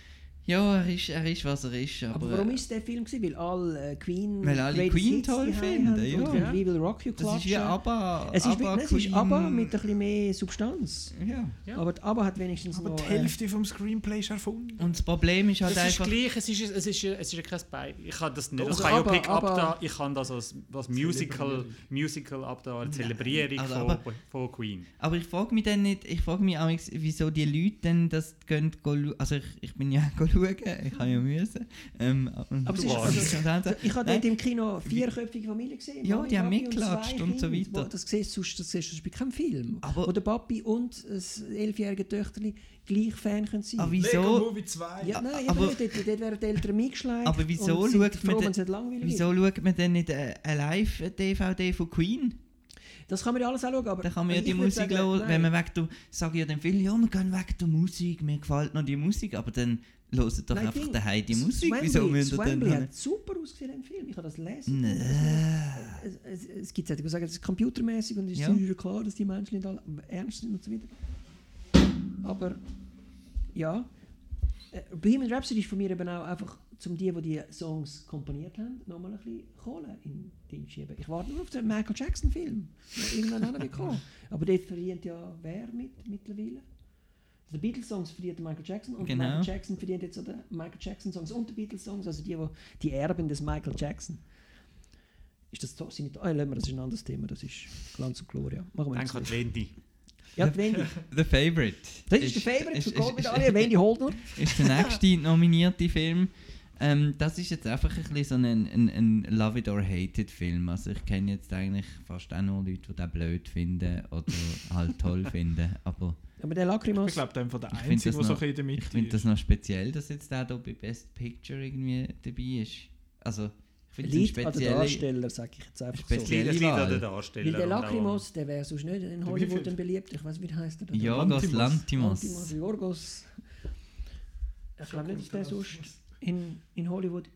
Ja, er ist, er ist, was er ist. Aber, Aber warum ist der Film gewesen? Weil alle äh, Queen... Weil alle Greatest Queen Hits toll die finden, haben ja. Und weil We Will Rock You das ist klatschen. wie ABBA. Es ist, ABBA wirklich- es ist Queen. ABBA mit ein bisschen mehr Substanz. Ja. Ja. Aber die ABBA hat wenigstens Aber noch... die äh, Hälfte vom Screenplay ist erfunden. Und das Problem ist halt Es ist einfach... gleich, es ist, es ist, es ist ja kein Bei. Ich kann das nicht als Also Biopic aber- aber- abda, ich kann das als, als Musical, Musical abda, eine Zelebrierung also von, aber- von Queen. Aber ich frage mich dann nicht, ich frage mich auch, wieso die Leute dann das gehen, gehen also ich, ich bin ja go schauen, ich habe ja müssen. Ähm, und Aber es Du ist, warst. also, ich habe Nein. dort im Kino eine vierköpfige Familie gesehen. Ja, Mami, die haben Papi mitgeklatscht zwei und so Kinder. weiter. Das siehst du sonst, das siehst du sonst bei keinem Film. Aber- Wo der Papi und das elfjährige Töchterli gleich Fan können sein. Aber Lego wieso, Movie zwei. Ja, nein, aber- aber nicht. Dort, dort werden die Eltern mitgeschleift. aber wieso und sind schaut froh, man wenn denn- es nicht langweilig wieso ist. schaut man denn nicht äh, eine Live-D V D von Queen? Das kann man ja alles anschauen, aber... Da kann man ja also die ich würde Musik sagen, hören, nein. wenn man weg der, sagen ja dann viele, ja, wir gehen weg der Musik, mir gefällt noch die Musik, aber dann hört doch Nein, einfach Ding, daheim die das Musik, Wembley- wieso das müsst ihr Wembley dann... hat super ausgesehen im Film, ich habe das lesen. Nee. Es, es, es gibt Leute, die sagen, es ist computermäßig und es ist Ja. sicher klar, dass die Menschen nicht alle ernst sind und so weiter. Aber ja, äh, Bohemian Rhapsody ist von mir eben auch einfach, zum die, die die Songs komponiert haben, nochmal ein bisschen Kohle in den schieben. Ich warte nur auf den Michael Jackson Film, der irgendwann auch noch wird kommen. Aber dort verdient ja wer mit mittlerweile? Die Beatles-Songs verdient Michael Jackson und Genau. Michael Jackson verdient jetzt auch die Michael Jackson-Songs und die Beatles-Songs, also die, wo, die Erben des Michael Jackson. Ist das so? Sind nicht, oh, lassen wir, das ist ein anderes Thema, das ist Glanz und Gloria. Machen wir Denk an jetzt die Wendy. Ja, die Wendy. The Favourite. Das ist, der Favourite ist, für ist, Goldmedaille, ist, Wendy Holdner. ist der nächste nominierte Film. Ähm, das ist jetzt einfach ein bisschen so ein, ein, ein Love it or hate it Film. Also ich kenne jetzt eigentlich fast auch nur Leute, die den blöd finden oder halt toll finden. Aber Aber der Ich Lacrimos, glaube, der von der Ich find Einzige, das der so noch- ein bisschen in der ich Mitte finde das ist. noch speziell, dass jetzt der hier bei Best Picture irgendwie dabei ist. Also ich finde es liegt eine an den spezielle... Darsteller, sage ich jetzt einfach so. Speziell- Es liegt an Wahl. den Weil Darsteller. der und auch- Lacrimos, der wäre sonst nicht in Hollywood viel? ein beliebter. Ich weiß wie heißt der? Yorgos Lanthimos. Lanthimos. Lanthimos, Yorgos. Ich glaube nicht, dass der sonst in, in Hollywood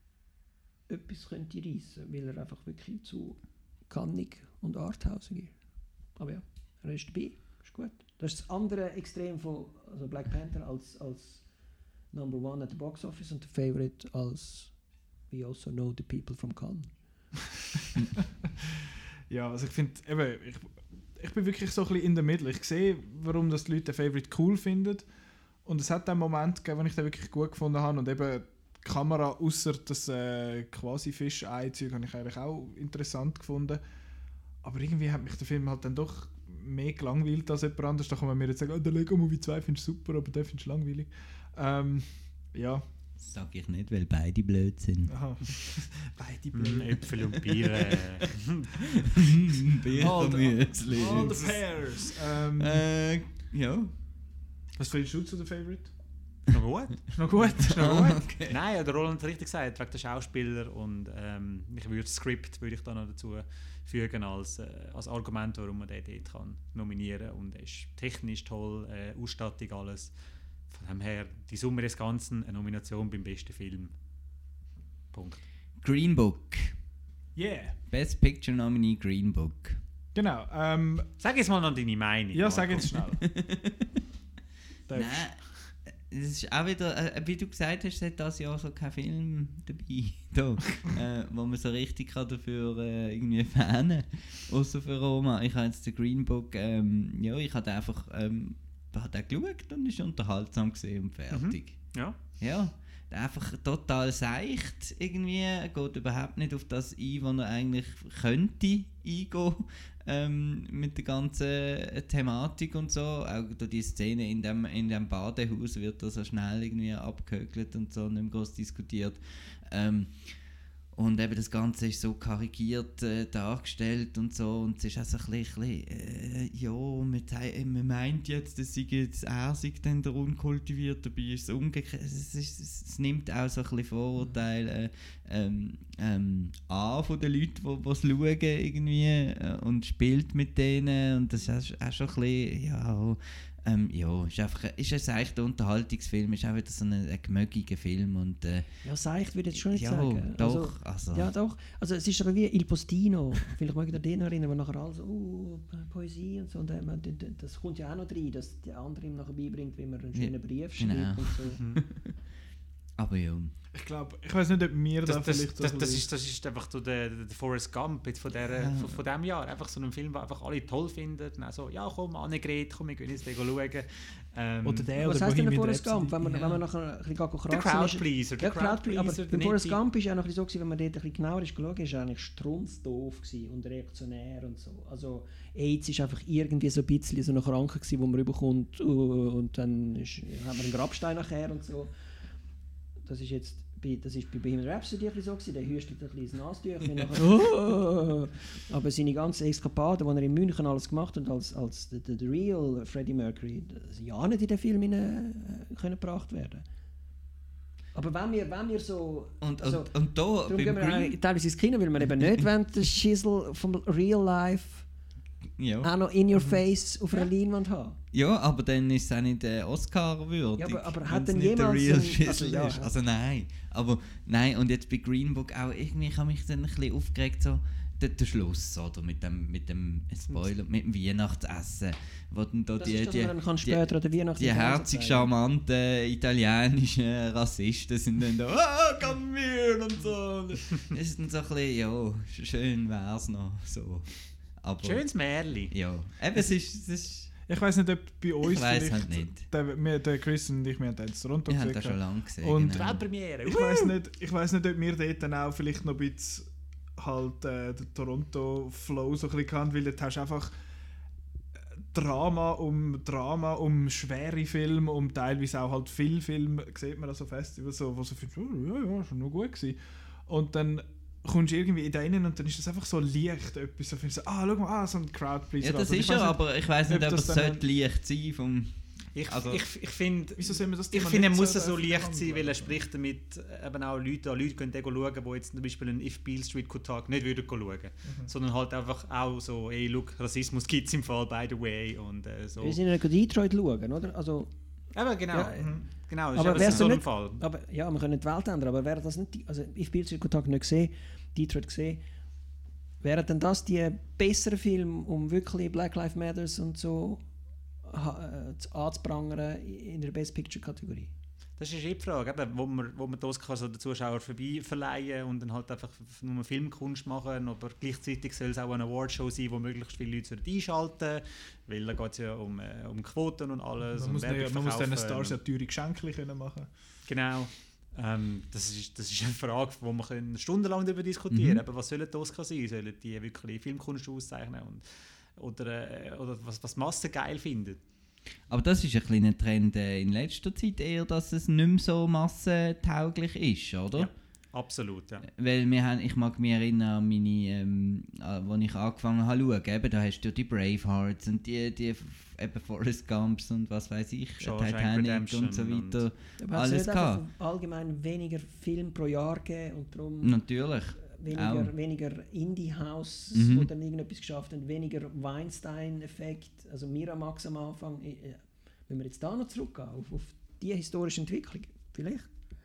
etwas könnte reissen, weil er einfach wirklich zu kannig und arthausig ist. Aber ja, er ist dabei, ist gut. Das ist das andere Extrem von also Black Panther als, als Number One at the Box Office und der Favorite als We Also Know the People from Cannes. Ja, also ich finde, eben, ich, ich bin wirklich so ein bisschen in der Mitte. Ich sehe, warum das die Leute den Favorite cool finden. Und es hat einen Moment gegeben, wo ich den wirklich gut gefunden habe. Und eben die Kamera, außer das äh, quasi Fischei-Zeug, habe ich eigentlich auch interessant gefunden. Aber irgendwie hat mich der Film halt dann doch mehr gelangweilt als jemand anderes. Da kann man mir jetzt sagen, oh, der Lego Movie zwei findest du super, aber den findest du langweilig. Ähm, ja. Das sage ich nicht, weil beide blöd sind. Aha. Beide Mm, blöd. Äpfel und Biere. All the, Birnenmüsli. all the pairs. Ähm, Äh, ja. was findest du zu der Favorite? Noch gut? Ist noch gut? Ist noch gut? Okay. Nein, der Roland hat richtig gesagt, wegen der Schauspieler und ähm, ich würde das Skript würde ich da noch dazu fügen als, äh, als Argument, warum man den dort kann nominieren kann. Und er ist technisch toll, äh, Ausstattung, alles. Von dem her, die Summe des Ganzen, eine Nomination beim besten Film. Punkt. Green Book. Yeah. Best Picture Nominee Green Book. Genau. Ähm, Sag jetzt mal noch deine Meinung. ja, Marco. sag jetzt schnell. Darfst. Nein, es ist auch wieder, äh, wie du gesagt hast, es hat dieses Jahr so kein Film dabei, da, äh, wo man so richtig kann dafür äh, irgendwie fanen kann, außer für Roma. Ich habe jetzt den Green Book, ähm, ja, ich habe einfach ähm, hab den geschaut und ist unterhaltsam gesehen und fertig. Ja. Ja, der einfach total seicht irgendwie, er geht überhaupt nicht auf das ein, was er eigentlich könnte eingehen, ähm, mit der ganzen äh, Thematik und so. Auch durch die Szene in dem, in dem Badehaus wird das so schnell irgendwie abgehökelt und so, nicht mehr groß diskutiert. Ähm, und eben das Ganze ist so karikiert äh, dargestellt und so, und es ist auch so ein bisschen, ein bisschen äh, ja, man, zei- man meint jetzt, dass sie jetzt er sei dann der Unkultivierte, dabei ist es umgekehrt. Es, ist, es, es nimmt auch so ein bisschen Vorurteile äh, ähm, ähm, an von den Leuten, die es schauen irgendwie, äh, und spielt mit denen, und das ist auch schon ein bisschen, ja, ähm, ja, ist einfach ist ein seichter Unterhaltungsfilm, ist auch wieder so ein, ein gemögiger Film und äh, Ja, seicht würde ich jetzt schon nicht ja, sagen. doch, also, Ja, doch. Also es ist aber wie Il Postino. Vielleicht mag ich an den erinnern, wo nachher alles, oh, Poesie und so. Und dann, das kommt ja auch noch rein, dass der andere ihm nachher beibringt, wie man einen schönen Brief schreibt genau. und so. Aber ja. Ich glaube, ich weiß nicht, ob mir Das, da das, vielleicht... das, so das, ein ist, das ist einfach so der, der Forrest Gump jetzt von, der, Ja. von, von diesem Jahr. Einfach so ein Film, den einfach alle toll finden. Und auch so, ja komm, Annegret, komm, wir gehen jetzt den schauen. Ähm, oder der, Was oder heisst denn der Bohemian Forrest Gump? Wenn man, Ja. wenn man nachher ein bisschen kratzen der Crowdpleaser. Ja, Der Crowdpleaser. Aber Crowdpleaser, beim Forrest der Gump war es auch noch ein bisschen so, gewesen, wenn man dort ein bisschen genauer ist geschaut, ist er eigentlich strunzdoof gewesen und reaktionär und so. Also AIDS ist einfach irgendwie so ein bisschen so eine Krankheit gewesen, die man überkommt uh, und dann ist, hat man einen Grabstein nachher und so. Das ist jetzt bei, das ist bei Bohemian Rhapsody ein bisschen so gewesen, der hüstelt ein bisschen ins Nasentüchchen nachher, oh! Aber seine ganzen Eskapaden, die er in München alles gemacht hat, als, als der, der, der real Freddie Mercury, das ja nicht in den Film hinein, äh, können gebracht werden. Aber wenn wir, wenn wir so... Und, also, und, und da, darum beim gehen wir Green... eigentlich teilweise ins Kino, weil wir eben nicht wollen, den Schissel vom Real Life Ja. auch noch in your face auf einer Leinwand haben. Ja, aber dann ist es auch nicht äh, Oscar würdig. Ja, aber- aber wenn's hat denn nicht der jemals Real ein- Schissel also, ja. ist. Also nein. Aber nein, und jetzt bei Green Book auch irgendwie, ich habe mich dann ein bisschen aufgeregt, so der, der Schluss, oder? Mit dem, mit dem Spoiler, mit dem Weihnachtsessen. Wo dann da Das die, ist das, die, was man dann die, später an der Weihnachten die im Fernsehen herzig zeigen. charmanten italienischen Rassisten sind dann da, ah, komm hier und so. Das ist dann so ein bisschen, ja, schön wär's noch, so. Aber, Schönes Märli. ja, eben, es ist, es ist Ich weiß nicht, ob bei uns Ich weiss vielleicht... halt nicht. Der, wir, der Chris und ich, wir haben den in Toronto ich habe das gesehen. schon lange gesehen. Und- genau. Weltpremiere. Ich weiß nicht, ich weiss nicht, ob wir dort dann auch vielleicht noch ein bisschen halt äh, den Toronto-Flow so ein bisschen kann, weil dort hast du einfach Drama um Drama, um schwere Filme, um teilweise auch halt viele Filme, sieht man an so Festivals, so, wo so findest, oh, ja, ja, schon noch gut gewesen. Und dann kommst du irgendwie in da rein und dann ist das einfach so leicht, etwas, so findest du, ah, schau mal, ah, so ein Crowdpleaser. Ja, das Also, ich ist weiss ja, nicht, aber ich weiß nicht, ob ob das es dann- sollte leicht sein vom... Ich, Also- ich, ich finde, Wieso soll man das ich Thema finde, er nicht muss so so öffentlich leicht sein, weil er behandeln? spricht damit eben auch Leute an. Leute können den schauen, die jetzt zum Beispiel einen If Beale Street Could Talk nicht würden schauen. Mhm. Sondern halt einfach auch so, hey, look, Rassismus gibt es im Fall, by the way. Und, äh, so. Wir sind ja Detroit schauen, oder? Also, Eben, genau. Ja, mhm. Genau, das aber ist wär's eben so denn ein nicht- Fall. aber ja, wir können die Welt ändern, aber wäre das nicht, die, also ich bin den Kontakt nicht gesehen, Detroit gesehen, wären denn das die besseren Filme, um wirklich Black Lives Matters und so ha- äh, zu- anzuprangern in der Best Picture Kategorie? Das ist eh die Frage, eben, wo man, wo man die Oscars an den Zuschauer vorbei verleihen und dann halt einfach nur Filmkunst machen, aber gleichzeitig soll es auch eine Awardshow sein, wo möglichst viele Leute einschalten sollen, weil da geht es ja um, äh, um Quoten und alles. Man und muss, Werbung nicht, man muss diesen verkaufen Stars ja und- teure Geschenke können machen. Genau. Ähm, das, ist, das ist eine Frage, die man können stundenlang darüber diskutieren Mhm. kann. Was sollen die Oscars sein? Sollen die wirklich Filmkunst auszeichnen? Und, oder, äh, oder was, was die Masse geil findet? Aber das ist ein kleiner Trend äh, in letzter Zeit eher, dass es nicht mehr so massentauglich ist, oder? Ja. Absolut, ja. Weil wir haben, ich mag mich erinnern an meine, ähm, an, als ich angefangen habe zu schauen, eben, da hast du die Bravehearts und die, die f- eben Forrest Gumps und was weiß ich, Shawshank Titanic Redemption und so weiter. Aber Alles es nicht einfach gehabt. allgemein weniger Film pro Jahr geben und darum Natürlich. weniger, auch. weniger Indie-House, Mhm. die dann irgendetwas geschafft haben, weniger Weinstein-Effekt, also Miramax am Anfang. äh, äh, Wenn wir jetzt da noch zurückgehen, auf, auf die historische Entwicklung, vielleicht.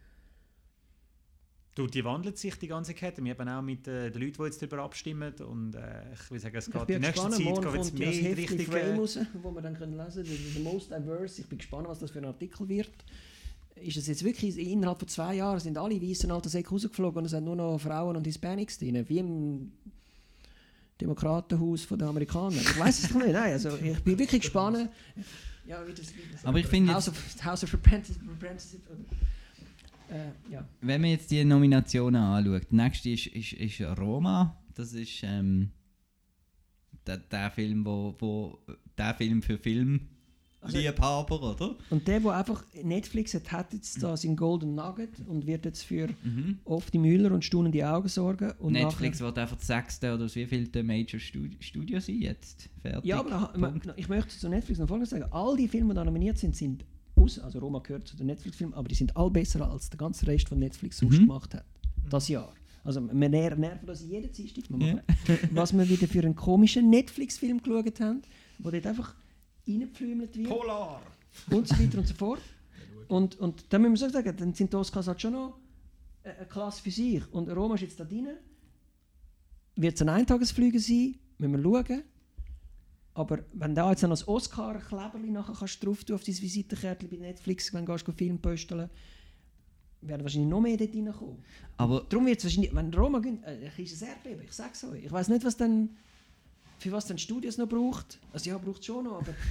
Du, die wandelt sich die ganze Kette. Wir haben auch mit äh, den Leuten, die jetzt darüber abstimmen. Und äh, ich will sagen, es Ich geht bin in nächster gespannt, Zeit morgen geht jetzt kommt ja mehr das in die Heftchen Richtung. Frame Äh, raus, wo wir dann können lesen können, the, the most diverse. Ich bin gespannt, was das für ein Artikel wird. Ist es jetzt wirklich, innerhalb von zwei Jahren sind alle weißen alten Säcke rausgeflogen und es sind nur noch Frauen und Hispanics drin, wie im Demokratenhaus der Amerikaner. Ich weiß es doch nicht, nein, also ich bin wirklich gespannt. Ja, wie das, wie das Aber ich finde House of, House of Representatives. Äh, ja. Wenn man jetzt die Nominationen anschaut, die nächste ist, ist, ist Roma. Das ist ähm, der, der Film, wo, wo der Film für Filmliebhaber, oder? Und der, der einfach Netflix hat, hat jetzt da seinen Golden Nugget und wird jetzt für Mhm. oft die Müller und staunende Augen sorgen. Und Netflix nachher, wird einfach das sechste oder wie vielte Major Studio, Studio sein jetzt. Fertig. ja, aber noch, Punkt. ich möchte zu Netflix noch Folgendes sagen. All die Filme, die da nominiert sind, sind aus, also Roma gehört zu den Netflix-Filmen, aber die sind all besser als der ganze Rest von Netflix sonst Mhm. gemacht hat. Das Jahr. Also wir ner- nerven das jeden Dienstag. Wir Ja. machen, was wir wieder für einen komischen Netflix-Film geschaut haben, wo dort einfach reingepflümelt wird. Polar! Und so weiter und so fort. Und, und dann müssen wir so sagen, dann sind die Oscars halt schon noch eine eine Klasse für sich. Und Roma ist jetzt da drin. Wird es ein Eintagesflüge sein? Müssen wir schauen. Aber wenn da jetzt noch das Oscar-Kleberli nachher kannst du drauf tun auf dein Visitenkärtchen bei Netflix, wenn du gehst, Film posteln, werden wahrscheinlich noch mehr dort reinkommen. Aber Darum wird es wahrscheinlich, wenn Roma gönnt, äh, ist es Erdbeben, ich sag's euch. Ich weiss nicht, was dann, für was dann Studios noch braucht. Also ja, braucht es schon noch, aber...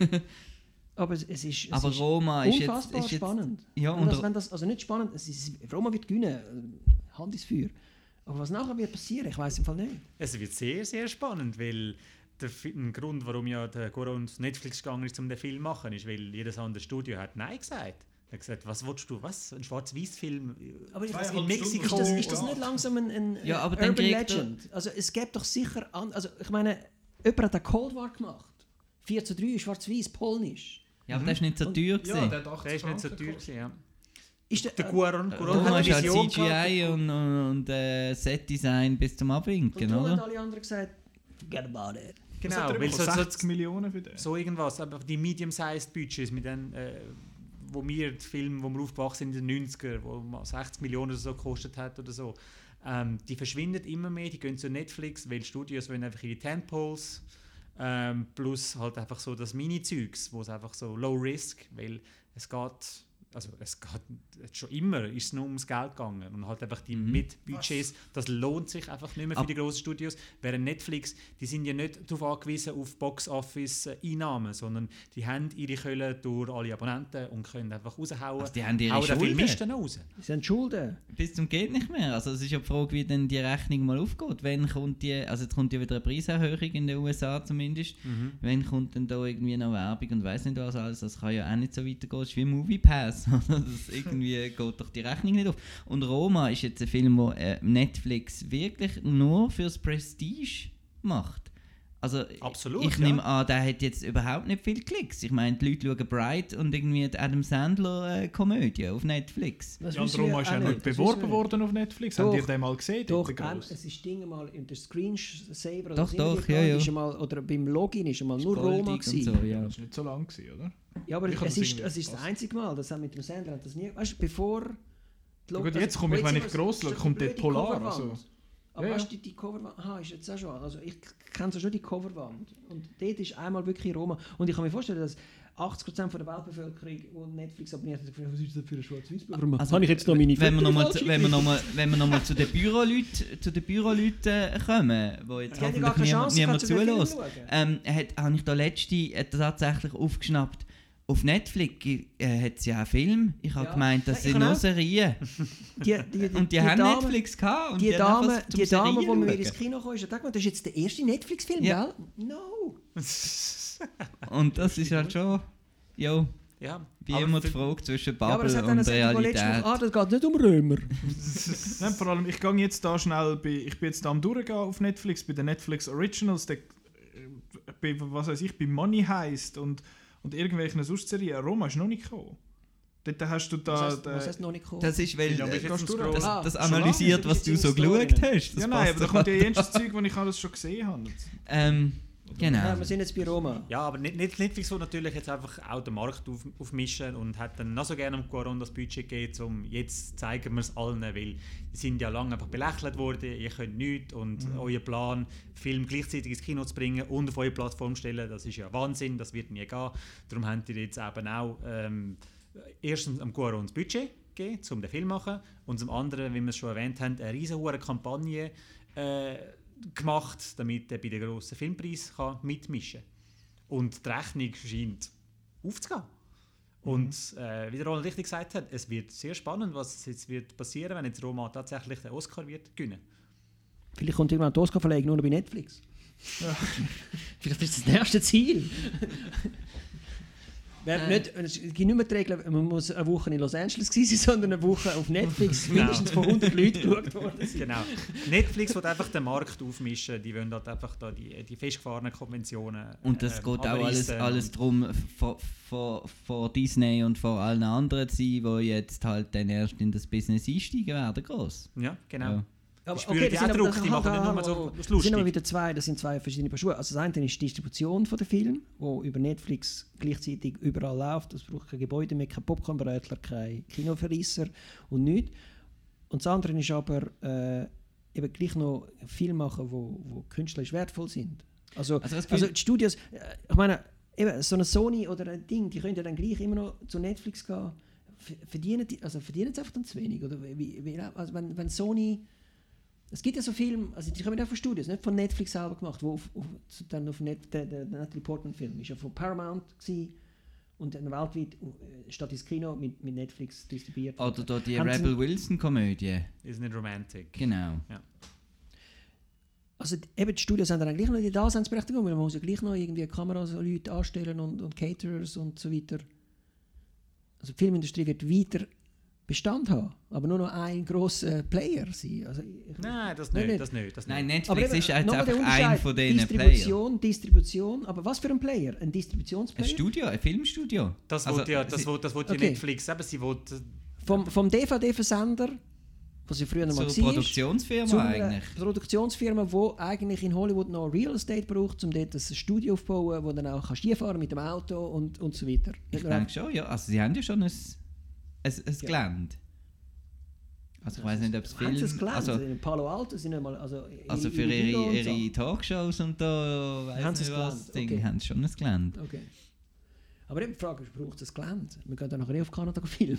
aber es, es ist, es Aber ist Roma ist jetzt- unfassbar ist jetzt- spannend. ja, und und das, Ro- wenn das, also nicht spannend, es ist, Roma wird gewinnen, Hand ins Feuer. Aber was nachher wird passieren, ich weiss im Fall nicht. Es wird sehr, sehr spannend, weil der Fi- ein Grund, warum ja der Goron zu Netflix gegangen ist, um den Film zu machen, ist, weil jedes andere Studio hat Nein gesagt. Er hat gesagt, was willst du, was? Ein Schwarz-Weiß-Film Aber ich Zwei weiss Stunden. nicht, Mexiko. ist das, ist das Ja. nicht langsam ein, ein Ja, aber ein dann Urban kriegt er- Legend? Also es gibt doch sicher, an, also ich meine, jemand hat einen Cold War gemacht. vier zu drei, schwarz-weiß, polnisch. ja, aber das war nicht so teuer. Ja, gewesen. der hat achtzig Der ist nicht so Franken teuer gekostet. gewesen, ja. Ist der, Der äh, Goron, Goron Roma hat ist eine halt Vision C G I gehabt. und, und, und äh, Set-Design bis zum Abwinken, und darum haben oder? alle anderen gesagt, forget about it. Was Genau, hat er weil so, bekommen? so, sechzig Millionen für den. so irgendwas, aber die medium-sized Budgets, mit denen, äh, wo wir die Filme, wo wir aufgewachsen sind in den neunziger, wo man sechzig Millionen oder so gekostet hat oder so, ähm, die verschwinden immer mehr, die gehen zu Netflix, weil Studios wollen einfach ihre Tentpoles, ähm, plus halt einfach so das Mini-Zeugs, wo es einfach so low risk, weil es geht, also es geht schon immer, ist es nur ums Geld gegangen und halt einfach die Mhm. mit Budgets, das lohnt sich einfach nicht mehr für Ab- die grossen Studios, während Netflix, die sind ja nicht darauf angewiesen auf Box-Office-Einnahmen, sondern die haben ihre Kohle durch alle Abonnenten und können einfach raushauen. Also die haben ihre Hauen den Schulden. Filmisten raus. Sie haben Schulden. Bis zum geht nicht mehr. Also es ist ja die Frage, wie denn die Rechnung mal aufgeht. Wenn kommt die, also jetzt kommt ja wieder eine Preiserhöhung in den U S A zumindest. Mhm. Wenn kommt denn da irgendwie noch Werbung und weiss nicht was alles. Das kann ja auch nicht so weitergehen. Es ist wie Movie Pass. das irgendwie geht doch die Rechnung nicht auf. Und Roma ist jetzt ein Film, wo äh, Netflix wirklich nur fürs Prestige macht. Also Absolut, ich ja. nehme an, der hat jetzt überhaupt nicht viele Klicks. Ich meine, die Leute schauen Bright und irgendwie die Adam Sandler äh, Komödie auf Netflix. Das Ja, und wissen wir Roma ist ja auch nicht das wissen beworben wir worden auf Netflix. Doch. Habt ihr den mal gesehen? Doch, dort, der ähm, grosse? es ist Ding mal in der Screensaver oder Doch, was immer doch, die ja, gehabt, ja. Ist einmal, oder beim Login ist einmal nur Goldig Roma und gewesen. so, ja. Das war nicht so lang, gewesen, oder? Ja, aber Ich hab es das ist, irgendwie es ist das verpasst. einzige Mal, das haben mit dem Sender hat das nie, weißt du, bevor die Ja, Lo- gut, also, jetzt komme ich, wo wenn jetzt ich immer gross so- schaue, so kommt die dort blöde Polar, Coverwand. also. Aber Ja, weißt ja. du, die Coverwand, aha, ist jetzt auch schon, also ich kenne so schon die Coverwand. Und dort ist einmal wirklich Roma. Und ich kann mir vorstellen, dass achtzig Prozent von der Weltbevölkerung, die Netflix abonniert hat, gefragt, was ist das für ein Schwarz-Weiß-Programm? Also, Habe ich jetzt noch meine wenn wir Fotos nochmal falsch wenn wir noch mal, eingegeben? wenn wir noch mal zu den Büroleuten zu den Büroleuten äh, kommen, wo jetzt Die haben ja gar keine hoffentlich niemand, Chance, niemand zu den Filmen zulässt, schauen. ähm, hat, habe ich da letzte äh, tatsächlich aufgeschnappt. Auf Netflix äh, hat es ja auch Film. Ich habe Ja. gemeint, das Ich sind kann nur auch- Serien. Die, die, die, Und die, haben Dame, Netflix gehabt. Und Die haben Dame, einfach zum die Dame, die Serien mit mir schauen. ins Kino kam, ist ja gemeint, das ist jetzt der erste Netflix-Film, Ja. gell? No! Und das ist halt schon, jo, Ja, wie aber immer die für- Frage zwischen Ja, aber Bubble es hat und einer gesagt, letztes Realität. Mal, ah, das geht nicht um Römer. Nein, vor allem, ich gehe jetzt da schnell, bei, ich bin jetzt da am durchgehen auf Netflix, bei den Netflix Originals, der, äh, bei, was weiß ich, bei Money Heist und, und irgendwelchen Sonstserien. Roma ist noch nicht gekommen. Dort hast du da... Was heißt, der- was heißt noch nicht gekommen? Das ist, weil Ja, aber äh, ich Gehst jetzt du noch durch? das, Ah, das schon analysiert, lange? was Du du bist so in der Story. geschaut hast. Das ja, nein, aber passt da doch kommt ja halt. jenes Zeug, das ich alles schon gesehen habe. Ähm, genau. Ja, wir sind jetzt bei Roma. Ja, aber Net- Net- Netflix will natürlich jetzt einfach auch den Markt auf, aufmischen und hat dann noch so gerne am Quaron das Budget gegeben, um jetzt zeigen wir es allen, weil die sind ja lange einfach belächelt worden, ihr könnt nichts und Mhm. euer Plan, Film gleichzeitig ins Kino zu bringen und auf eure Plattform stellen, das ist ja Wahnsinn, das wird nie gehen. Darum habt ihr jetzt eben auch ähm, erstens am Quaron das Budget gegeben, um den Film zu machen und zum anderen, wie wir es schon erwähnt haben, eine riesen hohe Kampagne äh, gemacht, damit er bei den grossen Filmpreis kann mitmischen kann. Und die Rechnung scheint aufzugehen. Und äh, wie der Roland richtig gesagt hat, es wird sehr spannend, was jetzt wird passieren, wenn jetzt Roma tatsächlich den Oscar wird gewinnen. Vielleicht kommt irgendwann die Oscar-Verleihung nur noch bei Netflix. Vielleicht ist das das nächste Ziel. Wer nicht, es gibt nicht mehr die Regel, man muss eine Woche in Los Angeles gewesen sein, sondern eine Woche auf Netflix mindestens von hundert Leuten geschaut worden sind. Genau. Netflix will einfach den Markt aufmischen, die wollen halt einfach da die, die festgefahrenen Konventionen Und das ähm, geht auch alles, abreißen alles und- darum, vor, vor, vor Disney und vor allen anderen zu sein, die jetzt halt dann erst in das Business einsteigen werden, gross. Ja, genau. Ja. Die spüren die auch aber- Druck, die machen nicht nur so aber- das Das sind aber lustig. wieder zwei, das sind zwei verschiedene Paar Schuhe. Also das eine ist die Distribution von der Film, wo über Netflix gleichzeitig überall läuft. Das braucht kein Gebäude mehr, kein Popcornbrötler, kein Kinoverrisser und nichts. Und das andere ist aber äh, eben gleich noch Filme machen, wo, wo künstlerisch wertvoll sind. Also, Also das also Gefühl- die Studios, äh, ich meine, eben so eine Sony oder ein Ding, die können ja dann gleich immer noch zu Netflix gehen. verdienen die, also verdienen sie einfach dann zu wenig? Oder wie, wie, also wenn, wenn Sony... Es gibt ja so Filme, also die kommen ja von Studios, nicht von Netflix selber gemacht, wo auf, auf, dann auf Net, der, der, der Natalie Portman-Film ist ja von Paramount gewesen, und dann weltweit uh, statt ins Kino mit, mit Netflix distribuiert. Oder da die Haben Rebel sie- Wilson-Komödie. Ist nicht romantic. Genau. Also die- eben die Studios haben dann gleich noch die Daseinsberechtigung, weil man muss ja gleich noch irgendwie Kameras und Leute anstellen und, und Caterers und so weiter. Also die Filmindustrie wird weiter Bestand haben, aber nur noch ein grosser Player sein. Also ich, Nein, das Nein, nicht, nicht. das nicht. Das Nein, nicht. aber Netflix eben, ist jetzt nochmal der einfach ein Unterschied, von diesen Playern. Distribution, Distribution, aber was für ein Player? Ein Ein Distributionsplayer? Studio, ein Filmstudio. Das Also, will ja, das sie- will, das will Okay. ja Netflix. Eben, sie will, Vom, vom D V D-Versender, was ja früher noch mal So eine war, Produktionsfirma zu einer eigentlich. Produktionsfirma, die eigentlich in Hollywood noch Real Estate braucht, um dort ein Studio aufzubauen, wo dann auch Ski fahren mit dem Auto und, und so weiter. Ich denke schon, ja. Also sie haben ja schon ein, ein, ein Ja. Gelände. Also ich weiß nicht, ob es Haben sie das Film... gelernt? Also, in Palo Alto sind nicht mal... Also, also für Büro ihre, und ihre Talkshows und da, Haben weiss sie nicht das was, Gelände? Ding, Okay. haben sie schon ein Gelände. so. Okay. Aber eben die Frage ist, braucht es ein Gelände? Wir gehen dann nachher eh auf Kanada filmen.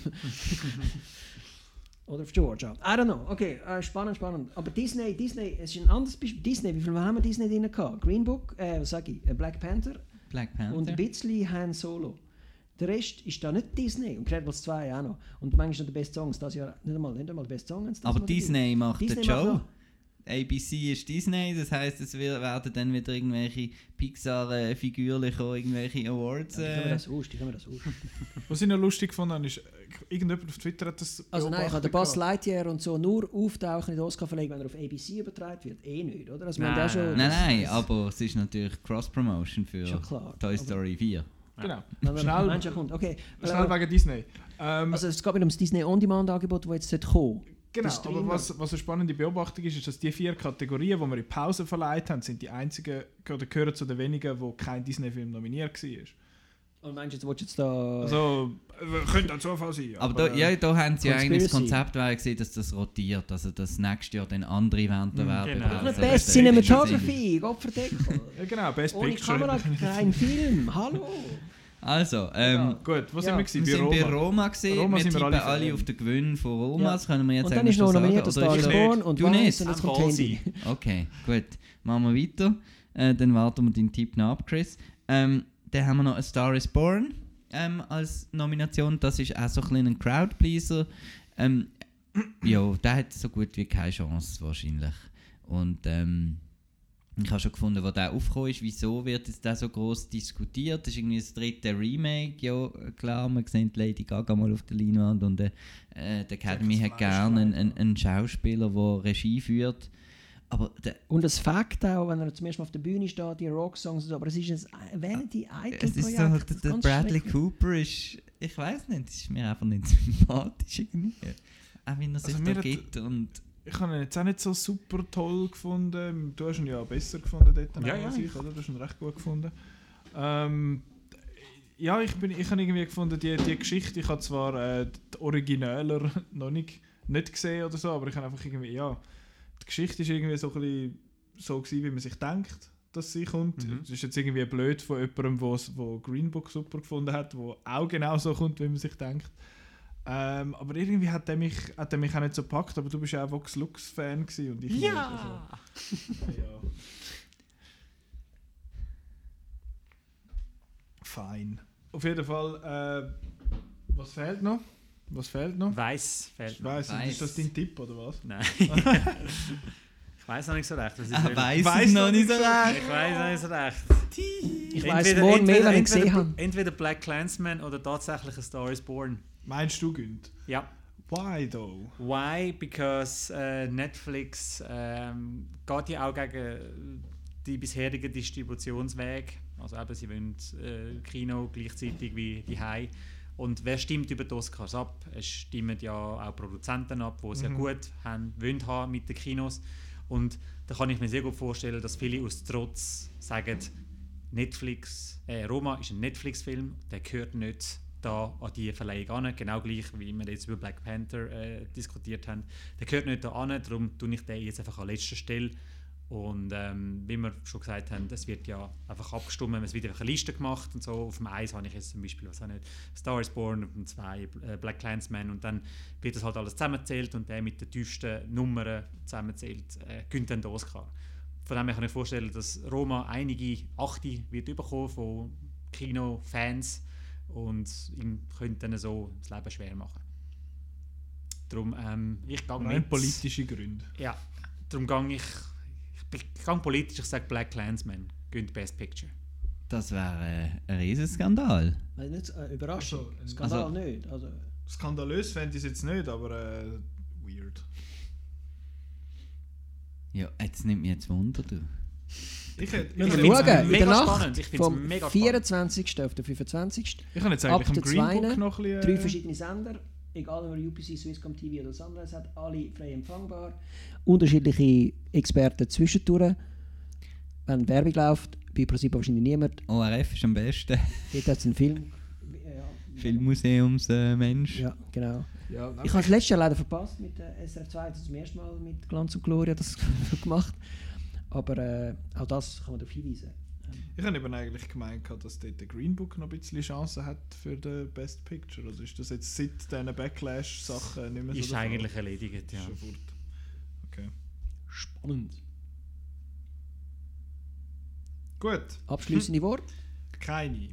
Oder auf Georgia. I don't know. Okay, äh, spannend, spannend. Aber Disney, Disney, es ist ein anderes Beispiel. Disney, wie viel haben wir Disney drin gehabt? Green Book, äh, was sag ich, äh, Black Panther Black Panther. und ein bisschen Han Solo. Der Rest ist da nicht Disney. Und Incredibles zwei auch noch. Und manchmal noch der Best Songs. Das Jahr nicht einmal, nicht einmal der Best Song. haben sie das Aber mal dabei. Disney macht Disney den Show. macht noch. A B C ist Disney, das heisst, es wir- werden dann wieder irgendwelche Pixar-Figürchen kommen, irgendwelche Awards. Ja, die können wir Äh, das aus, die können wir das aus. Was ich noch lustig fand, ist, äh, irgendjemand auf Twitter hat das Also nein, ich habe den beobachtet Buzz gehabt. Lightyear und so nur auftauchen in der Oscar-Verleihung, wenn er auf A B C übertragen wird. Eh nicht, oder? Also wir haben Nein, auch schon, nein, das- nein, das- aber es ist natürlich Cross-Promotion für Schon klar. Toy Story vier. Genau. Wenn man Schnell, Menschen kommt. Okay. schnell wegen Disney. Ähm, Also es geht mir um das Disney On-Demand-Angebot, das jetzt sollte kommen. Genau, das aber Streamer. was, was eine spannende Beobachtung ist, ist, dass die vier Kategorien, die wir in Pause verleiht haben, sind die einzigen, oder gehören zu den wenigen, wo kein Disney-Film nominiert war. Und meinst du, jetzt willst du jetzt da... Also, äh, könnte ein Zufall sein. Aber da, äh, ja, da haben sie ja eigentlich das Conspiracy. Konzept wäre gesehen, dass das rotiert, also dass nächstes Jahr dann andere Events Mhm, werden. genau. Doch nicht Also, Best das ist- Cinematography, Gott verdeckt. ja, genau, Best Ohne Picture. Kamera kein Film, hallo. Also, ähm, Gut, wo Ja, sind wir gewesen? wir Bei sind Roma. bei Roma gesehen. Roma wir sind wir tippen alle alle, Fan. auf den Gewinn von Roma, Ja. das können wir jetzt Und eigentlich dann ist noch schon nominiert sagen. der Oder Star ist- Born und Du was nicht? und jetzt Am kommt Ball Handy. Okay, gut. Machen wir weiter. Äh, dann warten wir deinen Tipp noch ab, Chris. Ähm, dann haben wir noch A Star is Born ähm, als Nomination. Das ist auch so ein kleiner Crowdpleaser. Ähm, ja, der hat so gut wie keine Chance wahrscheinlich. Und ähm, ich habe schon gefunden, wo der aufgekommen ist, wieso wird jetzt der so groß diskutiert. Das ist irgendwie das dritte Remake. Ja, klar, man sieht Lady Gaga mal auf der Leinwand und äh, die Academy hat gerne einen, einen, einen Schauspieler, der Regie führt. Aber der, Und das Fakt auch, wenn er zum ersten Mal auf der Bühne steht, die Rocksongs und so, aber es ist ein Vanity-Idol-Projekt. es ist so, das der, ist der ganz Bradley schrecklich. Cooper ist, ich weiß nicht, das ist mir einfach nicht sympathisch irgendwie. Auch wenn er sich Also da mir hat- gibt und... Ich habe ihn jetzt auch nicht so super toll gefunden. Du hast ihn ja auch besser gefunden dort Ja, als ja. ich, oder? Du hast ihn recht gut gefunden. Ähm, ja, ich, bin, ich habe irgendwie gefunden, die, die Geschichte, ich habe zwar äh, die Originaler noch nicht, nicht gesehen oder so, aber ich habe einfach irgendwie, ja, die Geschichte ist irgendwie so ein bisschen so gewesen, wie man sich denkt, dass sie kommt. Mhm. Das ist jetzt irgendwie blöd von jemandem, der Green Book super gefunden hat, der auch genau so kommt, wie man sich denkt. Ähm, aber irgendwie hat er, mich, hat er mich auch nicht so gepackt, aber du bist ja auch Vox Lux-Fan gewesen und ich nicht. Also, ja, ja. Fein. Auf jeden Fall, äh, was fehlt noch? Was fehlt noch? Weiss fehlt Ich noch. weiss, Weiss. ist das dein Tipp oder was? Nein. Ich weiß noch nicht so recht. Was ich Er will. weiss Weiss es noch noch nicht so nicht so recht. Ich weiß noch nicht so recht. Ich weiss Entweder- morgen mehr, entweder- wenn ich gesehen entweder- habe. Entweder Black Clansman oder tatsächlich A Star is Born. Meinst du, Günd? Ja. Why though? Why? Because äh, Netflix ähm, geht ja auch gegen die bisherigen Distributionswege. Also eben, sie wollen äh, Kino gleichzeitig wie die Hai. Und wer stimmt über die Oscars ab? Es stimmen ja auch Produzenten ab, die es ja Mhm. gut haben, wollen haben mit den Kinos. Und da kann ich mir sehr gut vorstellen, dass viele aus Trotz sagen, Netflix, äh, Roma ist ein Netflix-Film, der gehört nicht da an die Verleihung an, genau gleich wie wir jetzt über Black Panther äh, diskutiert haben. Der gehört nicht da an, darum tue ich den jetzt einfach an letzter Stelle Und ähm, wie wir schon gesagt haben, es wird ja einfach abgestimmt, es wird einfach eine Liste gemacht und so. Auf dem eins habe ich jetzt zum Beispiel, was auch nicht, Star is Born, auf dem zwei äh, Black Klansman und dann wird das halt alles zusammengezählt und der mit den tiefsten Nummern zusammenzählt, äh, gewinnt dann den Oscar. Von dem her kann ich mir vorstellen, dass Roma einige Achte wird bekommen von Kinofans und ihm könnte dann so das Leben schwer machen. Darum, ähm, ich gehe Rein mit... politische Gründe. Ja, darum gehe ich... Ich gehe politisch, ich sage Black Klansman gewinnt Best Picture. Das wäre äh, ein Riesenskandal. Nein, nicht äh, Überraschung. Also, ein- Skandal also- nicht. Also, Skandalös fände ich es jetzt nicht, aber äh, weird. Ja, jetzt nimmt mich jetzt Wunder, du. Ich, hätte- wir ich, schauen. hätte find's In mega der Nacht spannend. Ich find's vom mega spannend. vierundzwanzigsten auf den fünfundzwanzigsten ich habe jetzt ab eigentlich am der Green Book zweiten noch ein bisschen... Drei Äh, verschiedene Sender, egal ob U P C, Swisscom T V oder was anderes hat, alle frei empfangbar. Unterschiedliche Experten zwischendurch. Wenn Werbung läuft, bei ProSieben wahrscheinlich niemand. O R F ist am besten. Dort hat es einen Film. Ja, Filmmuseumsmensch. ja, genau. ja, Ich habe es letztes Jahr leider verpasst mit der S R F zwei, das zum ersten Mal mit Glanz und Gloria das gemacht. Aber äh, auch das kann man darauf hinweisen. ich habe eben eigentlich gemeint, gehabt, dass dort der Green Book noch ein bisschen Chancen hat für den Best Picture. Also ist das jetzt seit diesen Backlash-Sachen nicht mehr so Ist der Fall? eigentlich erledigt, ja. Ist schon fort. Okay. Spannend. Gut, Abschließende Worte. keine.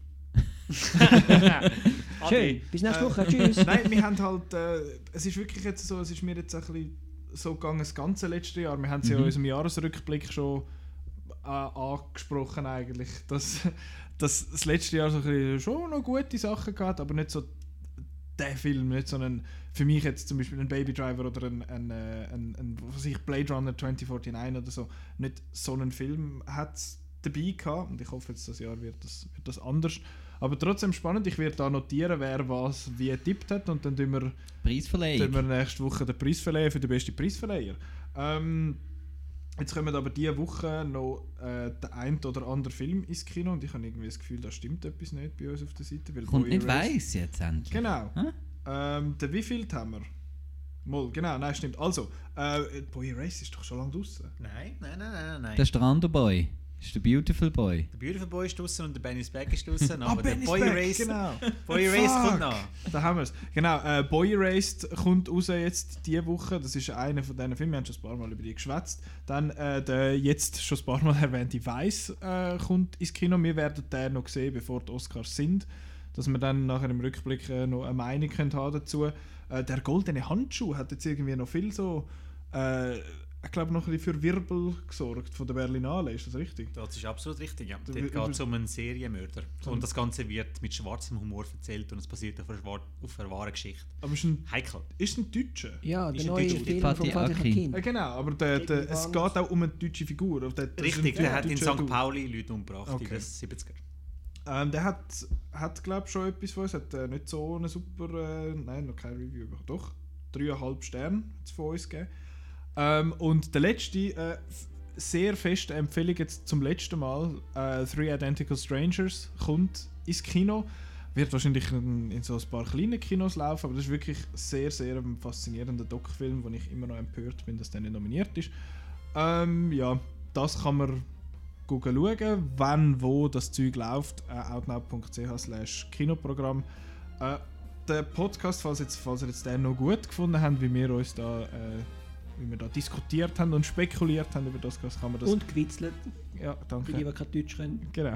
Schön. Bis nächste Äh, Woche. Tschüss. Nein, wir haben halt, äh, es ist wirklich jetzt so, es ist mir jetzt ein bisschen so gegangen, das ganze letzte Jahr. Wir haben es ja in Mhm. unserem Jahresrückblick schon äh, angesprochen eigentlich, dass, dass das letzte Jahr so ein bisschen schon noch gute Sachen gehabt, aber nicht so der Film, nicht so ein, für mich jetzt zum Beispiel ein Baby Driver oder ein, ein, äh, ein, ein was weiß ich, Blade Runner zwanzig neunundvierzig oder so, nicht so einen Film hat es dabei gehabt und ich hoffe jetzt, das Jahr wird das, wird das anders. Aber trotzdem spannend, ich werde da notieren, wer was wie getippt hat und dann tun wir, tun Preisverleihung. wir nächste Woche den Preis verleihen für den besten Preisverleiher. Ähm, jetzt kommen aber diese Woche noch äh, der ein oder andere Film ins Kino und ich habe irgendwie das Gefühl, da stimmt etwas nicht bei uns auf der Seite. Weil Kommt Boy nicht Erased- weiss jetzt endlich. Genau. Hä? Ähm, der wievielten haben wir? Mal, genau, nein, stimmt. Also, äh, Boy Erased ist doch schon lange draußen. Nein, nein, nein, nein, nein. Das ist der andere Boy. Das ist der Beautiful Boy. Der Beautiful Boy ist draussen und der Benny's Back ist draussen, Ah, aber der Benny's Boy Back, Erased, genau. Boy Erased Fuck. kommt noch. Da haben wir es. Genau, äh, Boy Erased kommt raus jetzt diese Woche. Das ist einer von diesen Filmen, wir haben schon ein paar Mal über die geschwätzt. Dann äh, der jetzt schon ein paar Mal erwähnte Weiss äh, kommt ins Kino. Wir werden den noch sehen, bevor die Oscars sind. Dass wir dann nachher im Rückblick äh, noch eine Meinung können haben dazu. Äh, der goldene Handschuh hat jetzt irgendwie noch viel so... Äh, ich glaube noch ein bisschen für Wirbel gesorgt von der Berlinale, ist das richtig? Das ist absolut richtig, ja. Da Dort wird- geht es um einen Serienmörder. So ein- Und das Ganze wird mit schwarzem Humor erzählt und es basiert auf einer, schwar- auf einer wahren Geschichte. Aber ist ein, Heikel. ist ein Deutscher? Ja, Ist der ein neue Deutscher. Film Fatih von Fatih Akin. Akin. Ja, genau, aber der, der, Gegen es die geht Wand. auch um eine deutsche Figur. Der, der ist Richtig, ein der hat in deutscher Sankt Dude. Pauli Leute umgebracht Okay. in den siebziger. Ähm, der hat, hat glaube ich, schon etwas von uns. Hat äh, nicht so eine super... Äh, nein, noch kein Review. Aber doch, dreieinhalb Sterne hat es von uns gegeben. Ähm, und der letzte, äh, f- sehr feste Empfehlung jetzt zum letzten Mal, äh, Three Identical Strangers kommt ins Kino. Wird wahrscheinlich in, in so ein paar kleinen Kinos laufen, aber das ist wirklich sehr, sehr ein faszinierender Doc-Film, wo ich immer noch empört bin, dass der nicht nominiert ist. Ähm, ja, das kann man gucken, schauen, wann, wo das Zeug läuft. Äh, outnow.ch slash Kinoprogramm. Äh, der Podcast, falls, jetzt, falls ihr jetzt den noch gut gefunden habt, wie wir uns da, äh, wie wir da diskutiert haben und spekuliert haben über das, was kann man das... Und gewitzelt, ja, danke. für die, die kein Deutsch können. Genau.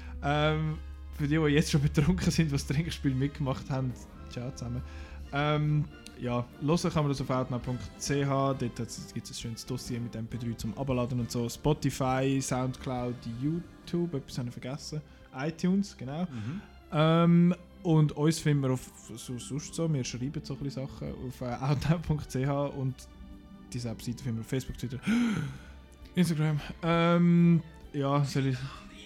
Ähm, für die, die jetzt schon betrunken sind, die das Trinkspiel mitgemacht haben, ciao zusammen. Ähm, ja, hören kann man das auf outnow punkt c h. Dort gibt es ein schönes Dossier mit M P drei zum Abladen und so. Spotify, Soundcloud, YouTube, etwas habe ich vergessen. iTunes, genau. Mhm. Ähm, und uns finden wir auf so, sonst so, wir schreiben so ein bisschen Sachen auf äh, outnow punkt c h und diese Webseite finden wir auf Facebook, Twitter, Instagram. Ähm, ja, soll ich...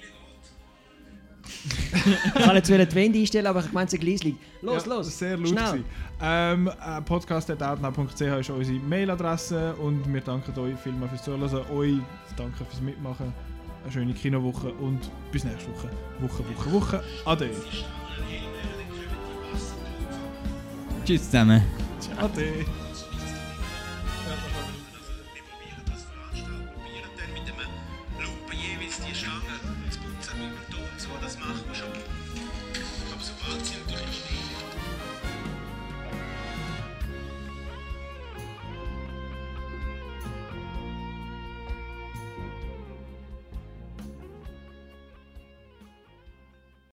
Ich kann jetzt wieder die Wände einstellen, aber ich meine es ein Gleisling. Los, Ja, los! Sehr laut Schnell. gewesen. Ähm, äh, podcast punkt outnow punkt c h ist unsere Mailadresse und wir danken euch vielmals fürs Zuhören. Euch danke fürs Mitmachen. Eine schöne Kinowoche und bis nächste Woche. Woche, Woche, Woche. Ade. Tschüss zusammen. Ade. Wir probieren das veranstalten, probieren dann mit dem die Stange zu putzen mit dem Ton, so, das machen wir schon.